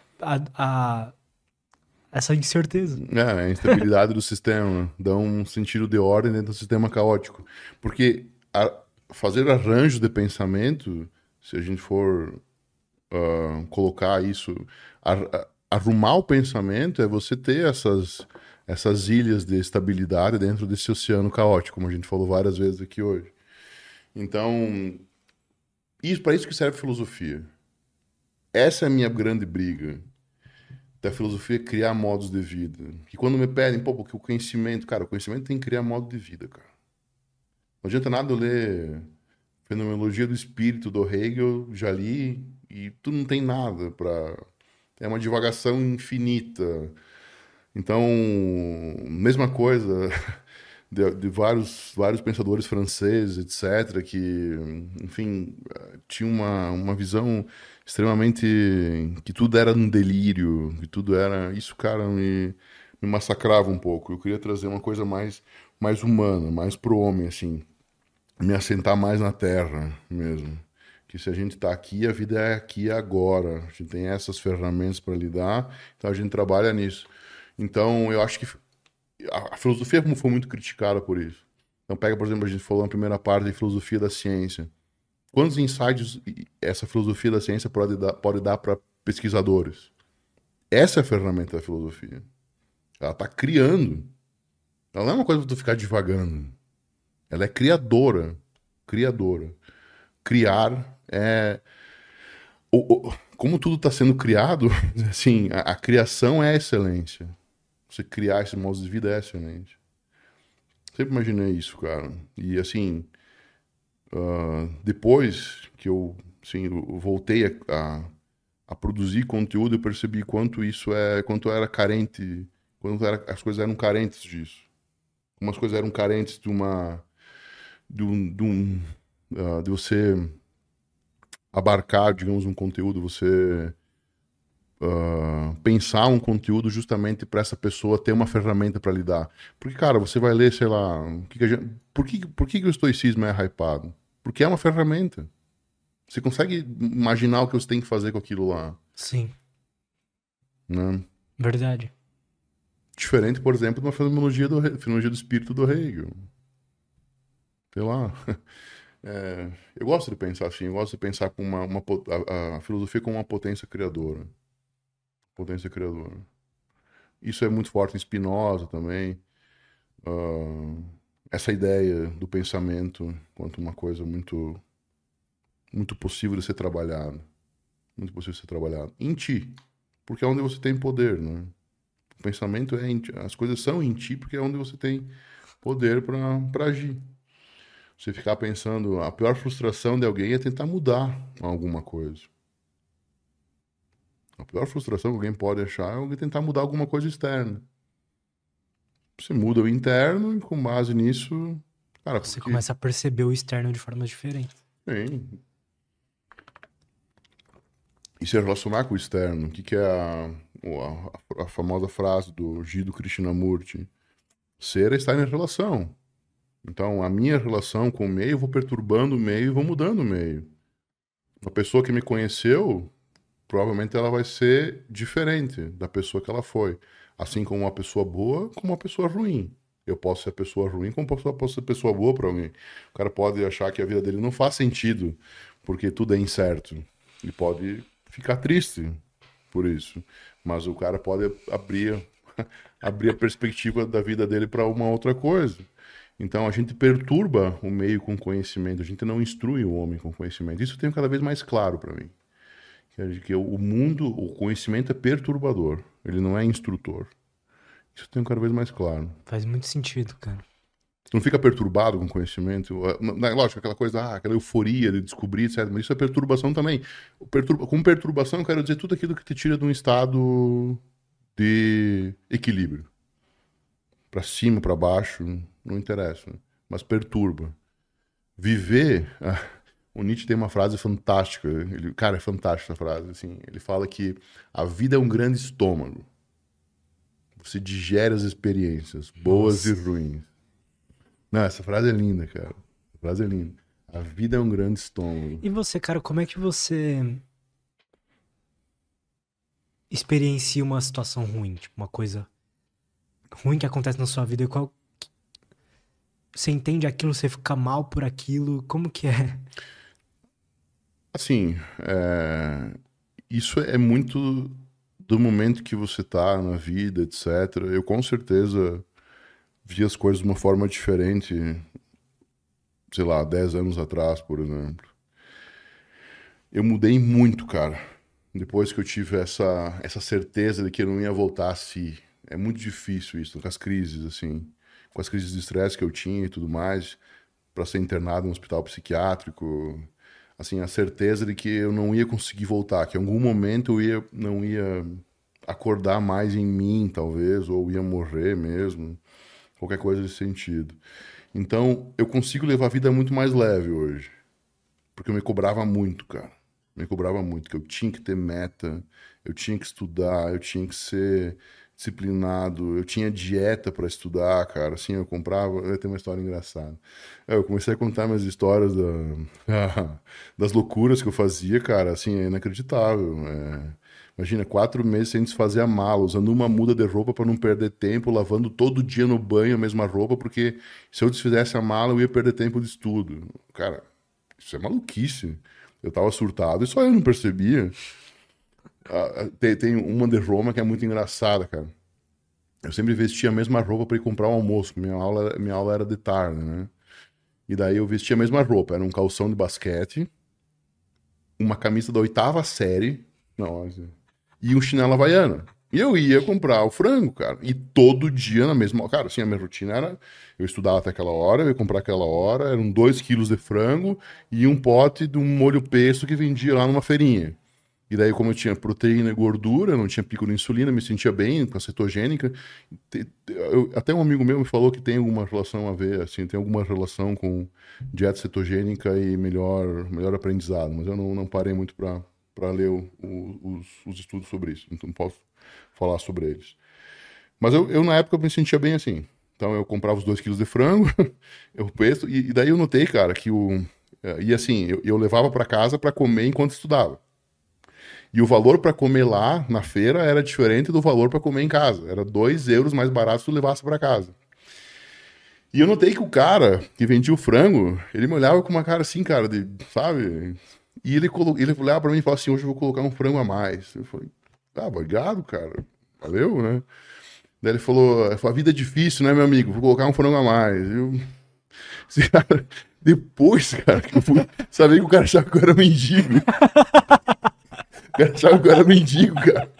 essa incerteza. A instabilidade do sistema dá um sentido de ordem dentro do sistema caótico. Porque fazer arranjos de pensamento, se a gente for colocar isso, arrumar o pensamento é você ter essas ilhas de estabilidade dentro desse oceano caótico, como a gente falou várias vezes aqui hoje. Então, para isso que serve a filosofia. Essa é a minha grande briga da filosofia, criar modos de vida. E quando me pedem, porque o conhecimento tem que criar modo de vida, cara. Não adianta nada eu ler Fenomenologia do Espírito do Hegel, já li, e tu não tem nada para... É uma divagação infinita. Então, mesma coisa de vários pensadores franceses, etc., que, enfim, tinha uma visão extremamente... que tudo era um delírio, que tudo era... Isso, cara, me massacrava um pouco. Eu queria trazer uma coisa mais humana, mais pro homem, assim. Me assentar mais na terra mesmo. Que se a gente está aqui, a vida é aqui e agora. A gente tem essas ferramentas para lidar, então a gente trabalha nisso. Então, eu acho que a filosofia foi muito criticada por isso. Então, pega, por exemplo, a gente falou na primeira parte de filosofia da ciência. Quantos insights essa filosofia da ciência pode dar para pesquisadores? Essa é a ferramenta da filosofia. Ela está criando. Ela não é uma coisa para tu ficar divagando. Ela é criadora. Criadora. Criar é... Como tudo está sendo criado, assim, a criação é a excelência. Você criar esse modo de vida é excelente. Sempre imaginei isso, cara. E, assim, depois que eu voltei a produzir conteúdo, eu percebi quanto era carente, as coisas eram carentes disso. Umas coisas eram carentes de você abarcar, digamos, um conteúdo, você pensar um conteúdo justamente para essa pessoa ter uma ferramenta para lidar. Porque, cara, você vai ler, sei lá, por que o estoicismo é hypado? Porque é uma ferramenta. Você consegue imaginar o que você tem que fazer com aquilo lá. Sim. Né? Verdade. Diferente, por exemplo, de uma fenomenologia do espírito do Hegel. Sei lá. Eu gosto de pensar assim, eu gosto de pensar com a filosofia como uma potência criadora. Potência criadora. Isso é muito forte em Spinoza também. Essa ideia do pensamento quanto uma coisa muito, muito possível de ser trabalhada. Muito possível de ser trabalhado. Em ti. Porque é onde você tem poder, né? O pensamento é em ti. As coisas são em ti porque é onde você tem poder para agir. Você ficar pensando, a pior frustração de alguém é tentar mudar alguma coisa. A pior frustração que alguém pode achar é alguém tentar mudar alguma coisa externa. Você muda o interno e com base nisso... Cara, você começa a perceber o externo de formas diferentes. Sim. E se relacionar com o externo. O que é a famosa frase do Jiddu Krishnamurti? Ser é estar em relação. Então, a minha relação com o meio, eu vou perturbando o meio e vou mudando o meio. A pessoa que me conheceu, provavelmente ela vai ser diferente da pessoa que ela foi. Assim como uma pessoa boa, como uma pessoa ruim. Eu posso ser pessoa ruim, como posso ser pessoa boa para alguém. O cara pode achar que a vida dele não faz sentido, porque tudo é incerto. E pode ficar triste por isso. Mas o cara pode abrir, abrir a perspectiva da vida dele para uma outra coisa. Então a gente perturba o meio com conhecimento, a gente não instrui o homem com conhecimento. Isso eu tenho cada vez mais claro para mim. Que o mundo, o conhecimento é perturbador, ele não é instrutor. Isso eu tenho cada vez mais claro. Faz muito sentido, cara. Tu não fica perturbado com conhecimento. Lógico, aquela coisa, aquela euforia de descobrir, etc. Mas isso é perturbação também. Com perturbação, eu quero dizer tudo aquilo que te tira de um estado de equilíbrio. Pra cima, pra baixo, não interessa. Mas perturba. Viver. O Nietzsche tem uma frase fantástica. Cara, é fantástica essa frase. Assim, ele fala que a vida é um grande estômago. Você digere as experiências, boas e ruins. Não, essa frase é linda, cara. Essa frase é linda. A vida é um grande estômago. E você, cara, como é que você experiencia uma situação ruim? Tipo, uma coisa ruim que acontece na sua vida. Qual... Você entende aquilo, você fica mal por aquilo? Como que é? Assim, isso é muito do momento que você tá na vida, etc. Eu com certeza vi as coisas de uma forma diferente, sei lá, 10 anos atrás, por exemplo. Eu mudei muito, cara. Depois que eu tive essa certeza de que eu não ia voltar a si. É muito difícil isso, com as crises, assim. Com as crises de estresse que eu tinha e tudo mais, para ser internado no hospital psiquiátrico. Assim, a certeza de que eu não ia conseguir voltar, que em algum momento não ia acordar mais em mim, talvez, ou ia morrer mesmo. Qualquer coisa nesse sentido. Então, eu consigo levar a vida muito mais leve hoje. Porque eu me cobrava muito, cara. Me cobrava muito, que eu tinha que ter meta, eu tinha que estudar, eu tinha que ser disciplinado, eu tinha dieta para estudar, cara. Assim, eu comprava. Eu tenho uma história engraçada. Eu comecei a contar minhas histórias das loucuras que eu fazia, cara. Assim, é inacreditável. Imagina, 4 meses sem desfazer a mala, usando uma muda de roupa para não perder tempo, lavando todo dia no banho a mesma roupa, porque se eu desfizesse a mala, eu ia perder tempo de estudo. Cara, isso é maluquice. Eu tava surtado e só eu não percebia. Tem uma de Roma que é muito engraçada, cara. Eu sempre vestia a mesma roupa para ir comprar o almoço. Minha aula era de tarde, né? E daí eu vestia a mesma roupa. Era um calção de basquete, uma camisa da 8ª série, nossa, e um chinelo havaiana. E eu ia comprar o frango, cara. E todo dia na mesma... Cara, assim, a minha rotina era... Eu estudava até aquela hora, eu ia comprar aquela hora, eram 2 quilos de frango e um pote de um molho pesto que vendia lá numa feirinha. E daí, como eu tinha proteína e gordura, não tinha pico de insulina, me sentia bem com a cetogênica. Até um amigo meu me falou que tem alguma relação a ver, assim, tem alguma relação com dieta cetogênica e melhor aprendizado. Mas eu não parei muito para ler os estudos sobre isso. Então, não posso falar sobre eles. Mas eu na época, me sentia bem assim. Então, eu comprava os 2 quilos de frango, eu peso, e daí eu notei, cara, que E assim, eu levava para casa para comer enquanto estudava. E o valor para comer lá na feira era diferente do valor para comer em casa. Era 2 euros mais barato se tu levasse para casa. E eu notei que o cara que vendia o frango, ele me olhava com uma cara assim, cara, sabe? E ele olhava para mim e falava assim: hoje eu vou colocar um frango a mais. Eu falei: obrigado, cara. Valeu, né? Daí ele falou: a vida é difícil, né, meu amigo? Vou colocar um frango a mais. Cara, depois, cara, que eu fui saber que o cara achava que eu era mendigo. O cara achava que eu era mendigo, cara.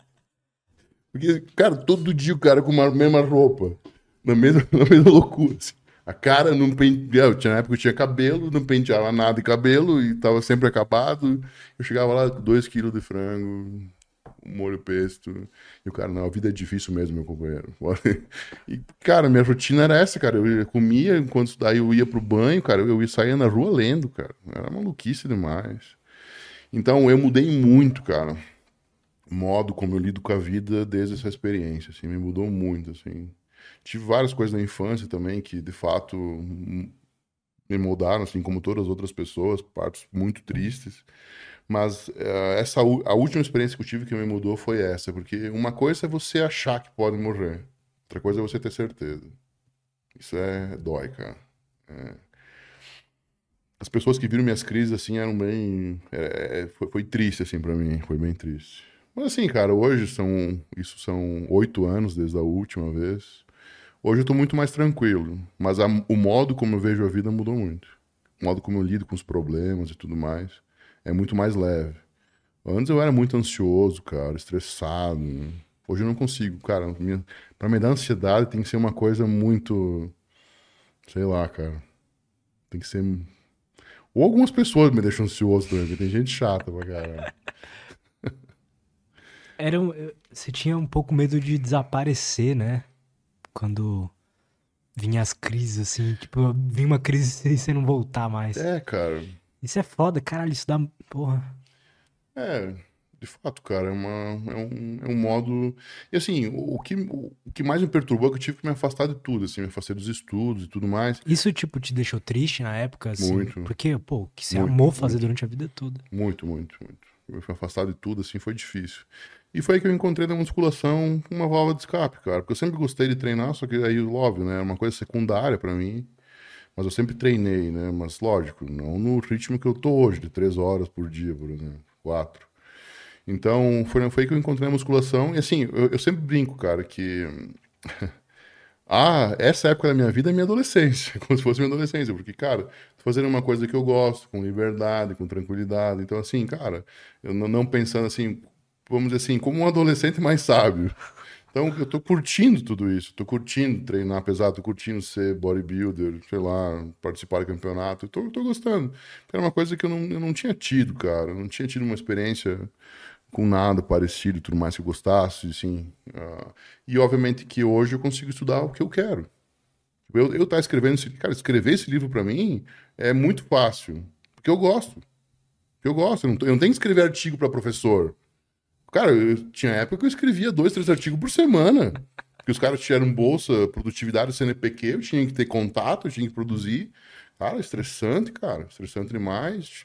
Porque, cara, todo dia o cara com a mesma roupa. Na mesma loucura. Assim. A cara não penteava. Na época eu tinha cabelo, não penteava nada de cabelo e tava sempre acabado. Eu chegava lá, 2 quilos de frango, um molho pesto. E o cara, não, a vida é difícil mesmo, meu companheiro. E, cara, minha rotina era essa, cara. Eu comia, enquanto daí eu ia pro banho, cara, eu ia sair na rua lendo, cara. Era maluquice demais. Então eu mudei muito, cara. O modo como eu lido com a vida desde essa experiência, assim, me mudou muito, assim. Tive várias coisas na infância também que, de fato, me moldaram, assim, como todas as outras pessoas, partes muito tristes. Mas a última experiência que eu tive que me mudou foi essa, porque uma coisa é você achar que pode morrer, outra coisa é você ter certeza. Isso dói, cara. É. As pessoas que viram minhas crises, assim, eram bem... foi triste, assim, pra mim, foi bem triste. Mas assim, cara, hoje isso são 8 anos desde a última vez. Hoje eu tô muito mais tranquilo, mas o modo como eu vejo a vida mudou muito. O modo como eu lido com os problemas e tudo mais é muito mais leve. Antes eu era muito ansioso, cara, estressado. Hoje eu não consigo, cara. Pra me dar ansiedade tem que ser uma coisa muito. Sei lá, cara. Tem que ser. Ou algumas pessoas me deixam ansioso também, porque tem gente chata pra caralho. Você tinha um pouco medo de desaparecer, né? Quando vinha as crises, assim, tipo, vinha uma crise e você não voltar mais. Cara. Isso é foda, caralho, isso dá. Porra. É, de fato, cara, é um modo. E assim, o que mais me perturbou é que eu tive que me afastar de tudo, assim, me afastei dos estudos e tudo mais. Isso, tipo, te deixou triste na época, assim? Muito, Porque, pô, o que você muito, amou fazer muito, durante a vida toda. muito, muito, muito. Eu fui afastado de tudo, assim, foi difícil. E foi aí que eu encontrei na musculação uma válvula de escape, cara, porque eu sempre gostei de treinar, só que aí, óbvio, né, era uma coisa secundária pra mim. Mas eu sempre treinei, né? Mas lógico, não no ritmo que eu tô hoje, de 3 horas por dia, por exemplo, 4. Então, foi aí que eu encontrei a musculação. E assim, eu sempre brinco, cara, que. Essa época da minha vida é minha adolescência, como se fosse minha adolescência, porque, cara, tô fazendo uma coisa que eu gosto, com liberdade, com tranquilidade. Então, assim, cara, eu não pensando assim, vamos dizer assim, como um adolescente mais sábio. Então, eu tô curtindo tudo isso, tô curtindo treinar pesado, tô curtindo ser bodybuilder, sei lá, participar de campeonato, eu tô gostando. Era uma coisa que eu não tinha tido, cara, eu não tinha tido uma experiência com nada parecido e tudo mais que eu gostasse, assim. E obviamente que hoje eu consigo estudar o que eu quero. Eu tá escrevendo cara, escrever esse livro para mim é muito fácil, porque eu gosto. Eu não tenho que escrever artigo para professor. Cara, eu tinha época que eu escrevia 2, 3 artigos por semana. Porque os caras tiveram bolsa, produtividade, CNPq, eu tinha que ter contato, eu tinha que produzir. Cara, estressante, cara. Estressante demais.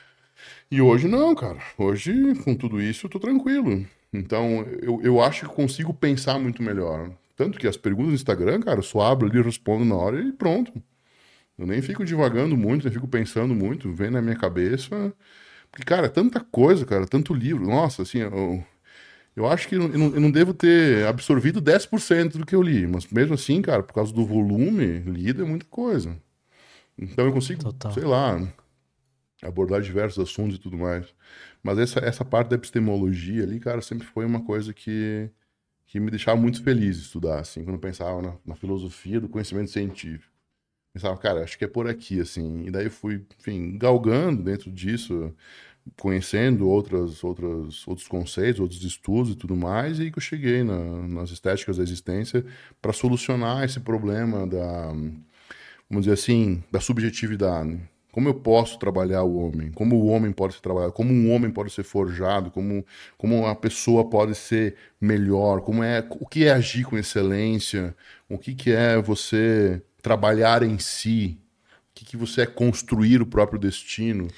E hoje não, cara. Hoje, com tudo isso, eu tô tranquilo. Então, eu acho que eu consigo pensar muito melhor. Tanto que as perguntas no Instagram, cara, eu só abro ali, respondo na hora e pronto. Eu nem fico divagando muito, nem fico pensando muito, vem na minha cabeça. Porque, cara, é tanta coisa, cara, tanto livro. Nossa, assim, eu acho que eu não devo ter absorvido 10% do que eu li. Mas mesmo assim, cara, por causa do volume lido, é muita coisa. Então eu consigo, Total. sei lá, abordar diversos assuntos e tudo mais. Mas essa parte da epistemologia ali, cara, sempre foi uma coisa que me deixava muito feliz de estudar, assim, quando eu pensava na filosofia do conhecimento científico. Pensava, cara, acho que é por aqui, assim. E daí eu fui, enfim, galgando dentro disso, conhecendo outros conceitos, outros estudos e tudo mais, e aí que eu cheguei nas estéticas da existência para solucionar esse problema vamos dizer assim, da subjetividade. Como eu posso trabalhar o homem? Como o homem pode ser trabalhado? Como um homem pode ser forjado? Como uma pessoa pode ser melhor? O que é agir com excelência? O que é você trabalhar em si? O que você é construir o próprio destino?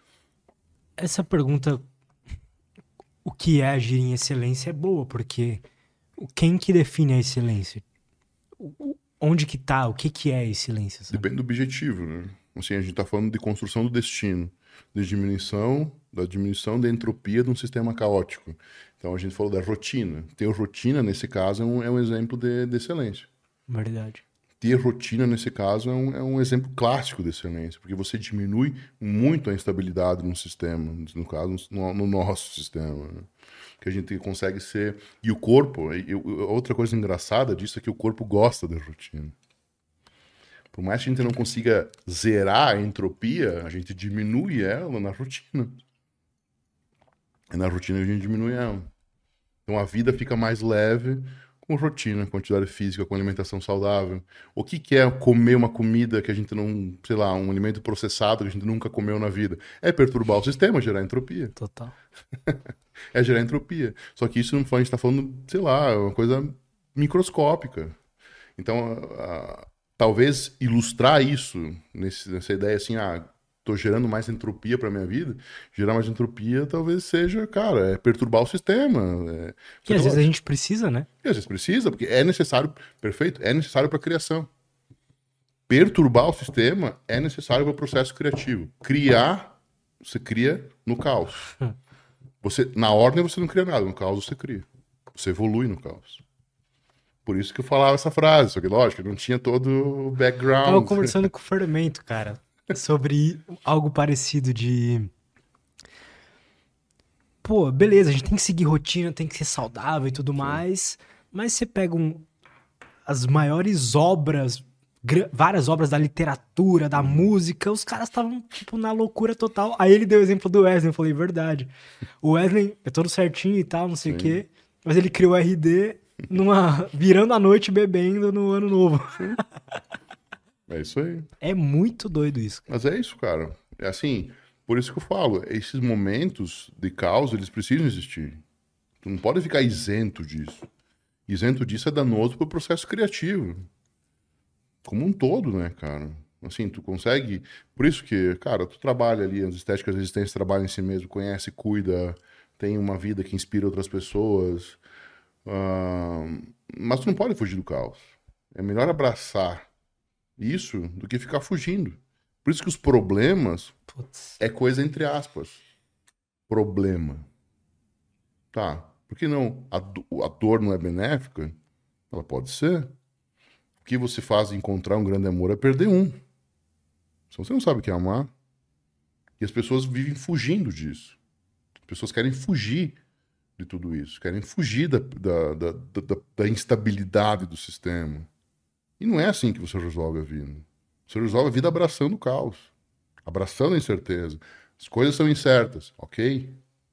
Essa pergunta, o que é agir em excelência, é boa, porque quem que define a excelência? Onde que tá? O que que é a excelência, sabe? Depende do objetivo, né? Assim, a gente está falando de construção do destino, da diminuição da entropia de um sistema caótico. Então a gente falou da rotina. Ter rotina, nesse caso, é um exemplo de excelência. Verdade. Ter rotina, nesse caso, é um exemplo clássico de excelência, porque você diminui muito a instabilidade num sistema, no caso, no nosso sistema, né? Que a gente consegue ser... E o corpo, outra coisa engraçada disso é que o corpo gosta da rotina. Por mais que a gente não consiga zerar a entropia, a gente diminui ela na rotina. E na rotina a gente diminui ela. Então a vida fica mais leve com rotina, com atividade física, com alimentação saudável. O que é comer uma comida que a gente não, sei lá, um alimento processado que a gente nunca comeu na vida? É perturbar o sistema, gerar entropia. Total. É gerar entropia. Só que isso não a gente está falando, sei lá, uma coisa microscópica. Então, talvez ilustrar isso, nessa ideia assim, tô gerando mais entropia para minha vida. Gerar mais entropia talvez seja, cara, é perturbar o sistema. Que Só que às vezes a lógico, gente precisa, né? e às vezes precisa, porque é necessário, perfeito, é necessário para criação. Perturbar o sistema é necessário para o processo criativo. Criar, você cria no caos. Você, na ordem você não cria nada, no caos você cria. Você evolui no caos. Por isso que eu falava essa frase, só que lógico, não tinha todo o Tava background. conversando com o Fermento, cara, sobre algo parecido de... Pô, beleza, a gente tem que seguir rotina, tem que ser saudável e tudo mais, mas você pega as maiores obras, várias obras da literatura, da música, os caras estavam, tipo, na loucura total. Aí ele deu o exemplo do Wesley, eu falei, verdade. O Wesley é todo certinho e tal, não sei o quê, mas ele criou o RD virando a noite bebendo no ano novo. É isso aí. É muito doido isso, cara. Mas é isso, cara. É assim, por isso que eu falo, esses momentos de caos, eles precisam existir. Tu não pode ficar isento disso. Isento disso é danoso pro processo criativo. Como um todo, né, cara? Assim, tu consegue... Por isso que, cara, tu trabalha ali, as estéticas da existência, trabalha em si mesmo, conhece, cuida, tem uma vida que inspira outras pessoas. Mas tu não pode fugir do caos. É melhor abraçar isso do que ficar fugindo. Por isso que os problemas Putz. é coisa entre aspas. Problema. Tá. Por que não? A dor não é benéfica? Ela pode ser. O que você faz encontrar um grande amor é perder um. Se você não sabe o que é amar. E as pessoas vivem fugindo disso. As pessoas querem fugir de tudo isso. Querem fugir da instabilidade do sistema. E não é assim que você resolve a vida. Você resolve a vida abraçando o caos. Abraçando a incerteza. As coisas são incertas, ok?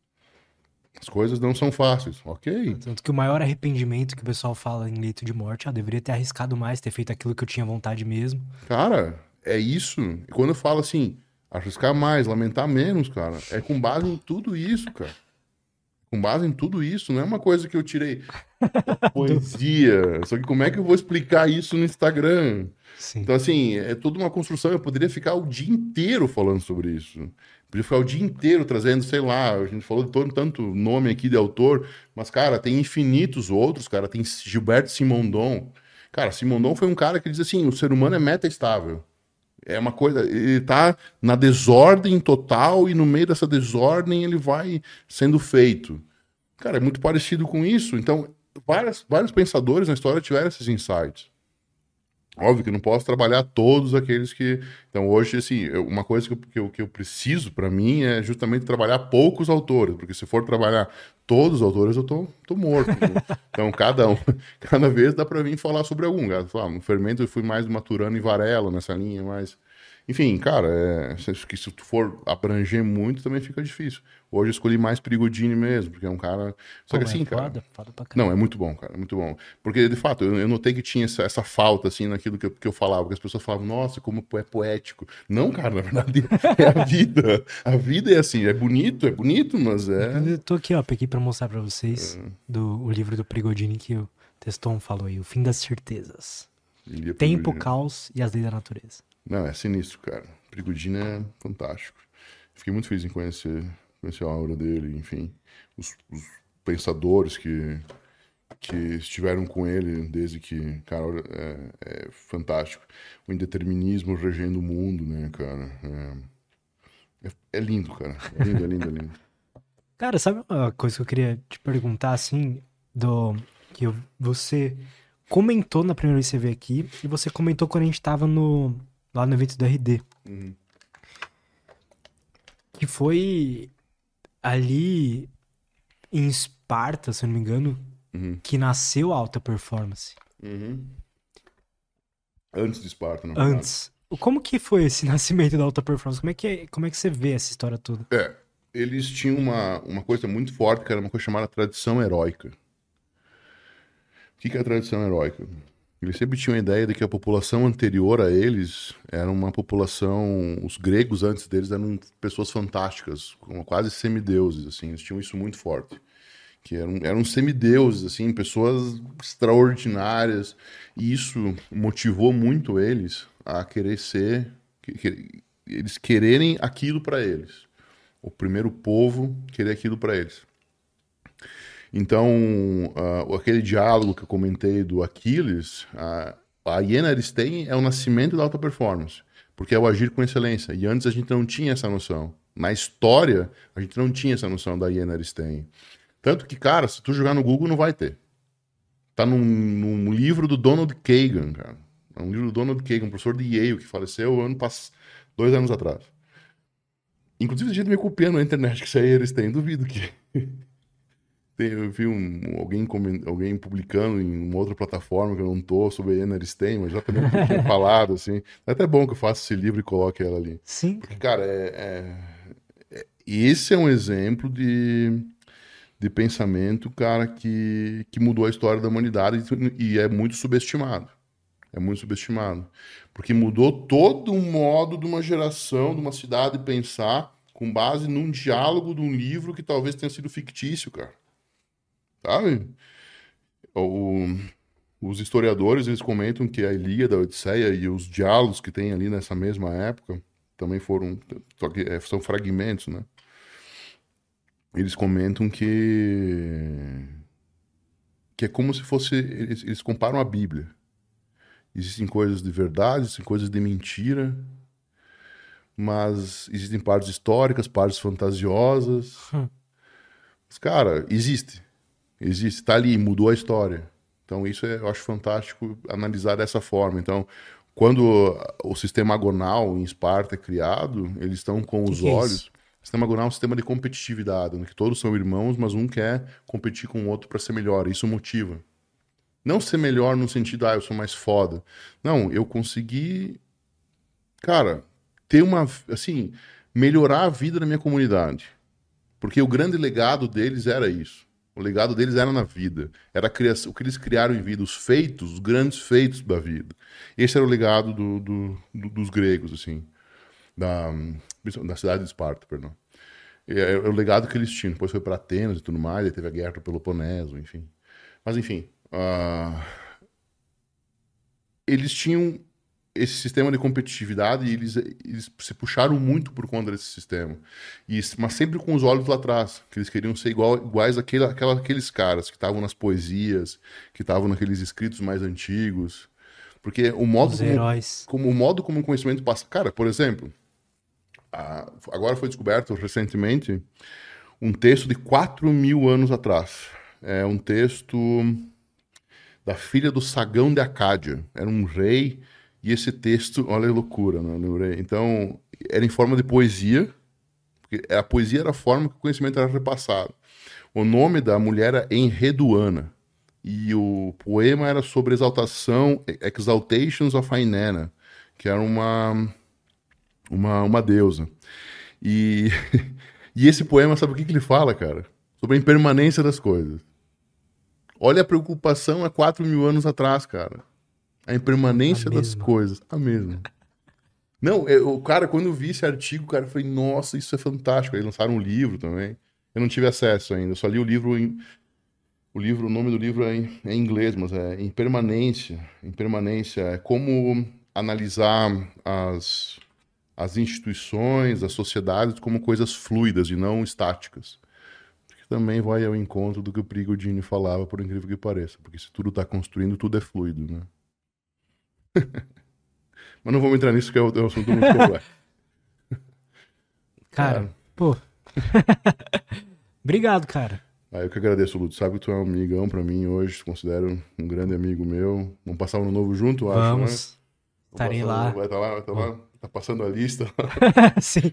As coisas não são fáceis, ok? Tanto que o maior arrependimento que o pessoal fala em leito de morte, eu deveria ter arriscado mais, ter feito aquilo que eu tinha vontade mesmo. Cara, é isso. E quando eu falo assim, arriscar mais, lamentar menos, cara, é com base em tudo isso, cara. Com base em tudo isso, não é uma coisa que eu tirei da poesia. Só que como é que eu vou explicar isso no Instagram? Sim. Então, assim, é toda uma construção. Eu poderia ficar o dia inteiro falando sobre isso. Podia ficar o dia inteiro trazendo, sei lá, a gente falou de tanto nome aqui de autor, mas, cara, tem infinitos outros, cara. Tem Gilberto Simondon. Cara, Simondon foi um cara que diz assim: o ser humano é meta-estável. É uma coisa, ele tá na desordem total e no meio dessa desordem ele vai sendo feito. Cara, é muito parecido com isso. Então, vários pensadores na história tiveram esses insights. Óbvio que eu não posso trabalhar todos aqueles que... Então, hoje, assim, uma coisa que eu preciso, para mim, é justamente trabalhar poucos autores, porque se for trabalhar todos os autores, eu tô morto. Então, cada vez dá para mim falar sobre algum. No Fermento eu fui mais Maturana e Varela nessa linha, mas... Enfim, cara, se tu for abranger muito, também fica difícil. Hoje eu escolhi mais Prigodini mesmo, porque é um cara... Só que assim, cara... Foda pra caramba. Não, é muito bom, cara, é muito bom. Porque, de fato, eu notei que tinha essa falta, assim, naquilo que eu falava, que as pessoas falavam, nossa, como é poético. Não, cara, na verdade, é a vida. A vida é assim, é bonito, mas é... Eu tô aqui, ó, peguei pra mostrar pra vocês o livro do Prigodini que o Teston falou aí, O Fim das Certezas. Tempo, caos e as leis da natureza. Não, é sinistro, cara. Prigodini é fantástico. Fiquei muito feliz em conhecer a obra dele, enfim. Os pensadores que estiveram com ele desde que, cara, é fantástico. O indeterminismo regendo o mundo, né, cara? É lindo, cara. É lindo, é lindo, é lindo. Cara, sabe uma coisa que eu queria te perguntar, assim, você comentou na primeira vez que você veio aqui, e você comentou quando a gente tava lá no evento do RD. Uhum. Que foi ali em Esparta, se eu não me engano, que nasceu a alta performance. Uhum. Antes de Esparta, na verdade. Antes. Como que foi esse nascimento da alta performance? Como é que você vê essa história toda? Eles tinham uma coisa muito forte, que era uma coisa chamada tradição heróica. O que é a tradição heróica? Eles sempre tinham a ideia de que a população anterior a eles era uma população... Os gregos antes deles eram pessoas fantásticas, quase semideuses, assim. Eles tinham isso muito forte. Que eram semideuses, assim, pessoas extraordinárias. E isso motivou muito eles a querer ser... eles quererem aquilo para eles. O primeiro povo querer aquilo para eles. Então, aquele diálogo que eu comentei do Aquiles, a hiena Aristeia é o nascimento da alta performance, porque é o agir com excelência. E antes a gente não tinha essa noção. Na história, a gente não tinha essa noção da hiena Aristeia. Tanto que, cara, se tu jogar no Google, não vai ter. Tá num livro do Donald Kagan, cara. É um livro do Donald Kagan, um professor de Yale, que faleceu 2 anos atrás. Inclusive, a gente me copiando na internet que isso aí eles têm. Duvido que... Eu vi alguém publicando em uma outra plataforma que eu não tô, sobre a hiena Aristeia, mas já também tinha falado, assim. É até bom que eu faça esse livro e coloque ela ali. Sim. Porque, cara, esse é um exemplo de pensamento, cara, que mudou a história da humanidade e é muito subestimado. É muito subestimado. Porque mudou todo o modo de uma geração, de uma cidade pensar com base num diálogo de um livro que talvez tenha sido fictício, cara. Sabe? Os historiadores, eles comentam que a Ilíada, a Odisseia e os diálogos que tem ali nessa mesma época também foram... são fragmentos, né? Eles comentam que é como se fosse... Eles comparam a Bíblia. Existem coisas de verdade, existem coisas de mentira, mas existem partes históricas, partes fantasiosas. Mas, cara, existe, tá ali, mudou a história. Então isso eu acho fantástico analisar dessa forma. Então, quando o sistema agonal em Esparta é criado, eles estão com os olhos... O sistema agonal é um sistema de competitividade, onde todos são irmãos, mas um quer competir com o outro para ser melhor. Isso motiva. Não ser melhor no sentido, eu sou mais foda. Não, eu consegui, cara, ter assim, melhorar a vida da minha comunidade. Porque o grande legado deles era isso. O legado deles era na vida. Era a criação, o que eles criaram em vida, os grandes feitos da vida. Esse era o legado dos gregos, assim. Da cidade de Esparta, perdão. É o legado que eles tinham. Depois foi para Atenas e tudo mais, aí teve a guerra do Peloponeso, enfim. Mas, enfim... eles tinham esse sistema de competitividade e eles se puxaram muito por conta desse sistema. Mas sempre com os olhos lá atrás, que eles queriam ser iguais àqueles caras que estavam nas poesias, que estavam naqueles escritos mais antigos. Porque o modo como o conhecimento passa... Cara, por exemplo, agora foi descoberto recentemente um texto de 4.000 anos atrás. É um texto... da filha do Sagão de Acádia. Era um rei, e esse texto, olha a loucura, né? Então, era em forma de poesia, porque a poesia era a forma que o conhecimento era repassado. O nome da mulher era Enreduana, e o poema era sobre exaltação, Exaltations of Ainena, que era uma deusa. E, e esse poema, sabe o que ele fala, cara? Sobre a impermanência das coisas. Olha a preocupação há 4.000 anos atrás, cara. A impermanência das coisas. A mesma. Não, cara, quando eu vi esse artigo, cara, eu falei, nossa, isso é fantástico. Aí lançaram um livro também. Eu não tive acesso ainda. Eu só li o livro o nome do livro é em inglês, mas é Impermanência. Impermanência é como analisar as instituições, as sociedades como coisas fluidas e não estáticas. Também vai ao encontro do que o Prigogine falava, por incrível que pareça. Porque se tudo está construindo, tudo é fluido, né? Mas não vamos entrar nisso, que é um assunto muito complexo. Cara, pô... Obrigado, cara. Eu que agradeço, Ludo. Sabe que tu é um amigão pra mim hoje, te considero um grande amigo meu. Vamos passar um ano novo junto, acho, Vamos. Né? Estarei lá. Vai estar lá. Tá passando a lista. Sim.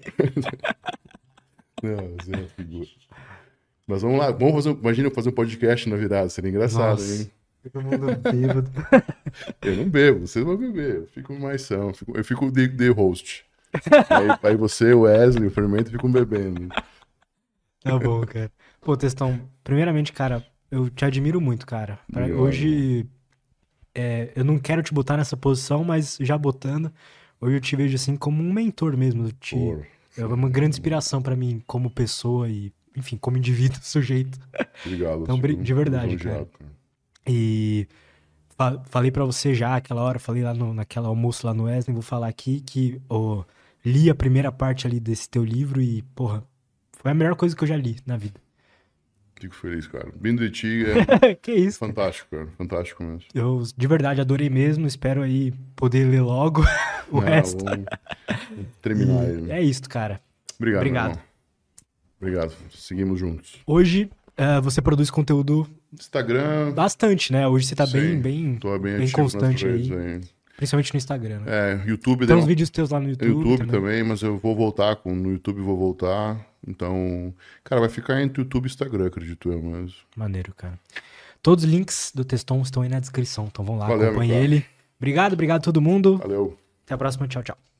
Não, você é uma figura. Mas vamos lá, imagina eu fazer um podcast na virada, seria engraçado, Nossa. hein? Todo mundo bêbado. Eu não bebo, vocês vão beber, eu fico mais são, eu fico de host. Aí você, o Wesley, o Fermento ficam bebendo. Tá bom, cara. Pô, Testão, primeiramente, cara, eu te admiro muito, cara. Hoje, eu não quero te botar nessa posição, mas já botando, hoje eu te vejo assim como um mentor mesmo. É uma grande inspiração pra mim como pessoa e, enfim, como indivíduo, sujeito. Obrigado. Então, de verdade, cara. E falei pra você já aquela hora, falei lá naquela almoço lá no Wesley, vou falar aqui que li a primeira parte ali desse teu livro e, porra, foi a melhor coisa que eu já li na vida. Fico feliz, cara. Vindo de ti Que isso? fantástico, cara. Fantástico mesmo. Eu, de verdade, adorei mesmo. Espero aí poder ler logo o resto. Vamos terminar aí. É isso, cara. Obrigado. Obrigado. Meu irmão. Obrigado. Seguimos juntos. Hoje, você produz conteúdo Instagram. bastante, né? Hoje você tá Sim, bem tô bem ativo constante nas aí. redes aí. Principalmente no Instagram, né? YouTube. Tem uns vídeos teus lá no YouTube. YouTube também, mas eu vou voltar no YouTube, vou voltar. Então, cara, vai ficar entre YouTube e Instagram, acredito eu, mas... Maneiro, cara. Todos os links do Teston estão aí na descrição, então vão lá, Valeu, acompanhe meu cara. ele. Obrigado a todo mundo. Valeu. Até a próxima, tchau, tchau.